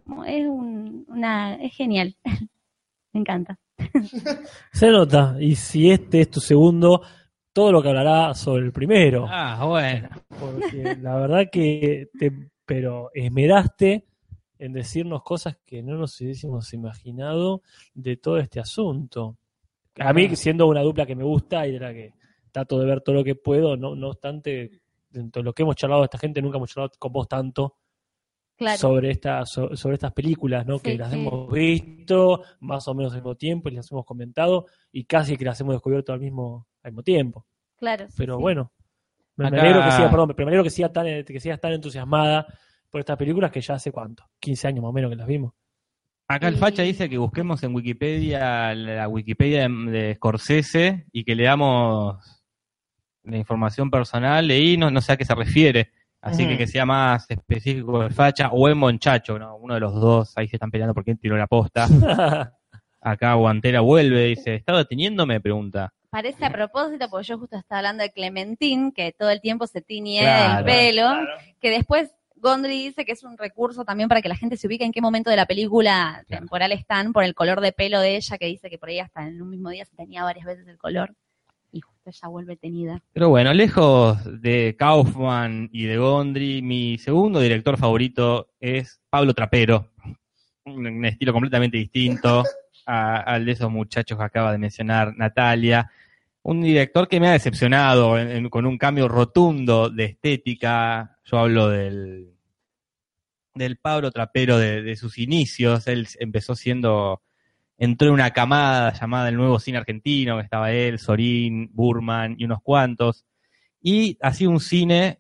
genial. Me encanta. Se nota. Y si este es tu segundo, todo lo que hablará sobre el primero. Ah, bueno. Porque la verdad que pero esmeraste en decirnos cosas que no nos hubiésemos imaginado de todo este asunto. A mí, siendo una dupla que me gusta y de la que trato de ver todo lo que puedo, no obstante, dentro de lo que hemos charlado de esta gente, nunca hemos charlado con vos tanto. Claro. Sobre estas películas, ¿no? Sí, que las hemos visto más o menos al mismo tiempo y las hemos comentado y casi que las hemos descubierto al mismo tiempo. Claro. Pero bueno, me alegro que sigas tan entusiasmada por estas películas que ya hace ¿cuánto? 15 años más o menos que las vimos. Acá el Facha dice que busquemos en Wikipedia la Wikipedia de Scorsese y que leamos la información personal. Leí, no sé a qué se refiere. Así que sea más específico el Facha o el Monchacho, ¿no? Uno de los dos, ahí se están peleando por quién tiró la posta. Acá Guantera vuelve, dice, ¿estaba deteniéndome? Pregunta. Parece a propósito, porque yo justo estaba hablando de Clementine, que todo el tiempo se tiñe el pelo, que después Gondry dice que es un recurso también para que la gente se ubique en qué momento de la película temporal están, por el color de pelo de ella, que dice que por ahí hasta en un mismo día se tenía varias veces el color. Y justo ella vuelve tenida. Pero bueno, lejos de Kaufman y de Gondry, mi segundo director favorito es Pablo Trapero. Un estilo completamente distinto al de esos muchachos que acaba de mencionar Natalia. Un director que me ha decepcionado con un cambio rotundo de estética. Yo hablo del Pablo Trapero de sus inicios. Él empezó entró en una camada llamada el nuevo cine argentino, que estaba él, Sorín, Burman y unos cuantos, y hacía un cine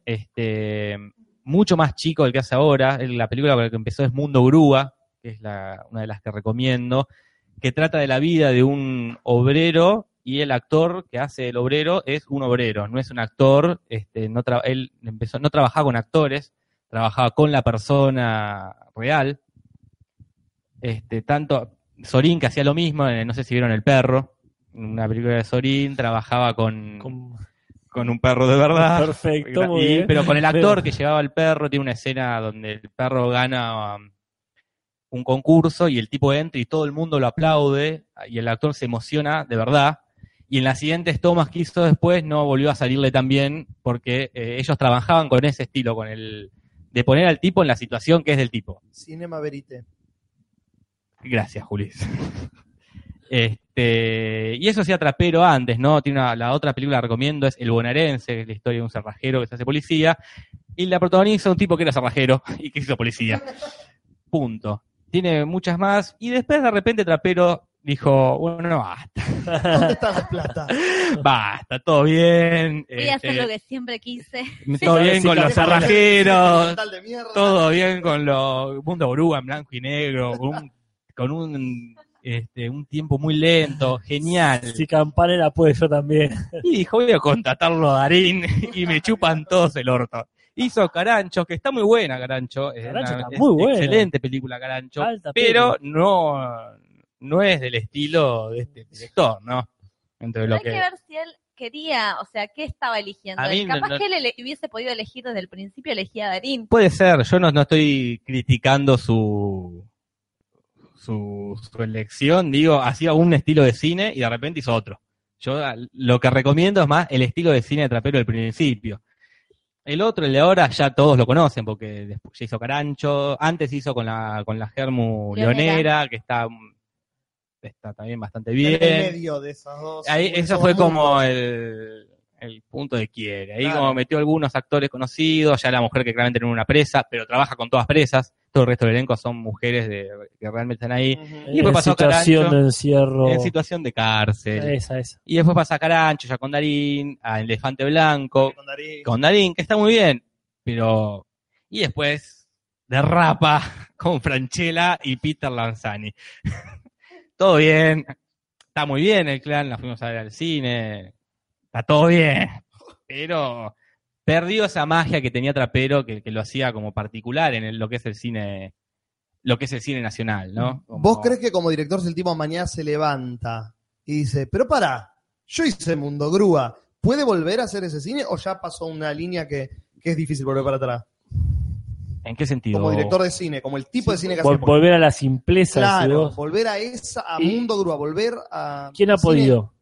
mucho más chico del que hace ahora. La película con la que empezó es Mundo Grúa, que es una de las que recomiendo, que trata de la vida de un obrero, y el actor que hace el obrero es un obrero, no es un actor. Él no trabajaba con actores, trabajaba con la persona real. Tanto Sorín, que hacía lo mismo, no sé si vieron El Perro, una película de Sorín, trabajaba con un perro de verdad. Perfecto, muy bien. Pero con el actor que llevaba el perro, tiene una escena donde el perro gana un concurso y el tipo entra y todo el mundo lo aplaude y el actor se emociona de verdad. Y en las siguientes tomas que hizo después no volvió a salirle tan bien porque ellos trabajaban con ese estilo, de poner al tipo en la situación que es del tipo. Cinema verité. Gracias, Julis. Y eso hacía Trapero antes, ¿no? La otra película que recomiendo es El Bonaerense, que es la historia de un cerrajero que se hace policía, y la protagoniza un tipo que era cerrajero y que hizo policía. Punto. Tiene muchas más, y después de repente Trapero dijo, bueno, basta. ¿Dónde está la plata? Basta, todo bien. Voy a hacer lo que siempre quise. Todo bien con los cerrajeros, todo bien con los Mundo Grúa en blanco y negro, con un tiempo muy lento, genial. Si Campanella puede, yo también. Y dijo, voy a contratarlo a Darín y me chupan todos el orto. Hizo Carancho, que está muy buena Carancho. Carancho está muy buena. Excelente película Carancho, pero no es del estilo de este director, ¿no? Hay que ver si él quería, o sea, ¿qué estaba eligiendo? Capaz que él hubiese podido elegir desde el principio, elegía a Darín. Puede ser, yo no estoy criticando su elección, digo, hacía un estilo de cine y de repente hizo otro. Yo lo que recomiendo es más el estilo de cine de Trapero del principio. El otro, el de ahora, ya todos lo conocen, porque después ya hizo Carancho, antes hizo con la Germu Leonera, que está también bastante bien. En medio de esas dos. Ahí, eso fue como el punto de quiebre. Ahí como metió algunos actores conocidos, ya la mujer que claramente no era una presa, pero trabaja con todas presas. Todo el resto del elenco son mujeres que realmente están ahí. Y después pasó situación Carancho, de encierro. en situación de cárcel. Esa. Y después pasa Carancho ya con Darín, a Elefante Blanco, con Darín, que está muy bien, pero... Y después derrapa con Francella y Peter Lanzani. Todo bien, está muy bien el Clan, la fuimos a ver al cine, está todo bien, pero perdió esa magia que tenía Trapero, que lo hacía como particular en lo que es el cine nacional, ¿no? ¿Vos crees que como director, si el tipo mañana se levanta y dice, pero pará, yo hice Mundo Grúa, ¿puede volver a hacer ese cine o ya pasó una línea que es difícil volver para atrás? ¿En qué sentido? Como director de cine, como el tipo de cine que hacemos. Volver a la simpleza. Claro, volver a Mundo Grúa, volver a... ¿Quién ha cine? podido?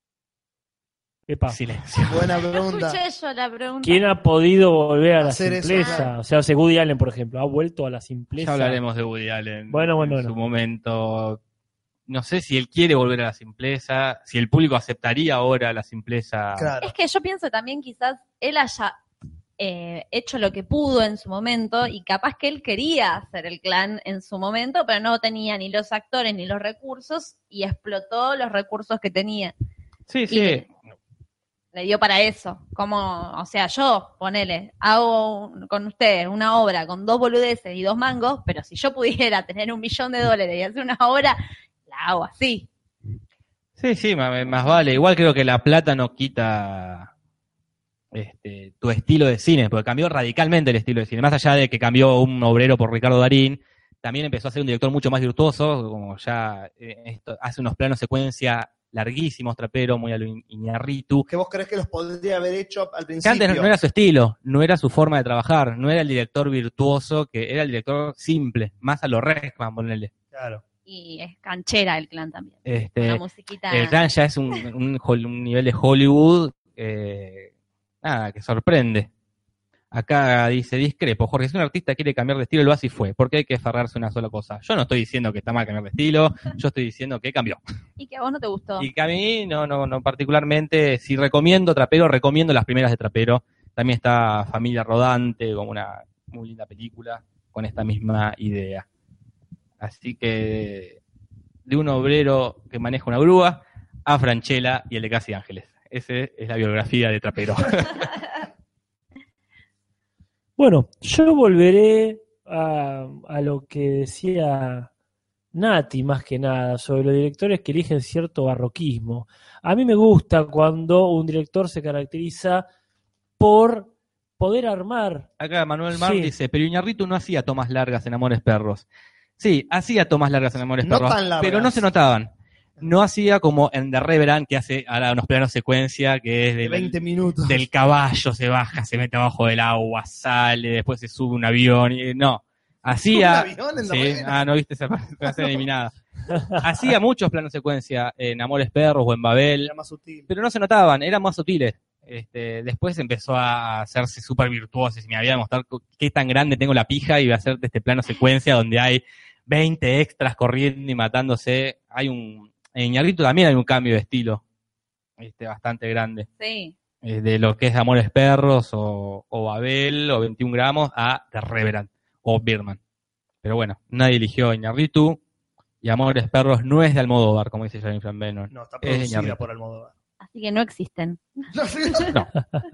Epa. Silencio. Buena pregunta. Escuché yo la pregunta. ¿Quién ha podido volver a la Hacer eso, simpleza? claro. O sea, Woody Allen, por ejemplo, ha vuelto a la simpleza. Ya hablaremos de Woody Allen Bueno. en su momento. No sé si él quiere volver a la simpleza, si el público aceptaría ahora la simpleza. Claro. Es que yo pienso también quizás él haya hecho lo que pudo en su momento y capaz que él quería hacer el Clan en su momento, pero no tenía ni los actores ni los recursos y explotó los recursos que tenía. Sí, Y le dio para eso. Como, o sea, yo, ponele, hago con ustedes una obra con 2 boludeces y 2 mangos, pero si yo pudiera tener $1 millón y hacer una obra, la hago así. Sí, más vale. Igual creo que la plata no quita tu estilo de cine, porque cambió radicalmente el estilo de cine. Más allá de que cambió Un obrero por Ricardo Darín, también empezó a ser un director mucho más virtuoso, como ya hace unos planos secuencia larguísimos, Trapero, muy a lo Iñárritu. ¿Que vos crees que los podría haber hecho al Que principio? antes no era su estilo, no era su forma de trabajar, no era el director virtuoso, que era el director simple, más a lo Reckman, ponele. Claro. Y es canchera el Clan también. Una musiquita. El Clan ya es un nivel de Hollywood que sorprende. Acá dice, discrepo, Jorge, si un artista quiere cambiar de estilo, lo hace y fue, porque hay que aferrarse a una sola cosa. Yo no estoy diciendo que está mal cambiar de estilo, yo estoy diciendo que cambió. Y que a vos no te gustó. Y que a mí no particularmente, si recomiendo Trapero, recomiendo las primeras de Trapero. También está Familia Rodante, como una muy linda película, con esta misma idea. Así que, de un obrero que maneja una grúa, a Franchella y el de Casi Ángeles. Esa es la biografía de Trapero. Bueno, yo volveré a lo que decía Nati más que nada, sobre los directores que eligen cierto barroquismo. A mí me gusta cuando un director se caracteriza por poder armar. Acá Manuel Mar dice, pero Iñárritu no hacía tomas largas en Amores Perros. Sí, hacía tomas largas en Amores No Perros, tan largas. pero no se notaban. No hacía como en The Reverend, que hace ahora unos planos secuencia, que es De 20 minutos. del caballo, se baja, se mete abajo del agua, sale, después se sube un avión, y no. Hacía... ¿Un avión en The Sí, Reverend? no viste esa ser eliminada. Hacía muchos planos secuencia en Amores Perros o en Babel, Era más sutil. pero no se notaban, eran más sutiles. Después empezó a hacerse súper virtuoso y me había demostrar qué tan grande tengo la pija y voy a hacerte este plano secuencia donde hay 20 extras corriendo y matándose. En Iñárritu también hay un cambio de estilo bastante grande. Sí. De lo que es Amores Perros o Babel o 21 gramos a The Reverend o Birdman. Pero bueno, nadie eligió a Iñárritu y Amores Perros no es de Almodóvar, como dice Janine Flambenon. No, está Es de producida Iñárritu. por Almodóvar. Así que no existen. No.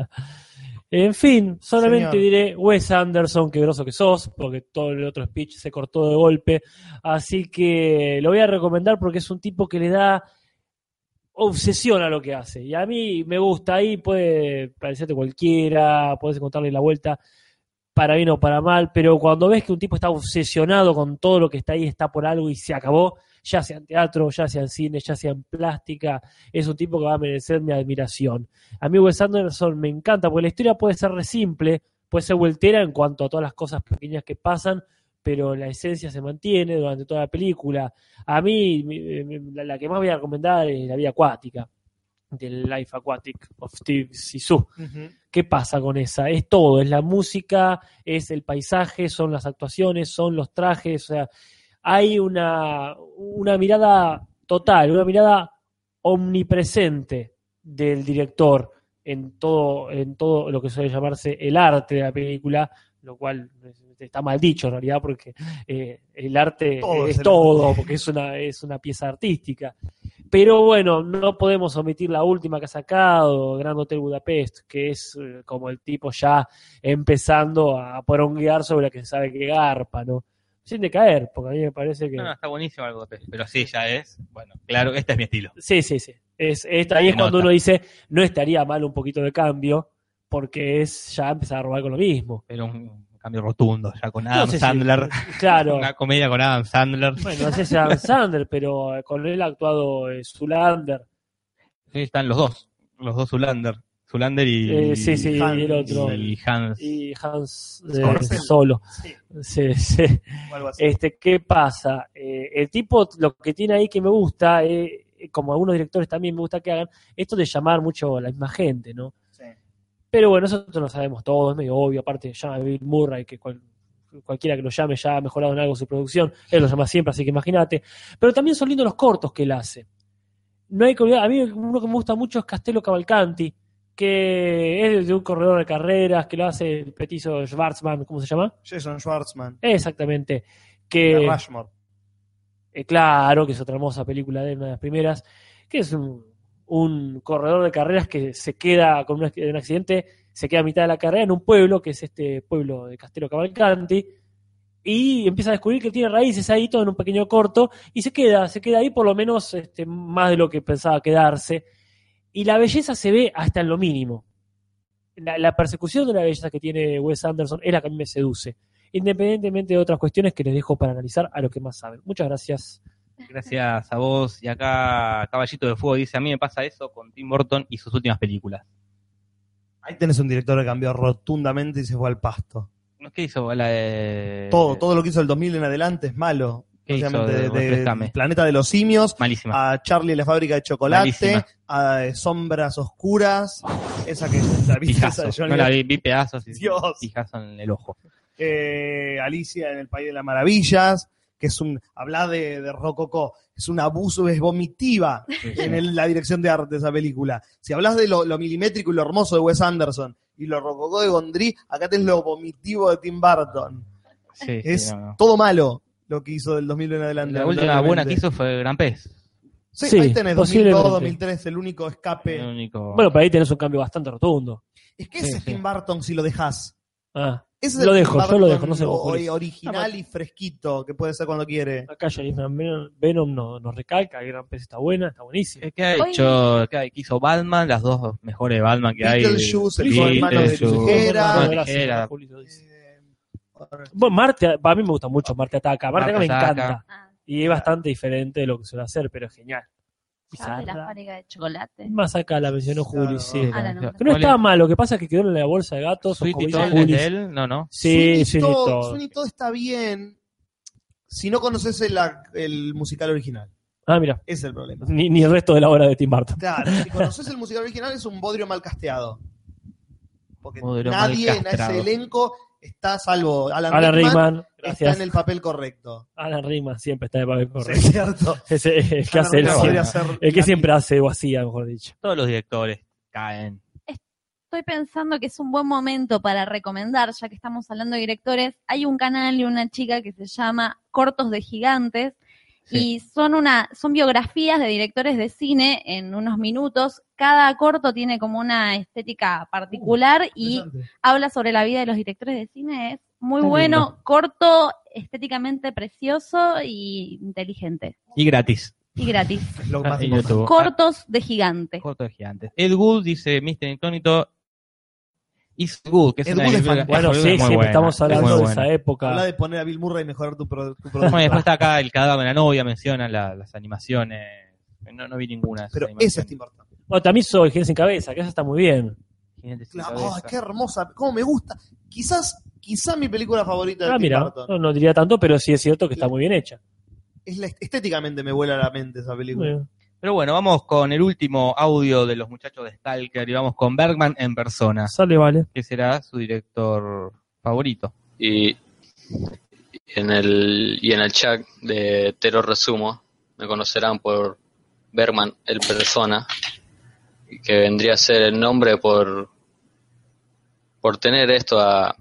En fin, solamente Señor. diré Wes Anderson, qué groso que sos, porque todo el otro speech se cortó de golpe. Así que lo voy a recomendar porque es un tipo que le da obsesión a lo que hace. Y a mí me gusta, ahí puede parecerte cualquiera, puedes encontrarle la vuelta para bien o para mal, pero cuando ves que un tipo está obsesionado con todo lo que está ahí, está por algo y se acabó, ya sea en teatro, ya sea en cine, ya sea en plástica, es un tipo que va a merecer mi admiración. A mí Wes Anderson me encanta, porque la historia puede ser re simple, puede ser vueltera en cuanto a todas las cosas pequeñas que pasan, pero la esencia se mantiene durante toda la película. A mí, la que más voy a recomendar es La vida acuática, del Life Aquatic of Steve Zissou. ¿Qué pasa con esa? Es todo, es la música, es el paisaje, son las actuaciones, son los trajes, o sea, hay una mirada total, una mirada omnipresente del director en todo lo que suele llamarse el arte de la película, lo cual está mal dicho en realidad porque el arte Todo es es el todo, arte. porque es una pieza artística. Pero bueno, no podemos omitir la última que ha sacado, Grand Hotel Budapest, que es como el tipo ya empezando a poronguear sobre la que sabe que garpa, ¿no? O sin decaer, porque a mí me parece que... No, está buenísimo el Gote, pero sí, ya es, bueno, claro, este es mi estilo. Sí. Ahí es cuando uno dice, no estaría mal un poquito de cambio, porque es ya empezar a robar con lo mismo. Pero un cambio rotundo, ya con Adam Sandler. Claro. Una comedia con Adam Sandler. Bueno, no sé si Adam Sandler, pero con él ha actuado Zoolander. Sí, están los dos Zoolander. Zoolander y... Hans, y el otro. Y Hans. Y Hans solo. Sí. ¿Qué pasa? El tipo, lo que tiene ahí que me gusta, como algunos directores también me gusta que hagan, esto de llamar mucho a la misma gente, ¿no? Sí. Pero bueno, nosotros lo sabemos todo, es medio obvio. Aparte, llama a Bill Murray, que cualquiera que lo llame ya ha mejorado en algo su producción. Él lo llama siempre, así que imagínate. Pero también son lindos los cortos que él hace. No hay que olvidar, a mí uno que me gusta mucho es Castello Cavalcanti, que es de un corredor de carreras, que lo hace el petizo Schwartzman, ¿cómo se llama? Jason Schwartzman. Exactamente. Que, de Rushmore. Claro, que es otra hermosa película de una de las primeras, que es un corredor de carreras que se queda con un accidente, se queda a mitad de la carrera en un pueblo, que es este pueblo de Castello Cavalcanti, y empieza a descubrir que tiene raíces ahí, todo en un pequeño corto, y se queda ahí por lo menos más de lo que pensaba quedarse. Y la belleza se ve hasta en lo mínimo. La persecución de la belleza que tiene Wes Anderson es la que a mí me seduce, independientemente de otras cuestiones que les dejo para analizar a lo que más saben. Muchas gracias. Gracias a vos. Y acá Caballito de Fuego dice, a mí me pasa eso con Tim Burton y sus últimas películas. Ahí tenés un director que cambió rotundamente y se fue al pasto. ¿Qué hizo? La de... Todo lo que hizo del 2000 en adelante es malo. ¿Qué hizo? De Planeta de los Simios, malísima. A Charlie y la fábrica de chocolate, malísima. A Sombras Oscuras, esa que la viste, esa de Johnny. No la vi pedazos y Dios. pijazo en el ojo. Alicia en el País de las Maravillas, que es habla de rococó, es un abuso, es vomitiva en la dirección de arte de esa película. Si hablas de lo milimétrico y lo hermoso de Wes Anderson y lo rococó de Gondry, acá tenés lo vomitivo de Tim Burton. Es todo malo lo que hizo del 2000 en adelante. La última buena que hizo fue Gran Pez. Sí, ahí tenés 2002, 2003, el único escape. Bueno, pero ahí tenés un cambio bastante rotundo. Es que ese es Tim Burton si lo dejás. Ese es yo lo dejo, no sé. Original y fresquito, que puede ser cuando quiere. Acá Venom nos recalca, que Gran Pez está buena, está buenísima. ¿Qué ha hecho? ¿Qué hizo Batman? Las dos mejores Batman que hay. Beetlejuice, el hermano de Tijera. Bueno, Marte, a mí me gusta mucho Marte Ataca. Marte Ataca me encanta. Y es bastante diferente de lo que suele hacer, pero es genial. De la fábrica de chocolate. Más acá la mencionó Juli, sí. Que no estaba mal, lo que pasa es que quedó en la bolsa de gatos. Sweet y Todd de él, no. Sí, Sweeney Todd está bien si no conoces el musical original. Mira. Ese es el problema. Ni el resto de la obra de Tim Burton. Claro, si conoces el musical original es un bodrio mal casteado. Porque bodrio nadie en ese elenco está, salvo Alan Rickman, está en el papel correcto. Alan Rickman siempre está en el papel correcto. Sí, es cierto. El que hace el que siempre hace o hacía, mejor dicho. Todos los directores caen. Estoy pensando que es un buen momento para recomendar, ya que estamos hablando de directores. Hay un canal y una chica que se llama Cortos de Gigantes. Sí. Y son biografías de directores de cine en unos minutos. Cada corto tiene como una estética particular y habla sobre la vida de los directores de cine. Es muy bueno, corto, estéticamente precioso y inteligente. Y gratis. Lo más Cortos de Gigantes. Cortos de Gigantes. Ed Wood dice, Mr. Incógnito is good, que es una bueno, sí, estamos hablando de esa época. Habla de poner a Bill Murray y mejorar tu producto. Después está acá el cadáver de la novia, mencionan las animaciones. No vi ninguna. Pero ese es Tim Burton. Bueno, también soy Jinete sin Cabeza, que esa está muy bien. Qué hermosa, cómo me gusta. Quizá mi película favorita de Tim Burton. No diría tanto, pero sí es cierto que está muy bien hecha. Estéticamente me vuela a la mente esa película. Bueno. Pero bueno, vamos con el último audio de los muchachos de Stalker y vamos con Bergman en persona. Vale. Que será su director favorito. Y en el chat de Terror Resumo me conocerán por Bergman en persona, que vendría a ser el nombre por tener esto a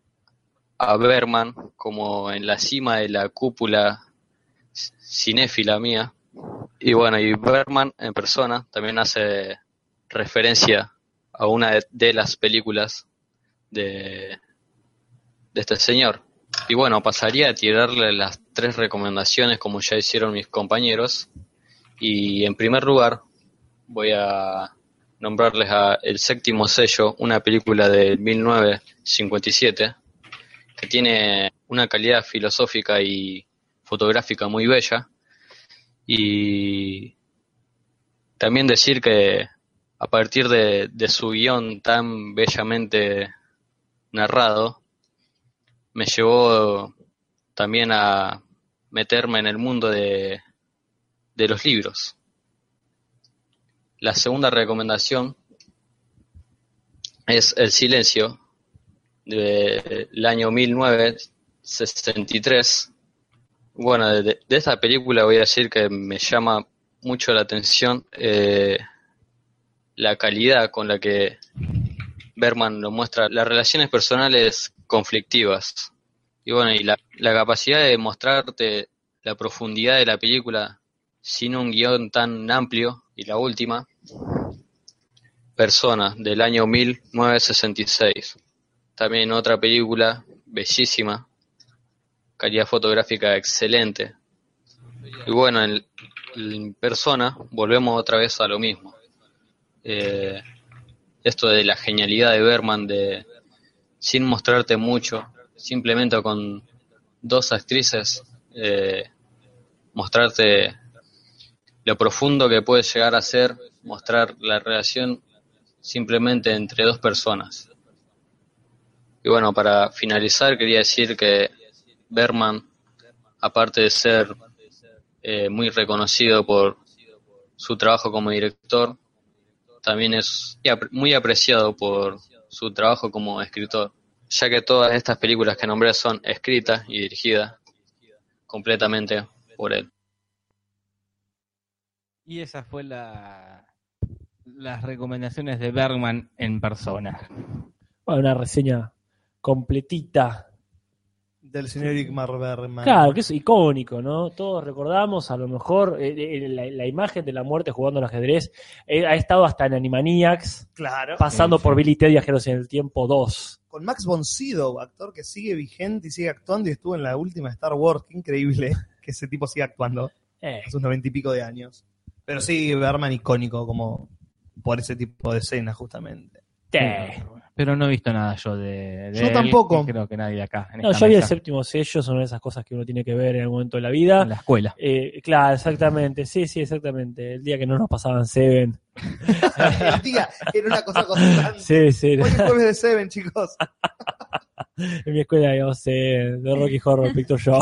Bergman como en la cima de la cúpula cinéfila mía. Y bueno, y Bergman en persona también hace referencia a una de las películas de este señor. Y bueno, pasaría a tirarle las 3 recomendaciones como ya hicieron mis compañeros. Y en primer lugar voy a nombrarles a El Séptimo Sello, una película de 1957 que tiene una calidad filosófica y fotográfica muy bella. Y también decir que a partir de su guión tan bellamente narrado, me llevó también a meterme en el mundo de los libros. La segunda recomendación es El Silencio, del año 1963. Bueno, de esta película voy a decir que me llama mucho la atención la calidad con la que Bergman nos muestra las relaciones personales conflictivas. Y bueno, y la capacidad de mostrarte la profundidad de la película sin un guión tan amplio. Y la última, Persona, del año 1966. También otra película bellísima, calidad fotográfica excelente. Y bueno, en Persona volvemos otra vez a lo mismo. Esto de la genialidad de Bergman, de sin mostrarte mucho, simplemente con 2 actrices, mostrarte lo profundo que puede llegar a ser, mostrar la relación simplemente entre 2 personas. Y bueno, para finalizar quería decir que Bergman, aparte de ser muy reconocido por su trabajo como director, también es muy apreciado por su trabajo como escritor, ya que todas estas películas que nombré son escritas y dirigidas completamente por él. Y esa fue las recomendaciones de Bergman en persona. Bueno, una reseña completita del señor Ingmar Bergman. Claro, que es icónico, ¿no? Todos recordamos, a lo mejor, la imagen de la muerte jugando al ajedrez. Ha estado hasta en Animaniacs, claro, pasando por Bill y Ted Viajeros en el Tiempo 2. Con Max von Sydow, actor que sigue vigente y sigue actuando y estuvo en la última Star Wars. Qué increíble que ese tipo siga actuando a sus 90 y pico de años. Pero sí, Bergman icónico como por ese tipo de escena, justamente. Pero no he visto nada yo de yo él, tampoco. Creo que nadie acá. No, yo vi El Séptimo Sello, son esas cosas que uno tiene que ver en algún momento de la vida. En la escuela. Claro, exactamente. Sí, exactamente. El día que no nos pasaban Seven. El día era una cosa constante. Sí. Hoy es jueves de Seven, chicos. En mi escuela digamos de Rocky Horror Picture Show.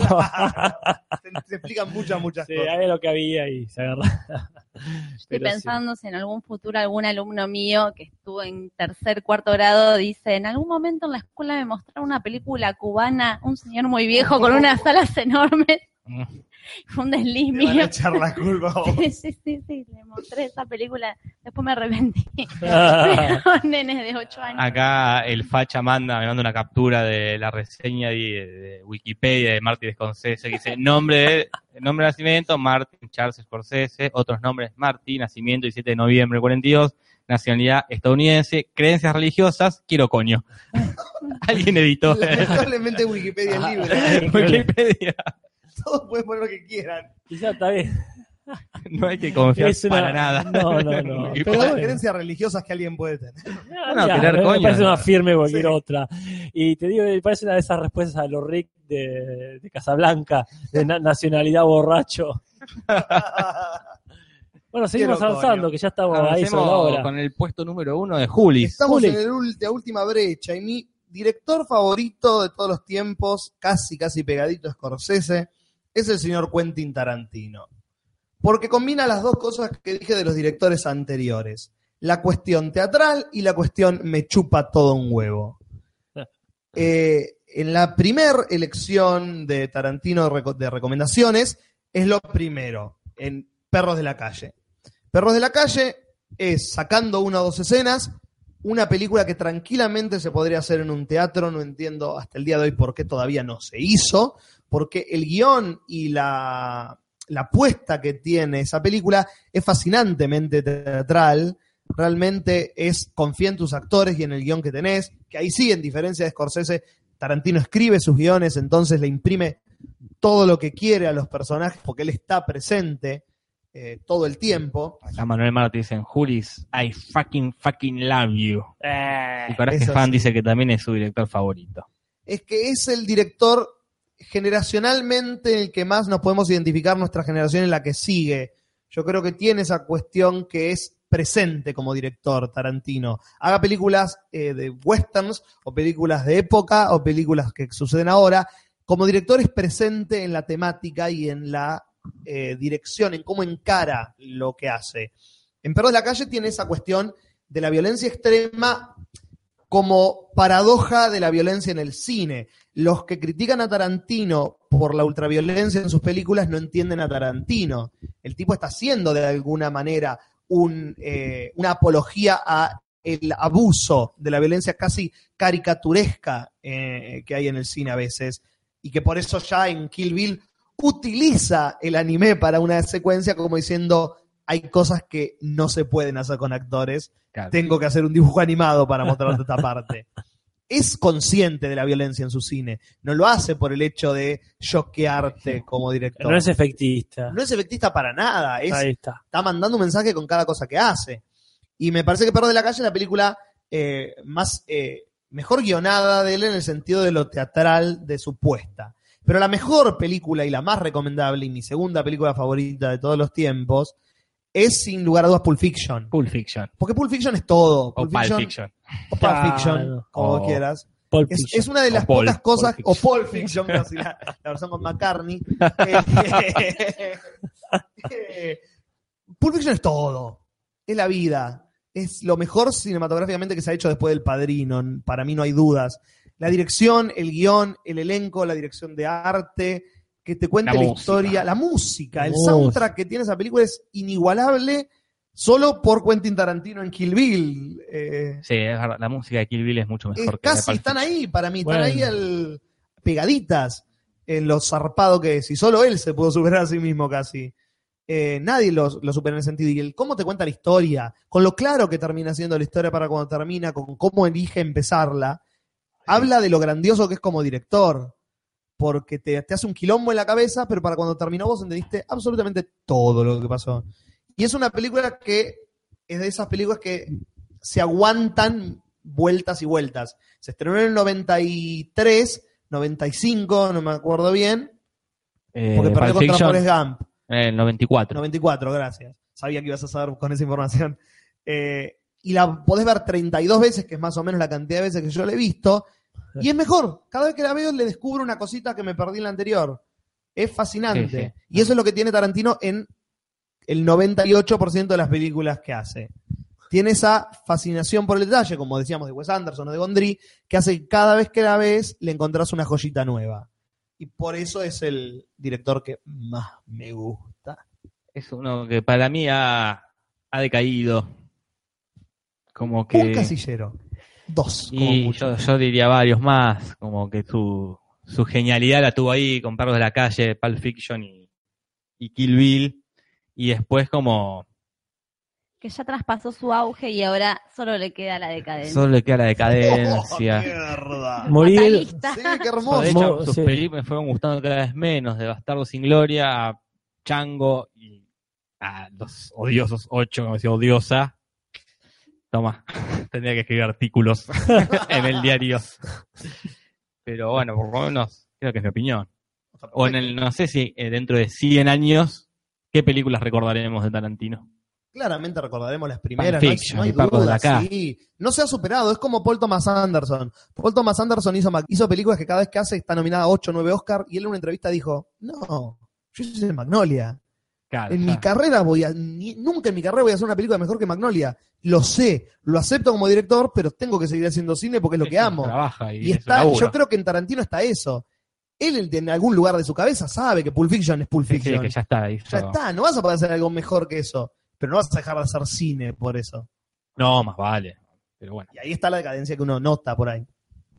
Se explican muchas sí, cosas. Había lo que había y se agarra. Estoy pensando si en algún futuro algún alumno mío que estuvo en 3er, 4º grado dice, en algún momento en la escuela me mostraron una película cubana, un señor muy viejo con unas alas enormes. Fue un desliz mío. Van a echar la culpa a vos. Sí, le mostré esa película, después me arrepentí. Son nenes de 8 años. Acá el facha me manda una captura de la reseña de Wikipedia de Martin Scorsese, que dice nombre de nacimiento, Martin Charles Scorsese, otros nombres, Martin, nacimiento 17 de noviembre del 42, nacionalidad estadounidense, creencias religiosas, quiero coño. Alguien editó. Lamentablemente Wikipedia es libre. Wikipedia. Todos pueden poner lo que quieran. Quizá está bien. No hay que confiar para nada. No. Pero las creencias religiosas que alguien puede tener. Me parece más firme que cualquier otra. Y te digo, me parece una de esas respuestas a los Rick de Casablanca, de nacionalidad borracho. Bueno, seguimos avanzando, que ya estamos ahí sobre la hora. Con el puesto número 1 de Juli. Estamos en la última brecha y mi director favorito de todos los tiempos, casi pegadito a Scorsese, es el señor Quentin Tarantino. Porque combina las 2 cosas que dije de los directores anteriores. La cuestión teatral y la cuestión me chupa todo un huevo. En la primer elección de Tarantino de recomendaciones es lo primero, en Perros de la Calle. Perros de la Calle es, sacando 1 o 2 escenas, una película que tranquilamente se podría hacer en un teatro. No entiendo hasta el día de hoy por qué todavía no se hizo, porque el guión y la apuesta que tiene esa película es fascinantemente teatral. Realmente confía en tus actores y en el guión que tenés, que ahí sí, en diferencia de Scorsese, Tarantino escribe sus guiones, entonces le imprime todo lo que quiere a los personajes porque él está presente todo el tiempo. Acá Manuel Martí dice en Juris, I fucking love you. Y Coraje eso Fan sí. dice que también es su director favorito. Es que es el director generacionalmente el que más nos podemos identificar, nuestra generación en la que sigue. Yo creo que tiene esa cuestión que es presente como director Tarantino. Haga películas de westerns o películas de época o películas que suceden ahora. Como director es presente en la temática y en la dirección, en cómo encara lo que hace. En Perros de la Calle tiene esa cuestión de la violencia extrema como paradoja de la violencia en el cine. Los que critican a Tarantino por la ultraviolencia en sus películas no entienden a Tarantino. El tipo está haciendo de alguna manera una apología a el abuso de la violencia casi caricaturesca que hay en el cine a veces, y que por eso ya en Kill Bill utiliza el anime para una secuencia como diciendo hay cosas que no se pueden hacer con actores, claro. Tengo que hacer un dibujo animado para mostrarte esta parte. Es consciente de la violencia en su cine, no lo hace por el hecho de choquearte como director. No es efectista. No es efectista para nada, Ahí está. Está mandando un mensaje con cada cosa que hace. Y me parece que Perros de la Calle es la película mejor guionada de él en el sentido de lo teatral de su puesta. Pero la mejor película y la más recomendable y mi segunda película favorita de todos los tiempos es sin lugar a dudas Pulp Fiction. Pulp Fiction. Porque Pulp Fiction es todo. O Pulp Fiction. O Pulp Fiction, como quieras. Es una de las pocas cosas, o Pulp Fiction, casi la versión con McCartney. Pulp Fiction es todo. Es la vida. Es lo mejor cinematográficamente que se ha hecho después del Padrino. Para mí no hay dudas. La dirección, el guión, el elenco, la dirección de arte, que te cuente la historia, la música, el soundtrack que tiene esa película es inigualable solo por Quentin Tarantino en Kill Bill. Sí, es verdad, la música de Kill Bill es mucho mejor que casi están ahí, para mí, están ahí pegaditas en lo zarpado que es, y solo él se pudo superar a sí mismo casi. Nadie lo supera en el sentido, y el cómo te cuenta la historia, con lo claro que termina siendo la historia para cuando termina, con cómo elige empezarla, habla de lo grandioso que es como director. Porque te hace un quilombo en la cabeza, pero para cuando terminó vos entendiste absolutamente todo lo que pasó. Y es una película que es de esas películas que se aguantan vueltas y vueltas. Se estrenó en el 93, 95, no me acuerdo bien, porque perdió contra Forrest Gump. En el 94. 94, gracias. Sabía que ibas a saber con esa información. Y la podés ver 32 veces, que es más o menos la cantidad de veces que yo la he visto. Y es mejor, cada vez que la veo le descubro una cosita que me perdí en la anterior. Es fascinante. Sí, sí. Y eso es lo que tiene Tarantino en el 98% de las películas que hace. Tiene esa fascinación por el detalle, como decíamos de Wes Anderson o de Gondry, que hace que cada vez que la ves le encontrás una joyita nueva. Y por eso es el director que más me gusta. Es uno que para mí ha decaído. Como que... Un casillero. 2. Y yo diría varios más, como que su genialidad la tuvo ahí con Perros de la Calle, Pulp Fiction y Kill Bill, y después como... Que ya traspasó su auge y ahora solo le queda la decadencia. Solo le queda la decadencia. Morir. Sí, qué hermoso. De hecho, sus películas me fueron gustando cada vez menos, de Bastardo sin Gloria, a Chango y a los odiosos 8, como decía, odiosa. Toma, tendría que escribir artículos en el diario. Pero bueno, por lo menos creo que es mi opinión. O en el, no sé si dentro de 100 años, ¿qué películas recordaremos de Tarantino? Claramente recordaremos las primeras, Fiction, no hay duda, sí. No se ha superado, es como Paul Thomas Anderson. Paul Thomas Anderson hizo películas que cada vez que hace está nominada a 8 o 9 Oscar, y él en una entrevista dijo, no, yo hice Magnolia. Claro, en mi carrera nunca en mi carrera voy a hacer una película mejor que Magnolia. Lo sé, lo acepto como director, pero tengo que seguir haciendo cine porque es lo que amo. Trabaja y está, yo creo que en Tarantino está eso. Él en algún lugar de su cabeza sabe que Pulp Fiction es Pulp Fiction. Sí, que ya está ahí. Ya está, no vas a poder hacer algo mejor que eso. Pero no vas a dejar de hacer cine por eso. No, más vale. Pero bueno. Y ahí está la decadencia que uno nota por ahí.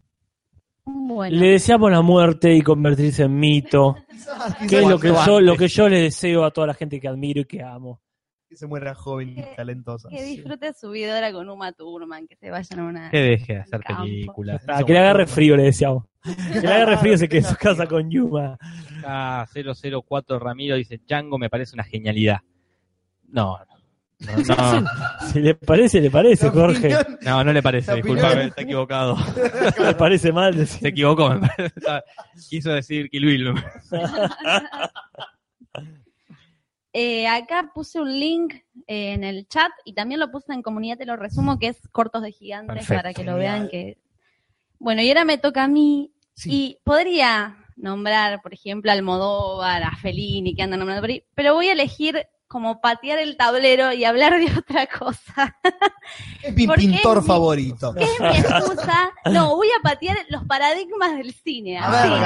Bueno. Le deseamos la muerte y convertirse en mito. Quizás que es lo que yo le deseo a toda la gente que admiro y que amo. Que se muera joven y talentosa. Que disfrute su vida ahora con Uma Thurman, que se vayan a una... Que deje de hacer campo. películas. Que le agarre frío, le decíamos. Que le agarre frío, se quede en su casa con Yuma. 004 Ramiro dice, Django me parece una genialidad. No. Si le parece, Jorge. No le parece, disculpame, está equivocado. Le parece mal. Se equivocó, me parece. Quiso decir Kill Bill. Acá puse un link en el chat y también lo puse en comunidad, te lo resumo, que es Cortos de Gigantes. Perfecto. Para que lo vean. Bueno, y ahora me toca a mí. Sí. Y podría nombrar, por ejemplo, a Almodóvar, a Fellini, que andan nombrando por ahí, pero voy a elegir como patear el tablero y hablar de otra cosa. Es mi pintor favorito. ¿Qué es mi excusa? No, voy a patear los paradigmas del cine.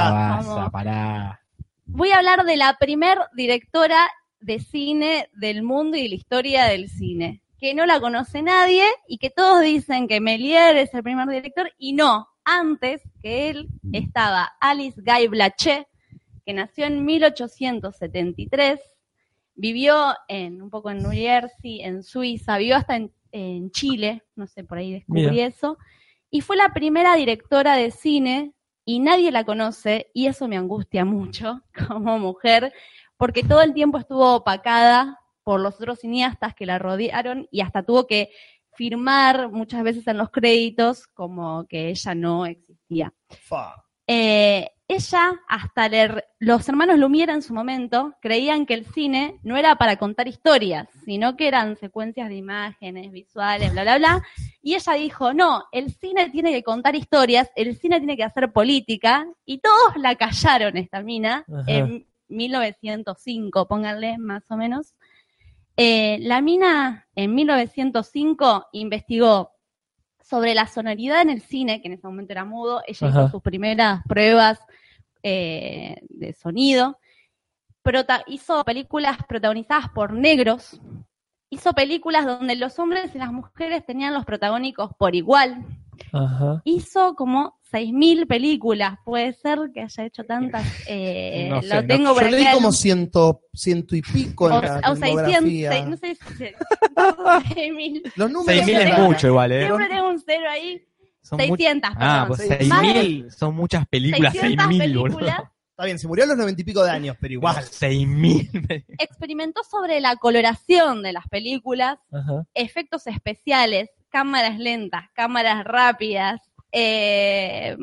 Voy a hablar de la primer directora de cine del mundo y de la historia del cine, que no la conoce nadie y que todos dicen que Méliès es el primer director, y no, antes que él estaba Alice Guy Blaché, que nació en 1873, vivió un poco en New Jersey, en Suiza, vivió hasta en Chile, no sé, por ahí descubrí eso, y fue la primera directora de cine y nadie la conoce, y eso me angustia mucho como mujer, porque todo el tiempo estuvo opacada por los otros cineastas que la rodearon y hasta tuvo que firmar muchas veces en los créditos como que ella no existía. Ella, hasta los hermanos Lumière en su momento, creían que el cine no era para contar historias, sino que eran secuencias de imágenes, visuales, bla, bla, bla. Y ella dijo, no, el cine tiene que contar historias, el cine tiene que hacer política, y todos la callaron, esta mina, en 1905, pónganle más o menos. La mina en 1905 investigó sobre la sonoridad en el cine, que en ese momento era mudo. Ella hizo sus primeras pruebas de sonido. Hizo películas protagonizadas por negros. Hizo películas donde los hombres y las mujeres tenían los protagónicos por igual. Hizo como 6.000 películas. Puede ser que haya hecho tantas. No sé, lo tengo por yo leí como ciento y pico en la filmografía. No sé si 6.000. Los números 6.000 es mucho igual, Siempre tengo un cero ahí. 600, perdón. Pues 6.000 son muchas películas. 6.000, boludo. Está bien, se murió a los 90 y pico de años, pero igual. 6.000. Experimentó sobre la coloración de las películas, efectos especiales, cámaras lentas, cámaras rápidas. ¿Ella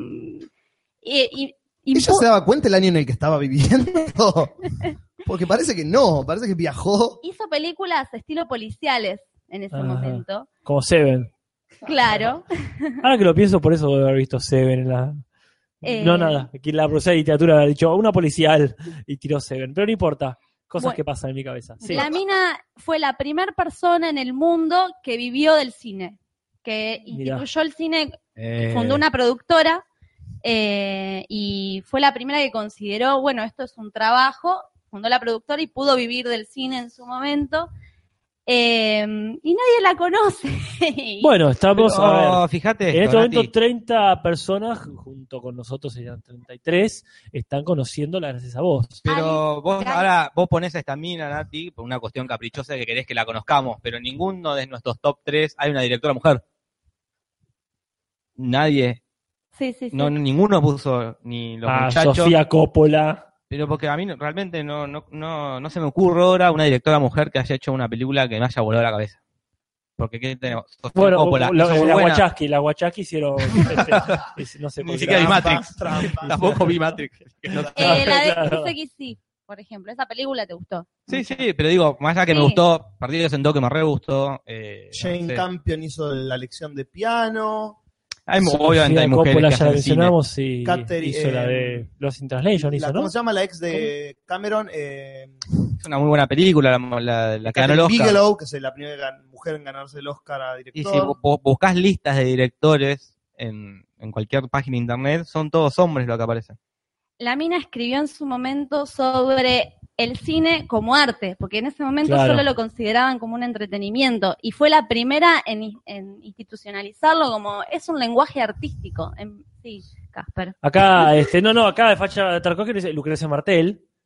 se daba cuenta el año en el que estaba viviendo? Porque parece que no, parece que viajó. Hizo películas estilo policiales en ese momento. Como Seven. Claro. Ahora que lo pienso, por eso debo haber visto Seven en la... No, nada. Aquí la profesora de literatura ha dicho una policial y tiró Seven. Pero no importa. Cosas que pasan en mi cabeza. Sí. La mina fue la primera persona en el mundo que vivió del cine. Que instituyó el cine, fundó una productora y fue la primera que consideró, bueno, esto es un trabajo, fundó la productora y pudo vivir del cine en su momento. Y nadie la conoce. Bueno, estamos a ver, fíjate en esto, este momento 30 personas, junto con nosotros serían 33, están conociéndola gracias a vos. Pero ahora vos ponés a esta mina, Nati, por una cuestión caprichosa que querés que la conozcamos, pero en ninguno de nuestros top 3 hay una directora mujer. Nadie. Sí. No, ninguno puso, ni los muchachos. Sofía Coppola. Pero porque a mí realmente no se me ocurre ahora una directora mujer que haya hecho una película que me haya volado la cabeza. Porque ¿qué tenemos? Bueno, Coppola, la Wachowski hicieron... no sé, ni siquiera vi Matrix. Tampoco vi Matrix. La de XXX, por ejemplo. ¿Esa película te gustó? Sí, pero digo, más allá que me gustó, partido de sentó que me re gustó. Jane Campion hizo la lección de piano. Obviamente hay mujeres Coppola que ya la hacen mencionamos cine. y Catherine, hizo la de Lost in Translation, ¿no? ¿Cómo se llama la ex de Cameron? Es una muy buena película, la que ganó el Oscar. Bigelow, que es la primera mujer en ganarse el Oscar a director. Y si buscas listas de directores en cualquier página de internet, son todos hombres los que aparecen. La mina escribió en su momento sobre el cine como arte, porque en ese momento solo lo consideraban como un entretenimiento, y fue la primera en institucionalizarlo como es un lenguaje artístico. Sí, Casper. Acá, acá de Facha Tarkovsky dice Lucrecia Martel,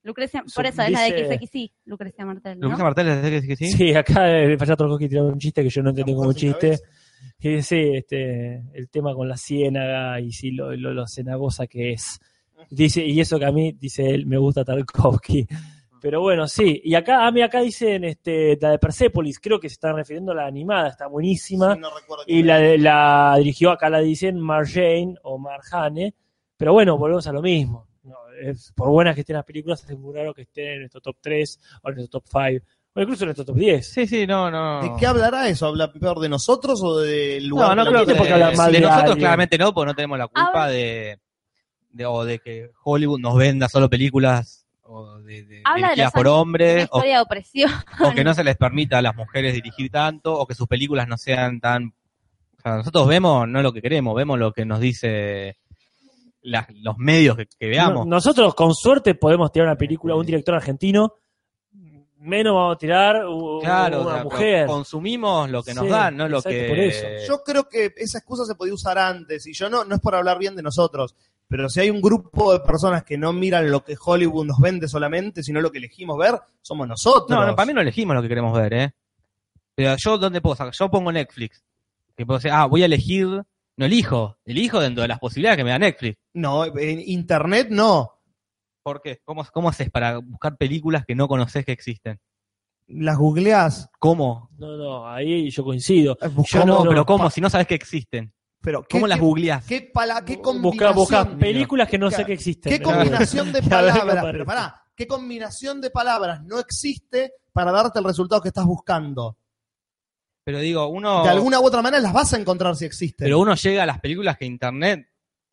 Lucrecia, por eso es la de XXI, Lucrecia Martel, ¿no? ¿Lucrecia Martel es de XXI? Sí, acá el Fallato Trotsky tiró un chiste que yo no entendí como un chiste. Y sí, el tema con la ciénaga y sí, lo cenagosa que es. Dice, y eso que a mí, dice él, me gusta Tarkovsky. Pero bueno, sí. Y acá, acá dicen la de Persepolis, creo que se están refiriendo a la animada, está buenísima. Sí, no recuerdo y la dirigió, acá la dicen Marjane o Marjane. Pero bueno, volvemos a lo mismo. No, por buenas que estén las películas, es muy raro que estén en nuestro top 3 o en nuestro top 5. O incluso en nuestro top 10. Sí, no. ¿De qué hablará eso? ¿Habla peor de nosotros o del lugar? No creo que porque hablar mal de nosotros alguien. Claramente no, porque no tenemos la culpa de que Hollywood nos venda solo películas o dirigidas por hombres, o de opresión, o que no se les permita a las mujeres dirigir tanto, o que sus películas no sean tan... O sea, nosotros vemos no lo que queremos, vemos lo que nos dice los medios que veamos. Nosotros con suerte podemos tirar una película, un director argentino, menos vamos a tirar una mujer. Consumimos lo que nos dan, no lo que... Por eso. Yo creo que esa excusa se podía usar antes, y yo no es por hablar bien de nosotros, pero si hay un grupo de personas que no miran lo que Hollywood nos vende solamente, sino lo que elegimos ver, somos nosotros. No, para mí no elegimos lo que queremos ver, Pero yo, ¿dónde puedo sacar? Yo pongo Netflix, que puedo decir, voy a elegir, no elijo dentro de las posibilidades que me da Netflix. No, en Internet no. ¿Por qué? ¿Cómo haces para buscar películas que no conoces que existen? ¿Las googleás? ¿Cómo? No, ahí yo coincido. Pero ¿cómo? Si no sabes que existen. Pero ¿cómo las googleás? ¿Qué combinación? Busca películas que no sé que existen. ¿Qué combinación de palabras? Pero pará, ¿qué combinación de palabras no existe para darte el resultado que estás buscando? Pero digo, uno... De alguna u otra manera las vas a encontrar si existen. Pero uno llega a las películas que Internet,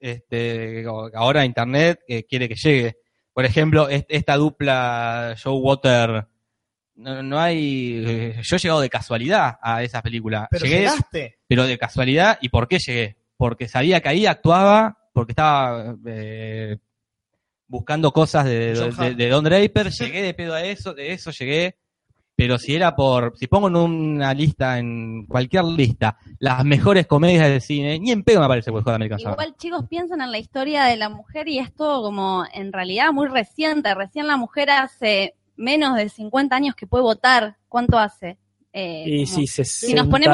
ahora Internet quiere que llegue. Por ejemplo, esta dupla Joe Water, no hay... yo he llegado de casualidad a esa película. Pero llegaste. Pero de casualidad. ¿Y por qué llegué? Porque sabía que ahí actuaba, porque estaba buscando cosas de Don Draper. Llegué de pedo de eso llegué. Pero si pongo en una lista, en cualquier lista, las mejores comedias del cine, ni en pedo me aparece Wet Hot American Summer. Igual, chicos, piensan en la historia de la mujer y es todo como, en realidad, muy reciente. Recién la mujer hace menos de 50 años que puede votar. ¿Cuánto hace? Y sí, 66, si nos ponemos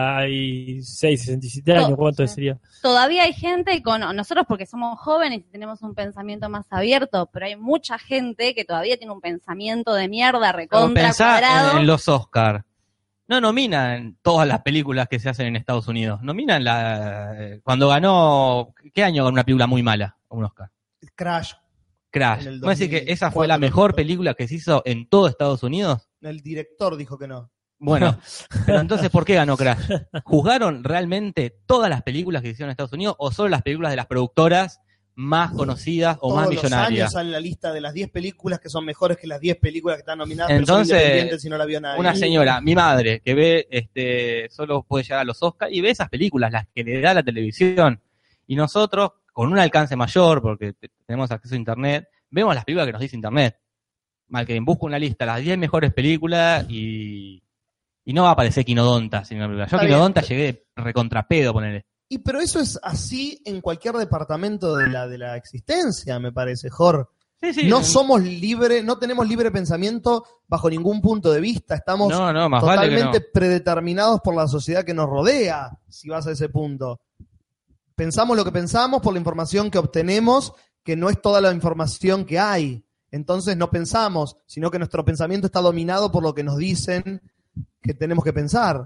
67 años, ¿cuánto sería? Todavía hay gente, nosotros porque somos jóvenes y tenemos un pensamiento más abierto, pero hay mucha gente que todavía tiene un pensamiento de mierda recontra cuadrado. En los Oscar. No nominan todas las películas que se hacen en Estados Unidos. Nominan cuando ganó... ¿Qué año ganó una película muy mala? Un Oscar. Crash. ¿No es decir que esa fue la mejor película que se hizo en todo Estados Unidos? El director dijo que no. Bueno, pero entonces, ¿por qué ganó Crash? ¿Juzgaron realmente todas las películas que se hicieron en Estados Unidos o solo las películas de las productoras más conocidas o más millonarias? Todos los años sale la lista de las 10 películas que son mejores que las 10 películas que están nominadas. Entonces, pero son independientes si no la vio nadie. Una señora, mi madre, que ve solo puede llegar a los Oscars y ve esas películas, las que le da la televisión. Y nosotros, con un alcance mayor, porque tenemos acceso a Internet, vemos las películas que nos dice Internet. Mal que busco una lista, las 10 mejores películas y no va a aparecer Quinodonta. Yo Quinodonta llegué recontrapedo, ponele. Pero eso es así en cualquier departamento de la existencia, me parece, Jorge. Sí, no somos libres, no tenemos libre pensamiento bajo ningún punto de vista. Estamos totalmente predeterminados por la sociedad que nos rodea, si vas a ese punto. Pensamos lo que pensamos por la información que obtenemos, que no es toda la información que hay. Entonces no pensamos, sino que nuestro pensamiento está dominado por lo que nos dicen que tenemos que pensar.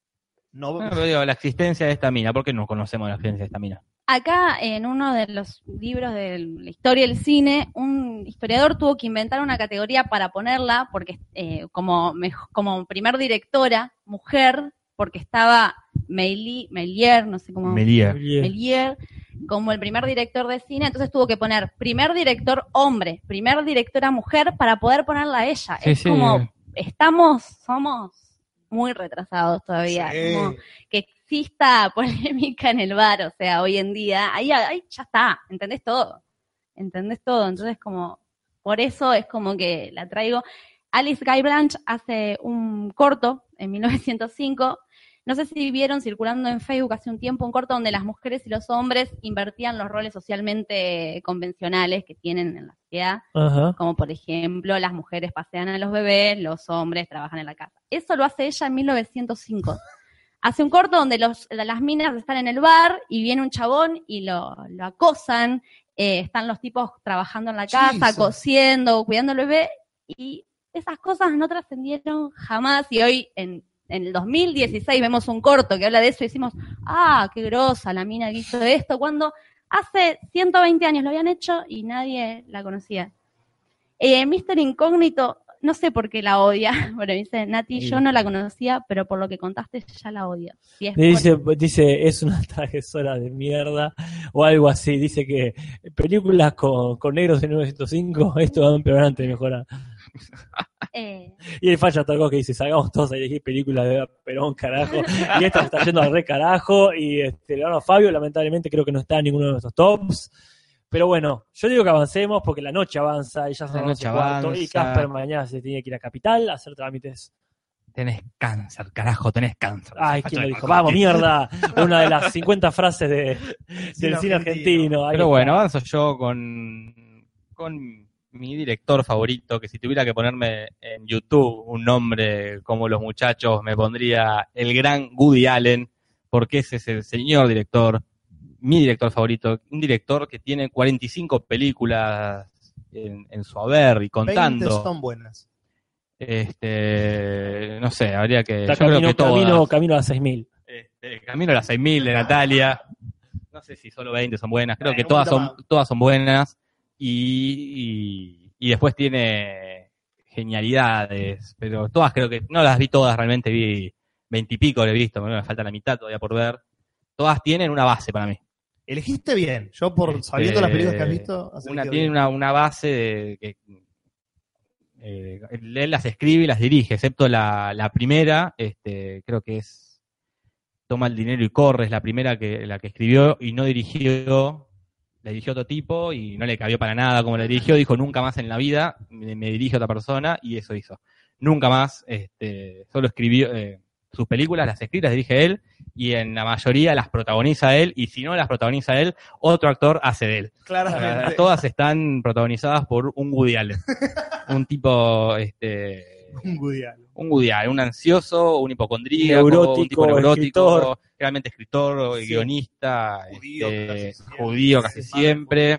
Pero digo, la existencia de esta mina, ¿por qué no conocemos la existencia de esta mina? Acá, en uno de los libros de la historia del cine, un historiador tuvo que inventar una categoría para ponerla, porque como primer directora, mujer, porque estaba Méliès, no sé cómo... Méliès, como el primer director de cine, entonces tuvo que poner primer director hombre, primer directora mujer, para poder ponerla a ella. Sí, como, somos muy retrasados todavía, como que exista polémica en el bar, o sea, hoy en día, ahí ya está, ¿entendés todo? Entonces como, por eso es como que la traigo. Alice Guy Blanche hace un corto en 1905 No sé si vieron circulando en Facebook hace un tiempo un corto donde las mujeres y los hombres invertían los roles socialmente convencionales que tienen en la sociedad, como por ejemplo las mujeres pasean a los bebés, los hombres trabajan en la casa. Eso lo hace ella en 1905. Hace un corto donde las minas están en el bar y viene un chabón y lo acosan, están los tipos trabajando en la casa, cosiendo, cuidando al bebé, y esas cosas no trascendieron jamás, y hoy en el 2016 vemos un corto que habla de eso y decimos, qué grosa la mina que hizo esto, cuando hace 120 años lo habían hecho y nadie la conocía. Mr. Incógnito, no sé por qué la odia. Bueno, dice Nati, yo no la conocía, pero por lo que contaste ya la odio. Si es dice, es una transgresora de mierda, o algo así. Dice que películas con negros en 1905, esto va a empeorar antes de mejorar. Y el Facha Talco que dice, salgamos todos a elegir películas de Perón, carajo, y esta se está yendo al re carajo, y Leonardo Fabio lamentablemente creo que no está en ninguno de nuestros tops, pero bueno, yo digo que avancemos porque la noche avanza, y ya son las 11:15, y Casper mañana se tiene que ir a Capital a hacer trámites. Tenés cáncer, carajo, tenés cáncer. Ay, ¿quién lo dijo? Vamos, mierda, una de las 50 frases del cine argentino. Pero bueno, avanzo yo con mi director favorito, que si tuviera que ponerme en YouTube un nombre como los muchachos, me pondría el gran Woody Allen, porque ese es el señor director, mi director favorito, un director que tiene 45 películas en su haber y contando. 20 son buenas. No sé, habría que... Camino a 6.000. Camino a las 6.000 de Natalia. No sé si solo 20 son buenas, creo que todas son buenas. Y después tiene genialidades, pero todas creo que, no las vi todas, realmente vi 20 y pico, le he visto, me falta la mitad todavía por ver. Todas tienen una base para mí. Elegiste bien, yo sabiendo las películas que has visto. Tiene una base de que él las escribe y las dirige, excepto la primera, creo que es Toma el dinero y corre, es la primera la que escribió y no dirigió. La dirigió otro tipo y no le cabió para nada como la dirigió, dijo nunca más en la vida me dirige a otra persona, y eso hizo. Nunca más, solo escribió sus películas, las escribe, las dirige él, y en la mayoría las protagoniza él, y si no las protagoniza él, otro actor hace de él. Claramente. Todas están protagonizadas por un Woody Allen. Un tipo, un Woody Allen, un ansioso, un hipocondríaco, un tipo neurótico, realmente escritor, guionista, judío casi siempre.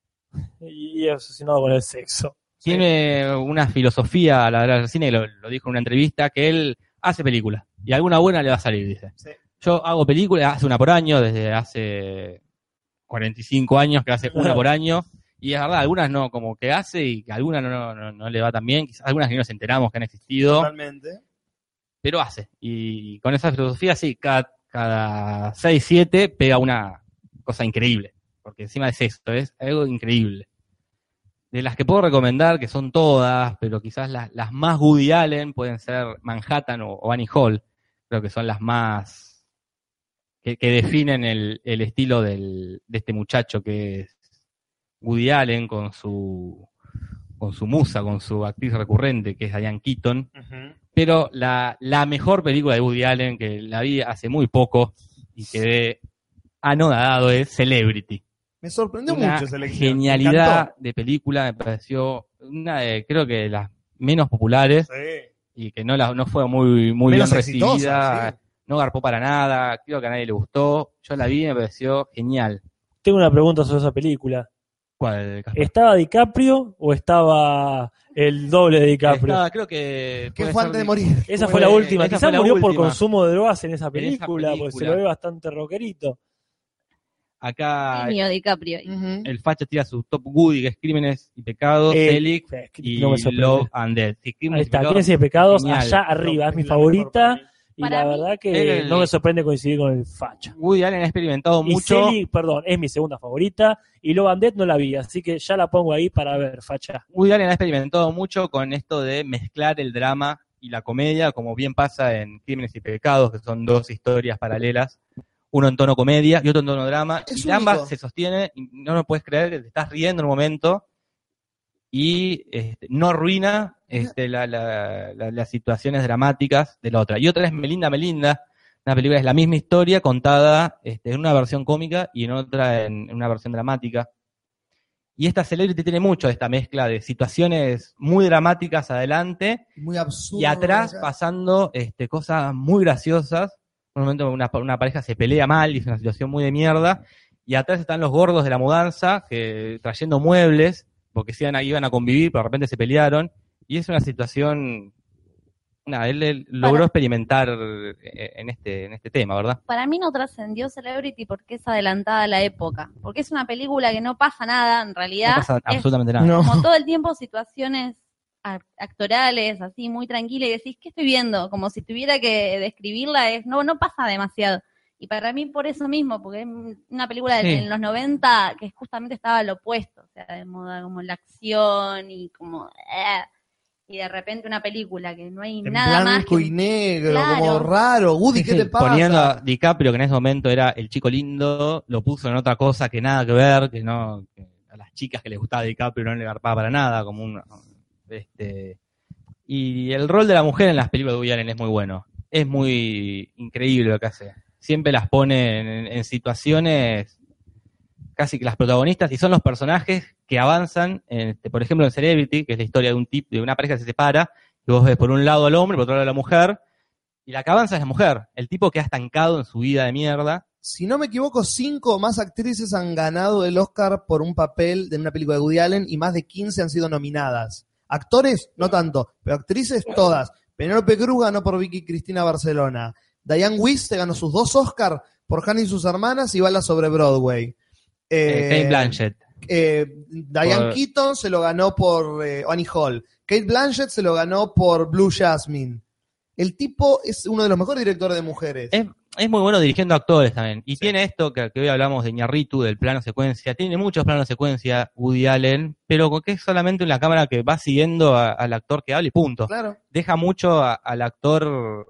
Y obsesionado con el sexo. Tiene una filosofía a la hora del cine, lo dijo en una entrevista, que él hace películas, y alguna buena le va a salir, dice. Sí. Yo hago películas, hace una por año, desde hace 45 años que hace una por año, y es verdad, algunas no, como que hace, y que algunas no le va tan bien, quizás algunas que no nos enteramos que han existido. Totalmente. Pero hace, y con esa filosofía, sí, cada 6, 7 pega una cosa increíble, porque encima es esto, es algo increíble. De las que puedo recomendar, que son todas, pero quizás las más Woody Allen pueden ser Manhattan o Annie Hall, creo que son las más que definen el estilo de este muchacho que es Woody Allen con su musa, con su actriz recurrente, que es Diane Keaton. Uh-huh. Pero la mejor película de Woody Allen, que la vi hace muy poco y quedé anodado, es Celebrity. Me sorprendió mucho esa elección. Genialidad de película, me pareció una de, creo que de las menos populares, sí, y que no fue muy bien recibida, sí. No garpó para nada, creo que a nadie le gustó. Yo la vi y me pareció genial. Tengo una pregunta sobre esa película. ¿Cuál? ¿Estaba DiCaprio o estaba el doble de DiCaprio? Creo que... ¿Qué fue antes de morir? Esa fue la última. Quizás murió por consumo de drogas en esa película, porque se lo ve bastante rockerito. Acá DiCaprio. El facha tira su top Woody, que es Crímenes y Pecados, Selig y Love and Death. Ahí está, Crímenes y Pecados, genial, allá arriba, es mi favorita. Y para la verdad que no me sorprende coincidir con el facha. Woody Allen ha experimentado mucho. Y Selig, es mi segunda favorita. Y Love and Death no la vi, así que ya la pongo ahí para ver, facha. Woody Allen ha experimentado mucho con esto de mezclar el drama y la comedia, como bien pasa en Crímenes y Pecados, que son dos historias paralelas. Uno en tono comedia y otro en tono drama. Y ambas se sostienen, y no lo puedes creer, que te estás riendo en un momento y no arruina las situaciones dramáticas de la otra. Y otra es Melinda. Melinda Una película es la misma historia contada en una versión cómica y en otra en una versión dramática. Y esta Celebrity tiene mucho de esta mezcla de situaciones muy dramáticas adelante Muy absurdo. y atrás pasando cosas muy graciosas. En un momento una pareja se pelea mal y es una situación muy de mierda. Y atrás están los gordos de la mudanza que trayendo muebles porque iban a convivir, pero de repente se pelearon. Y es una situación... él logró experimentar en este tema, ¿verdad? Para mí no trascendió Celebrity porque es adelantada a la época. Porque es una película que no pasa nada, en realidad. No pasa absolutamente es nada. como todo el tiempo situaciones actorales, así, muy tranquilas, y decís, ¿qué estoy viendo? Como si tuviera que describirla, no pasa demasiado. Y para mí por eso mismo, porque es una película en los 90 que justamente estaba al opuesto, o sea, de moda como la acción y como... y de repente una película que no hay En nada más blanco que... y negro, Claro. como raro. Woody, ¿qué te pasa? Poniendo a DiCaprio, que en ese momento era el chico lindo, lo puso en otra cosa que nada que ver, que a las chicas que les gustaba DiCaprio no le garpaba para nada, como y el rol de la mujer en las películas de Woody Allen es muy bueno. Es muy increíble lo que hace. Siempre las pone en situaciones casi que las protagonistas, y son los personajes que avanzan, por ejemplo en Celebrity, que es la historia de una pareja que se separa, y vos ves por un lado al hombre, por otro lado a la mujer, y la que avanza es la mujer, el tipo que ha estancado en su vida de mierda. Si no me equivoco, 5 o más actrices han ganado el Oscar por un papel de una película de Woody Allen, y más de 15 han sido nominadas. Actores, no tanto, pero actrices, todas. Penélope Cruz ganó por Vicky Cristina Barcelona. Diane Weiss se ganó sus 2 Oscars por Hannah y sus hermanas y Balas sobre Broadway. Kate Blanchett. Diane Keaton se lo ganó por Annie Hall. Kate Blanchett se lo ganó por Blue Jasmine. El tipo es uno de los mejores directores de mujeres. Es muy bueno dirigiendo actores también. Y tiene esto que hoy hablamos de Iñárritu, del plano secuencia. Tiene muchos planos secuencia Woody Allen, pero que es solamente una cámara que va siguiendo al actor que habla y punto. Claro. Deja mucho al actor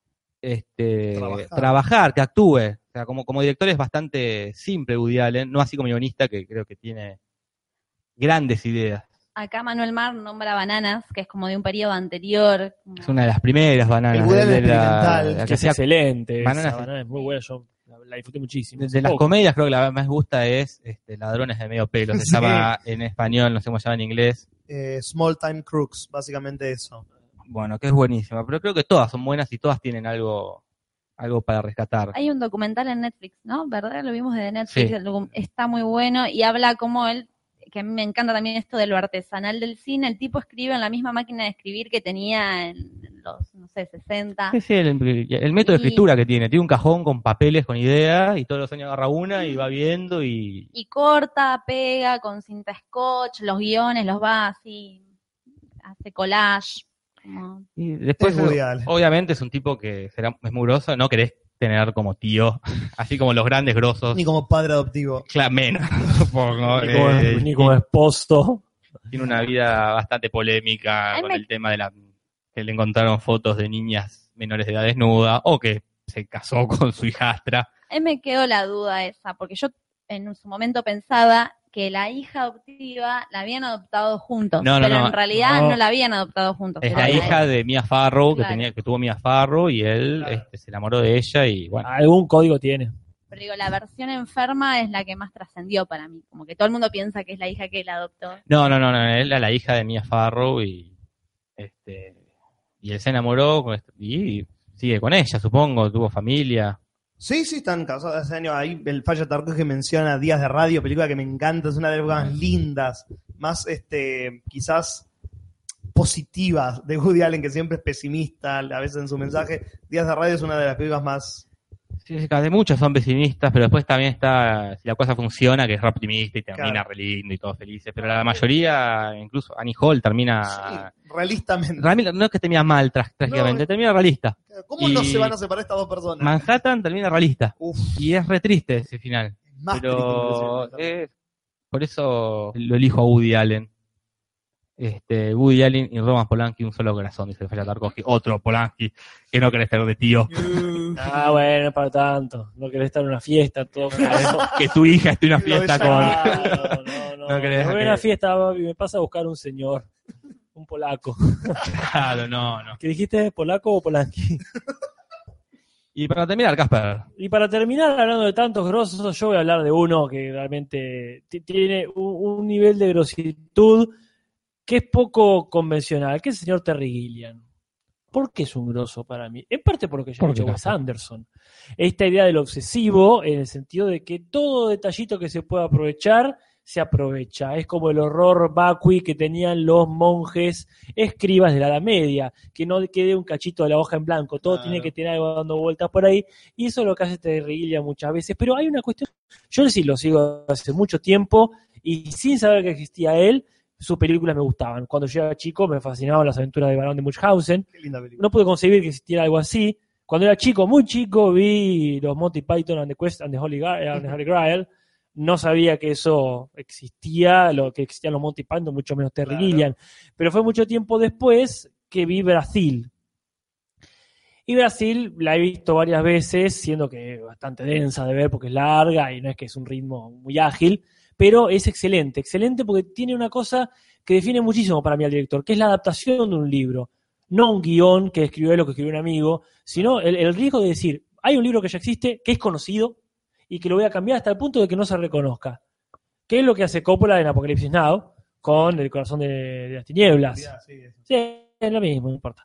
trabajar, que actúe. O sea, como director es bastante simple Woody Allen, no así como guionista, que creo que tiene grandes ideas. Acá Manuel Mar nombra Bananas, que es como de un periodo anterior. Es una de las primeras Bananas. El Woody Allen experimental. la Que es excelente. Bananas, Esa Banana es muy buena, yo la disfruté muchísimo. De las comedias creo que la que más me gusta es Ladrones de Medio Pelo, se llama en español, no sé cómo se llama en inglés. Small Time Crooks, básicamente eso. Bueno, que es buenísima, pero creo que todas son buenas y todas tienen algo para rescatar. Hay un documental en Netflix, ¿no? ¿Verdad? Lo vimos de Netflix, Sí. Está muy bueno y habla como él, que a mí me encanta también esto de lo artesanal del cine, el tipo escribe en la misma máquina de escribir que tenía en los, 60. Sí, el método de escritura que tiene un cajón con papeles, con ideas, y todos los años agarra una y va viendo y corta, pega con cinta scotch, los guiones los va así, hace collage. Y después, obviamente, es un tipo que es muy grosso, no querés tener como tío, así como los grandes grosos. Ni como padre adoptivo. Claro, menos. Supongo. Ni como esposo. Tiene una vida bastante polémica con el tema de que le encontraron fotos de niñas menores de edad desnuda, o que se casó con su hijastra. Me quedó la duda esa, porque yo en su momento pensaba que la hija adoptiva la habían adoptado juntos, pero en realidad no la habían adoptado juntos. Es la hija de Mia Farrow, Claro. que tuvo Mia Farrow, y él se enamoró de ella y bueno. Algún código tiene. Pero digo, la versión enferma es la que más trascendió para mí, como que todo el mundo piensa que es la hija que él adoptó. No, él era la hija de Mia Farrow y él se enamoró y sigue con ella, supongo, tuvo familia. Sí, están casados hace años. Ahí el Falla Tarcos que menciona Días de Radio, película que me encanta, es una de las más lindas, más quizás positivas de Woody Allen, que siempre es pesimista a veces en su mensaje. Días de Radio es una de las películas más... Sí, casi muchos son pesimistas, pero después también está Si la cosa funciona, que es re optimista y termina re lindo y todos felices, pero la mayoría, incluso Annie Hall termina... realistamente. No es que termina mal trágicamente, termina realista. ¿Cómo no se van a separar estas dos personas? Manhattan termina realista. Uf. Y es re triste ese final. Más Pero por eso lo elijo a Woody Allen. Woody Allen y Roman Polanski, un solo corazón, dice Falla Tarkovsky. Otro Polanski, que no querés estar de tío. Bueno, para tanto. No querés estar en una fiesta, todo. Que tu hija esté en una fiesta con... No querés. Me voy a una fiesta y me pasa a buscar un señor. Un polaco. Claro, no. ¿Qué dijiste? ¿Polaco o Polanski? Y para terminar, Casper. Y para terminar, hablando de tantos grosos, yo voy a hablar de uno que realmente tiene un nivel de grositud que es poco convencional, que es el señor Terry Gilliam. ¿Por qué es un grosso para mí? En parte por lo que ya ha dicho Wes Anderson. Esta idea del obsesivo, en el sentido de que todo detallito que se pueda aprovechar, se aprovecha. Es como el horror vacui que tenían los monjes escribas de la Edad Media, que no quede un cachito de la hoja en blanco, todo tiene que tener algo dando vueltas por ahí, y eso es lo que hace Terry Gilliam muchas veces. Pero hay una cuestión, yo sí lo sigo hace mucho tiempo, y sin saber que existía él, sus películas me gustaban. Cuando yo era chico me fascinaban las aventuras de Barón de Munchausen. Qué linda película. No pude concebir que existiera algo así. Cuando era chico, muy chico, vi los Monty Python and the Quest and the Holy Grail. No sabía que eso existía, lo que existían los Monty Python, mucho menos Terry Gilliam. Pero fue mucho tiempo después que vi Brasil. Y Brasil la he visto varias veces, siendo que es bastante densa de ver porque es larga y no es que es un ritmo muy ágil, pero es excelente porque tiene una cosa que define muchísimo para mí al director, que es la adaptación de un libro. No un guión que escribió él o que escribió un amigo, sino el riesgo de decir, hay un libro que ya existe, que es conocido, y que lo voy a cambiar hasta el punto de que no se reconozca. ¿Qué es lo que hace Coppola en Apocalipsis Now con El corazón de las tinieblas? Sí, es lo mismo, no importa.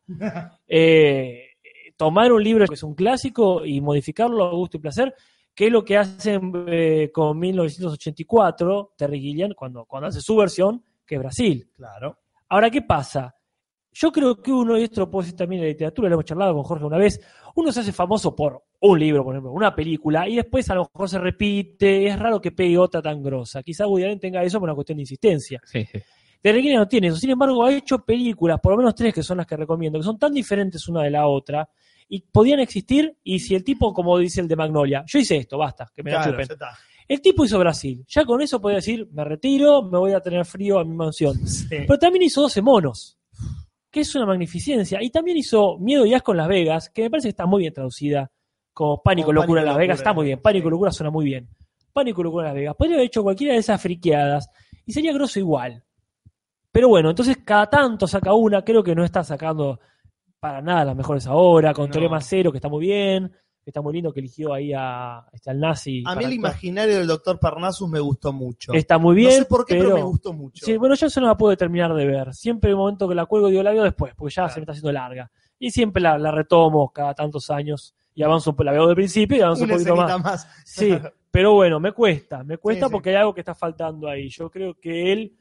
Tomar un libro que es un clásico y modificarlo a gusto y placer, que es lo que hacen con 1984, Terry Gilliam, cuando hace su versión, que es Brasil. Claro. Ahora, ¿qué pasa? Yo creo que uno, y esto lo puedo decir también en la literatura, lo hemos charlado con Jorge una vez, uno se hace famoso por un libro, por ejemplo, una película, y después a lo mejor se repite, es raro que pegue otra tan grosa. Quizá Woody Allen tenga eso por una cuestión de insistencia. Sí, sí. Terry Gilliam no tiene eso, sin embargo ha hecho películas, por lo menos 3 que son las que recomiendo, que son tan diferentes una de la otra, y podían existir, y si el tipo, como dice el de Magnolia, yo hice esto, basta, que me la chupen. El tipo hizo Brasil, ya con eso podía decir, me retiro, me voy a tener frío a mi mansión. Sí. Pero también hizo 12 monos, que es una magnificencia, y también hizo Miedo y Asco en Las Vegas, que me parece que está muy bien traducida, como Pánico y Locura en Las Vegas, está muy bien, Pánico y Locura suena muy bien. Pánico y Locura en Las Vegas, podría haber hecho cualquiera de esas friqueadas, y sería grosso igual. Pero bueno, entonces cada tanto saca una, creo que no está sacando para nada las mejores ahora, con Teorema Cero, que está muy bien, que está muy lindo, que eligió ahí al nazi. A mí el imaginario del Dr. Parnassus me gustó mucho. Está muy bien, no sé por qué, pero me gustó mucho. Sí, bueno, yo eso no la puedo terminar de ver. Siempre hay un momento que la cuelgo y digo, la veo después, porque ya se me está haciendo larga. Y siempre la retomo cada tantos años y avanzo, la veo de principio y avanzo un poquito más. Sí, pero bueno, me cuesta porque hay algo que está faltando ahí. Yo creo que él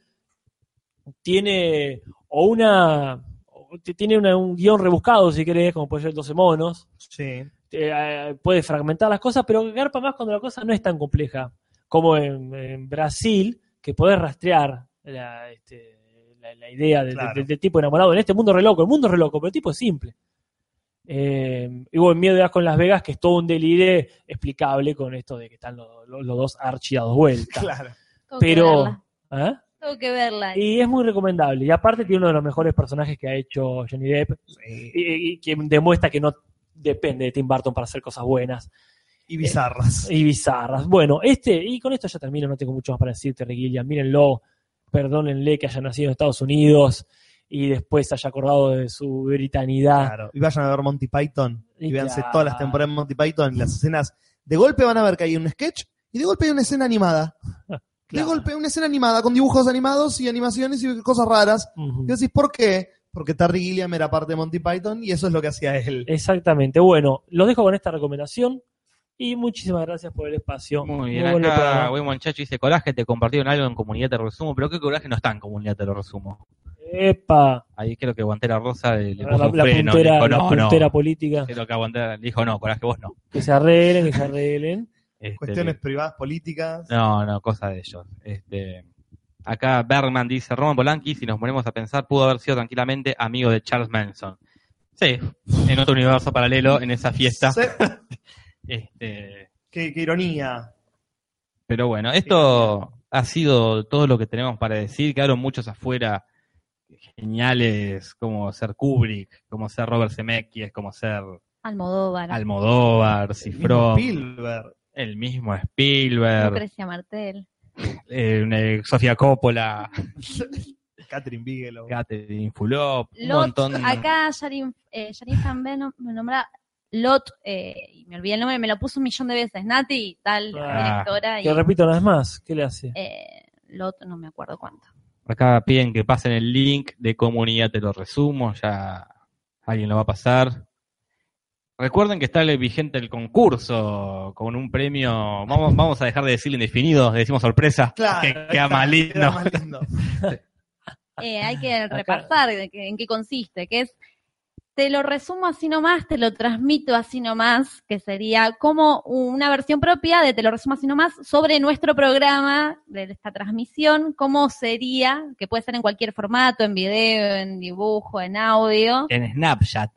tiene un guión rebuscado, si querés, como puede ser 12 monos. Sí. Puede fragmentar las cosas, pero garpa más cuando la cosa no es tan compleja como en Brasil, que podés rastrear la idea del tipo enamorado en este mundo re loco. El mundo es re loco, pero el tipo es simple. Y bueno, Miedo y Asco en Las Vegas, que es todo un delire explicable con esto de que están los dos archi dados vueltas. Claro. Pero tengo que verla. Y es muy recomendable. Y aparte tiene uno de los mejores personajes que ha hecho Johnny Depp. Sí. Y que demuestra que no depende de Tim Burton para hacer cosas buenas. Y bizarras. Y bizarras. Bueno, y con esto ya termino, no tengo mucho más para decir, Terry Gilliam. Mírenlo, perdónenle que haya nacido en Estados Unidos y después haya acordado de su britanidad. Claro. Y vayan a ver Monty Python. Y véanse todas las temporadas de Monty Python y las escenas. De golpe van a ver que hay un sketch y de golpe hay una escena animada. De golpe una escena animada con dibujos animados y animaciones y cosas raras. Y decís, ¿por qué? Porque Terry Gilliam era parte de Monty Python y eso es lo que hacía él. Exactamente. Bueno, los dejo con esta recomendación y muchísimas gracias por el espacio. Muy bien, acá buen muchacho dice, Coraje, te compartieron algo en Comunidad Te Lo Resumo, pero ¿qué Coraje no está en Comunidad Te Lo Resumo? ¡Epa! Ahí creo que Guantera Rosa le puso la un freno. puntera política. Creo que Guantera le dijo, no, Coraje, vos no. Que se arreglen. Cuestiones privadas, políticas. No, cosa de ellos. Acá Bergman dice, Roman Polanski, si nos ponemos a pensar, pudo haber sido tranquilamente amigo de Charles Manson. Sí, en otro universo paralelo, en esa fiesta. Sí. Qué ironía. Pero bueno, esto ha sido todo lo que tenemos para decir. Quedaron muchos afuera geniales, como ser Kubrick, como ser Robert Zemeckis, como ser Almodóvar, Cifrón. El mismo Spielberg. Lucrecia Martel. Sofía Coppola. Catherine Bigelow. Catherine Fulop. Un montón. Acá Janine Van me nombra Lot, y me olvidé el nombre, me lo puso 1.000.000 de veces, Nati, tal, directora. Que repito una vez más, ¿qué le hace? Lot, no me acuerdo cuánto. Acá piden que pasen el link de comunidad, te lo resumo, ya alguien lo va a pasar. Recuerden que está vigente el concurso con un premio, vamos a dejar de decir indefinido, decimos sorpresa, Claro, que queda más lindo. queda más lindo. Hay que repasar en qué consiste, que es, te lo resumo así nomás, te lo transmito así nomás, que sería como una versión propia de te lo resumo así nomás sobre nuestro programa de esta transmisión, cómo sería, que puede ser en cualquier formato, en video, en dibujo, en audio. En Snapchat.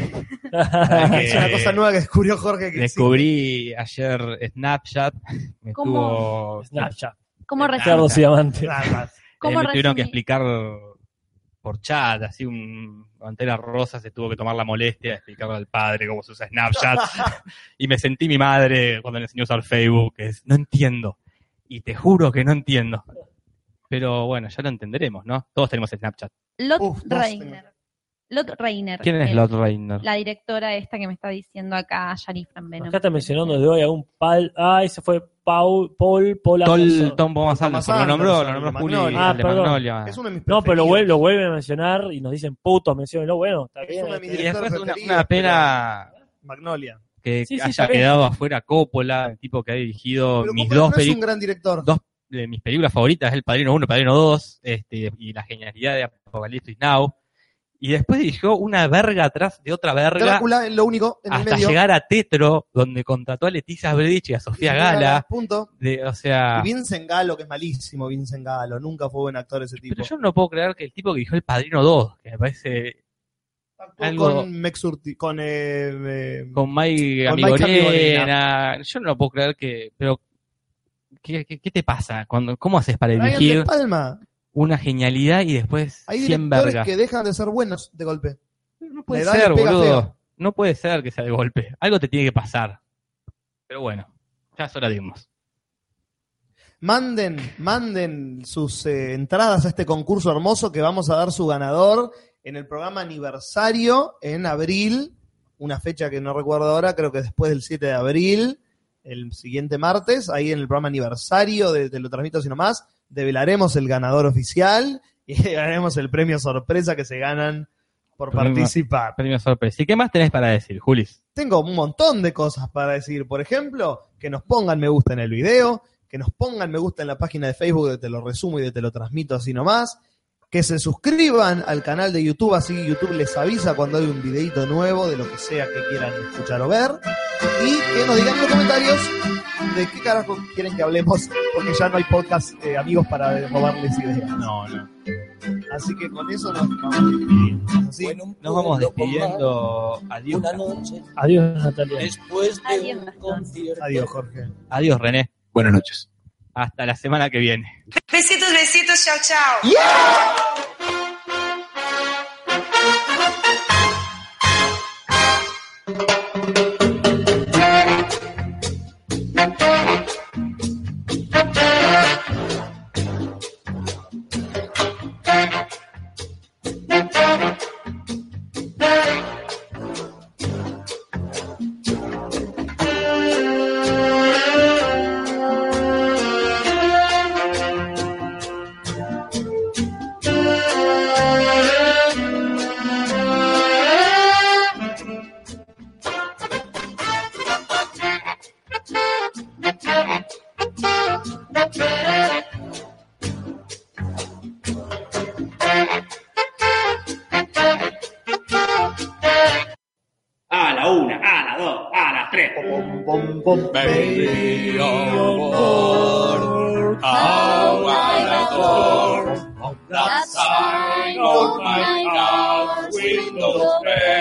Es una cosa nueva que descubrió Jorge. Que descubrí ayer Snapchat. ¿Cómo? Snapchat. ¿Cómo Ricardo Diamante. Me tuvieron que explicar por chat, así Antena Rosa se tuvo que tomar la molestia de explicarle al padre cómo se usa Snapchat. Y me sentí mi madre cuando le enseñó a usar Facebook, que es, no entiendo. Y te juro que no entiendo. Pero bueno, ya lo entenderemos, ¿no? Todos tenemos Snapchat. Lot Reiner. ¿Quién es Lot Reiner? La directora esta que me está diciendo acá, Yari Franbeno. Acá está mencionando de hoy a un ese fue Paul Tom Thomas Anderson. Lo nombró Juli de Magnolia. Es uno de mis no, pero preferidos. lo vuelven a mencionar y nos dicen putos, menciónenlo. Bueno, está bien. Es uno de mis Y después directores una pena Magnolia. que Sí, haya quedado afuera Coppola, el tipo que ha dirigido Pero mis Coppola dos no es un películas. gran director. Dos de mis películas favoritas, El Padrino 1, El Padrino 2, y la genialidad de Apocalipsis Now. Y después dirigió una verga atrás de otra verga. Drácula es lo único en el hasta medio. llegar a Tetro, donde contrató a Leticia Bredich y a Sofía Gala. Punto. O sea, Y Vincent Gallo, que es malísimo, Vincent Gallo. Nunca fue buen actor ese tipo. pero yo no puedo creer que el tipo que dirigió El Padrino 2, que me parece algo Con Mexurti, con Mai con Amigorena, yo no lo puedo creer que, pero ¿qué te pasa? ¿Cómo haces para Brian dirigir De Palma. una genialidad y después Hay 100 directores vergas? que dejan de ser buenos de golpe. No puede La edad ser, les pega boludo. feo. No puede ser que sea de golpe. Algo te tiene que pasar. Pero bueno, ya es hora de irnos. Manden sus entradas a este concurso hermoso que vamos a dar su ganador en el programa aniversario en abril, una fecha que no recuerdo ahora, creo que después del 7 de abril, el siguiente martes, ahí en el programa aniversario de Te lo transmito así nomás, develaremos el ganador oficial y ganaremos el premio sorpresa que se ganan por participar. Premio sorpresa. ¿Y qué más tenés para decir, Julis? Tengo un montón de cosas para decir. Por ejemplo, que nos pongan me gusta en el video, que nos pongan me gusta en la página de Facebook de Te lo resumo y de Te lo transmito así nomás, que se suscriban al canal de YouTube, así YouTube les avisa cuando hay un videito nuevo de lo que sea que quieran escuchar o ver, y que nos digan en los comentarios de qué carajo quieren que hablemos, porque ya no hay podcast amigos para robarles ideas. No. Así que con eso nos vamos despidiendo. Así, Nos vamos despidiendo. Adiós. Adiós, Natalia. Después de Adiós, un concierto. adiós, Jorge. Adiós, René. Buenas noches. Hasta la semana que viene. Besitos, besitos, chao, chao. A la una, a la dos, a las tres. Baby on board, how I adore that sign on my car window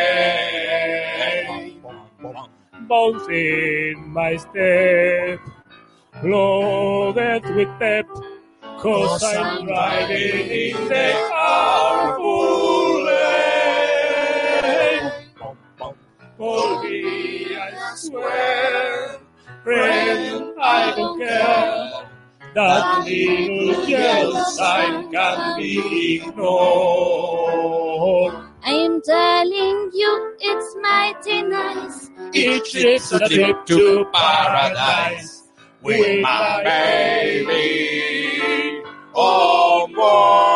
pane. Bouncing my step, loaded with pep, 'cause I'm riding in the carpool lane. For me, I swear, friend, I don't care, that little yellow sign can be ignored. I'm telling you, it's mighty nice Each trip's a trip to paradise with my baby on board.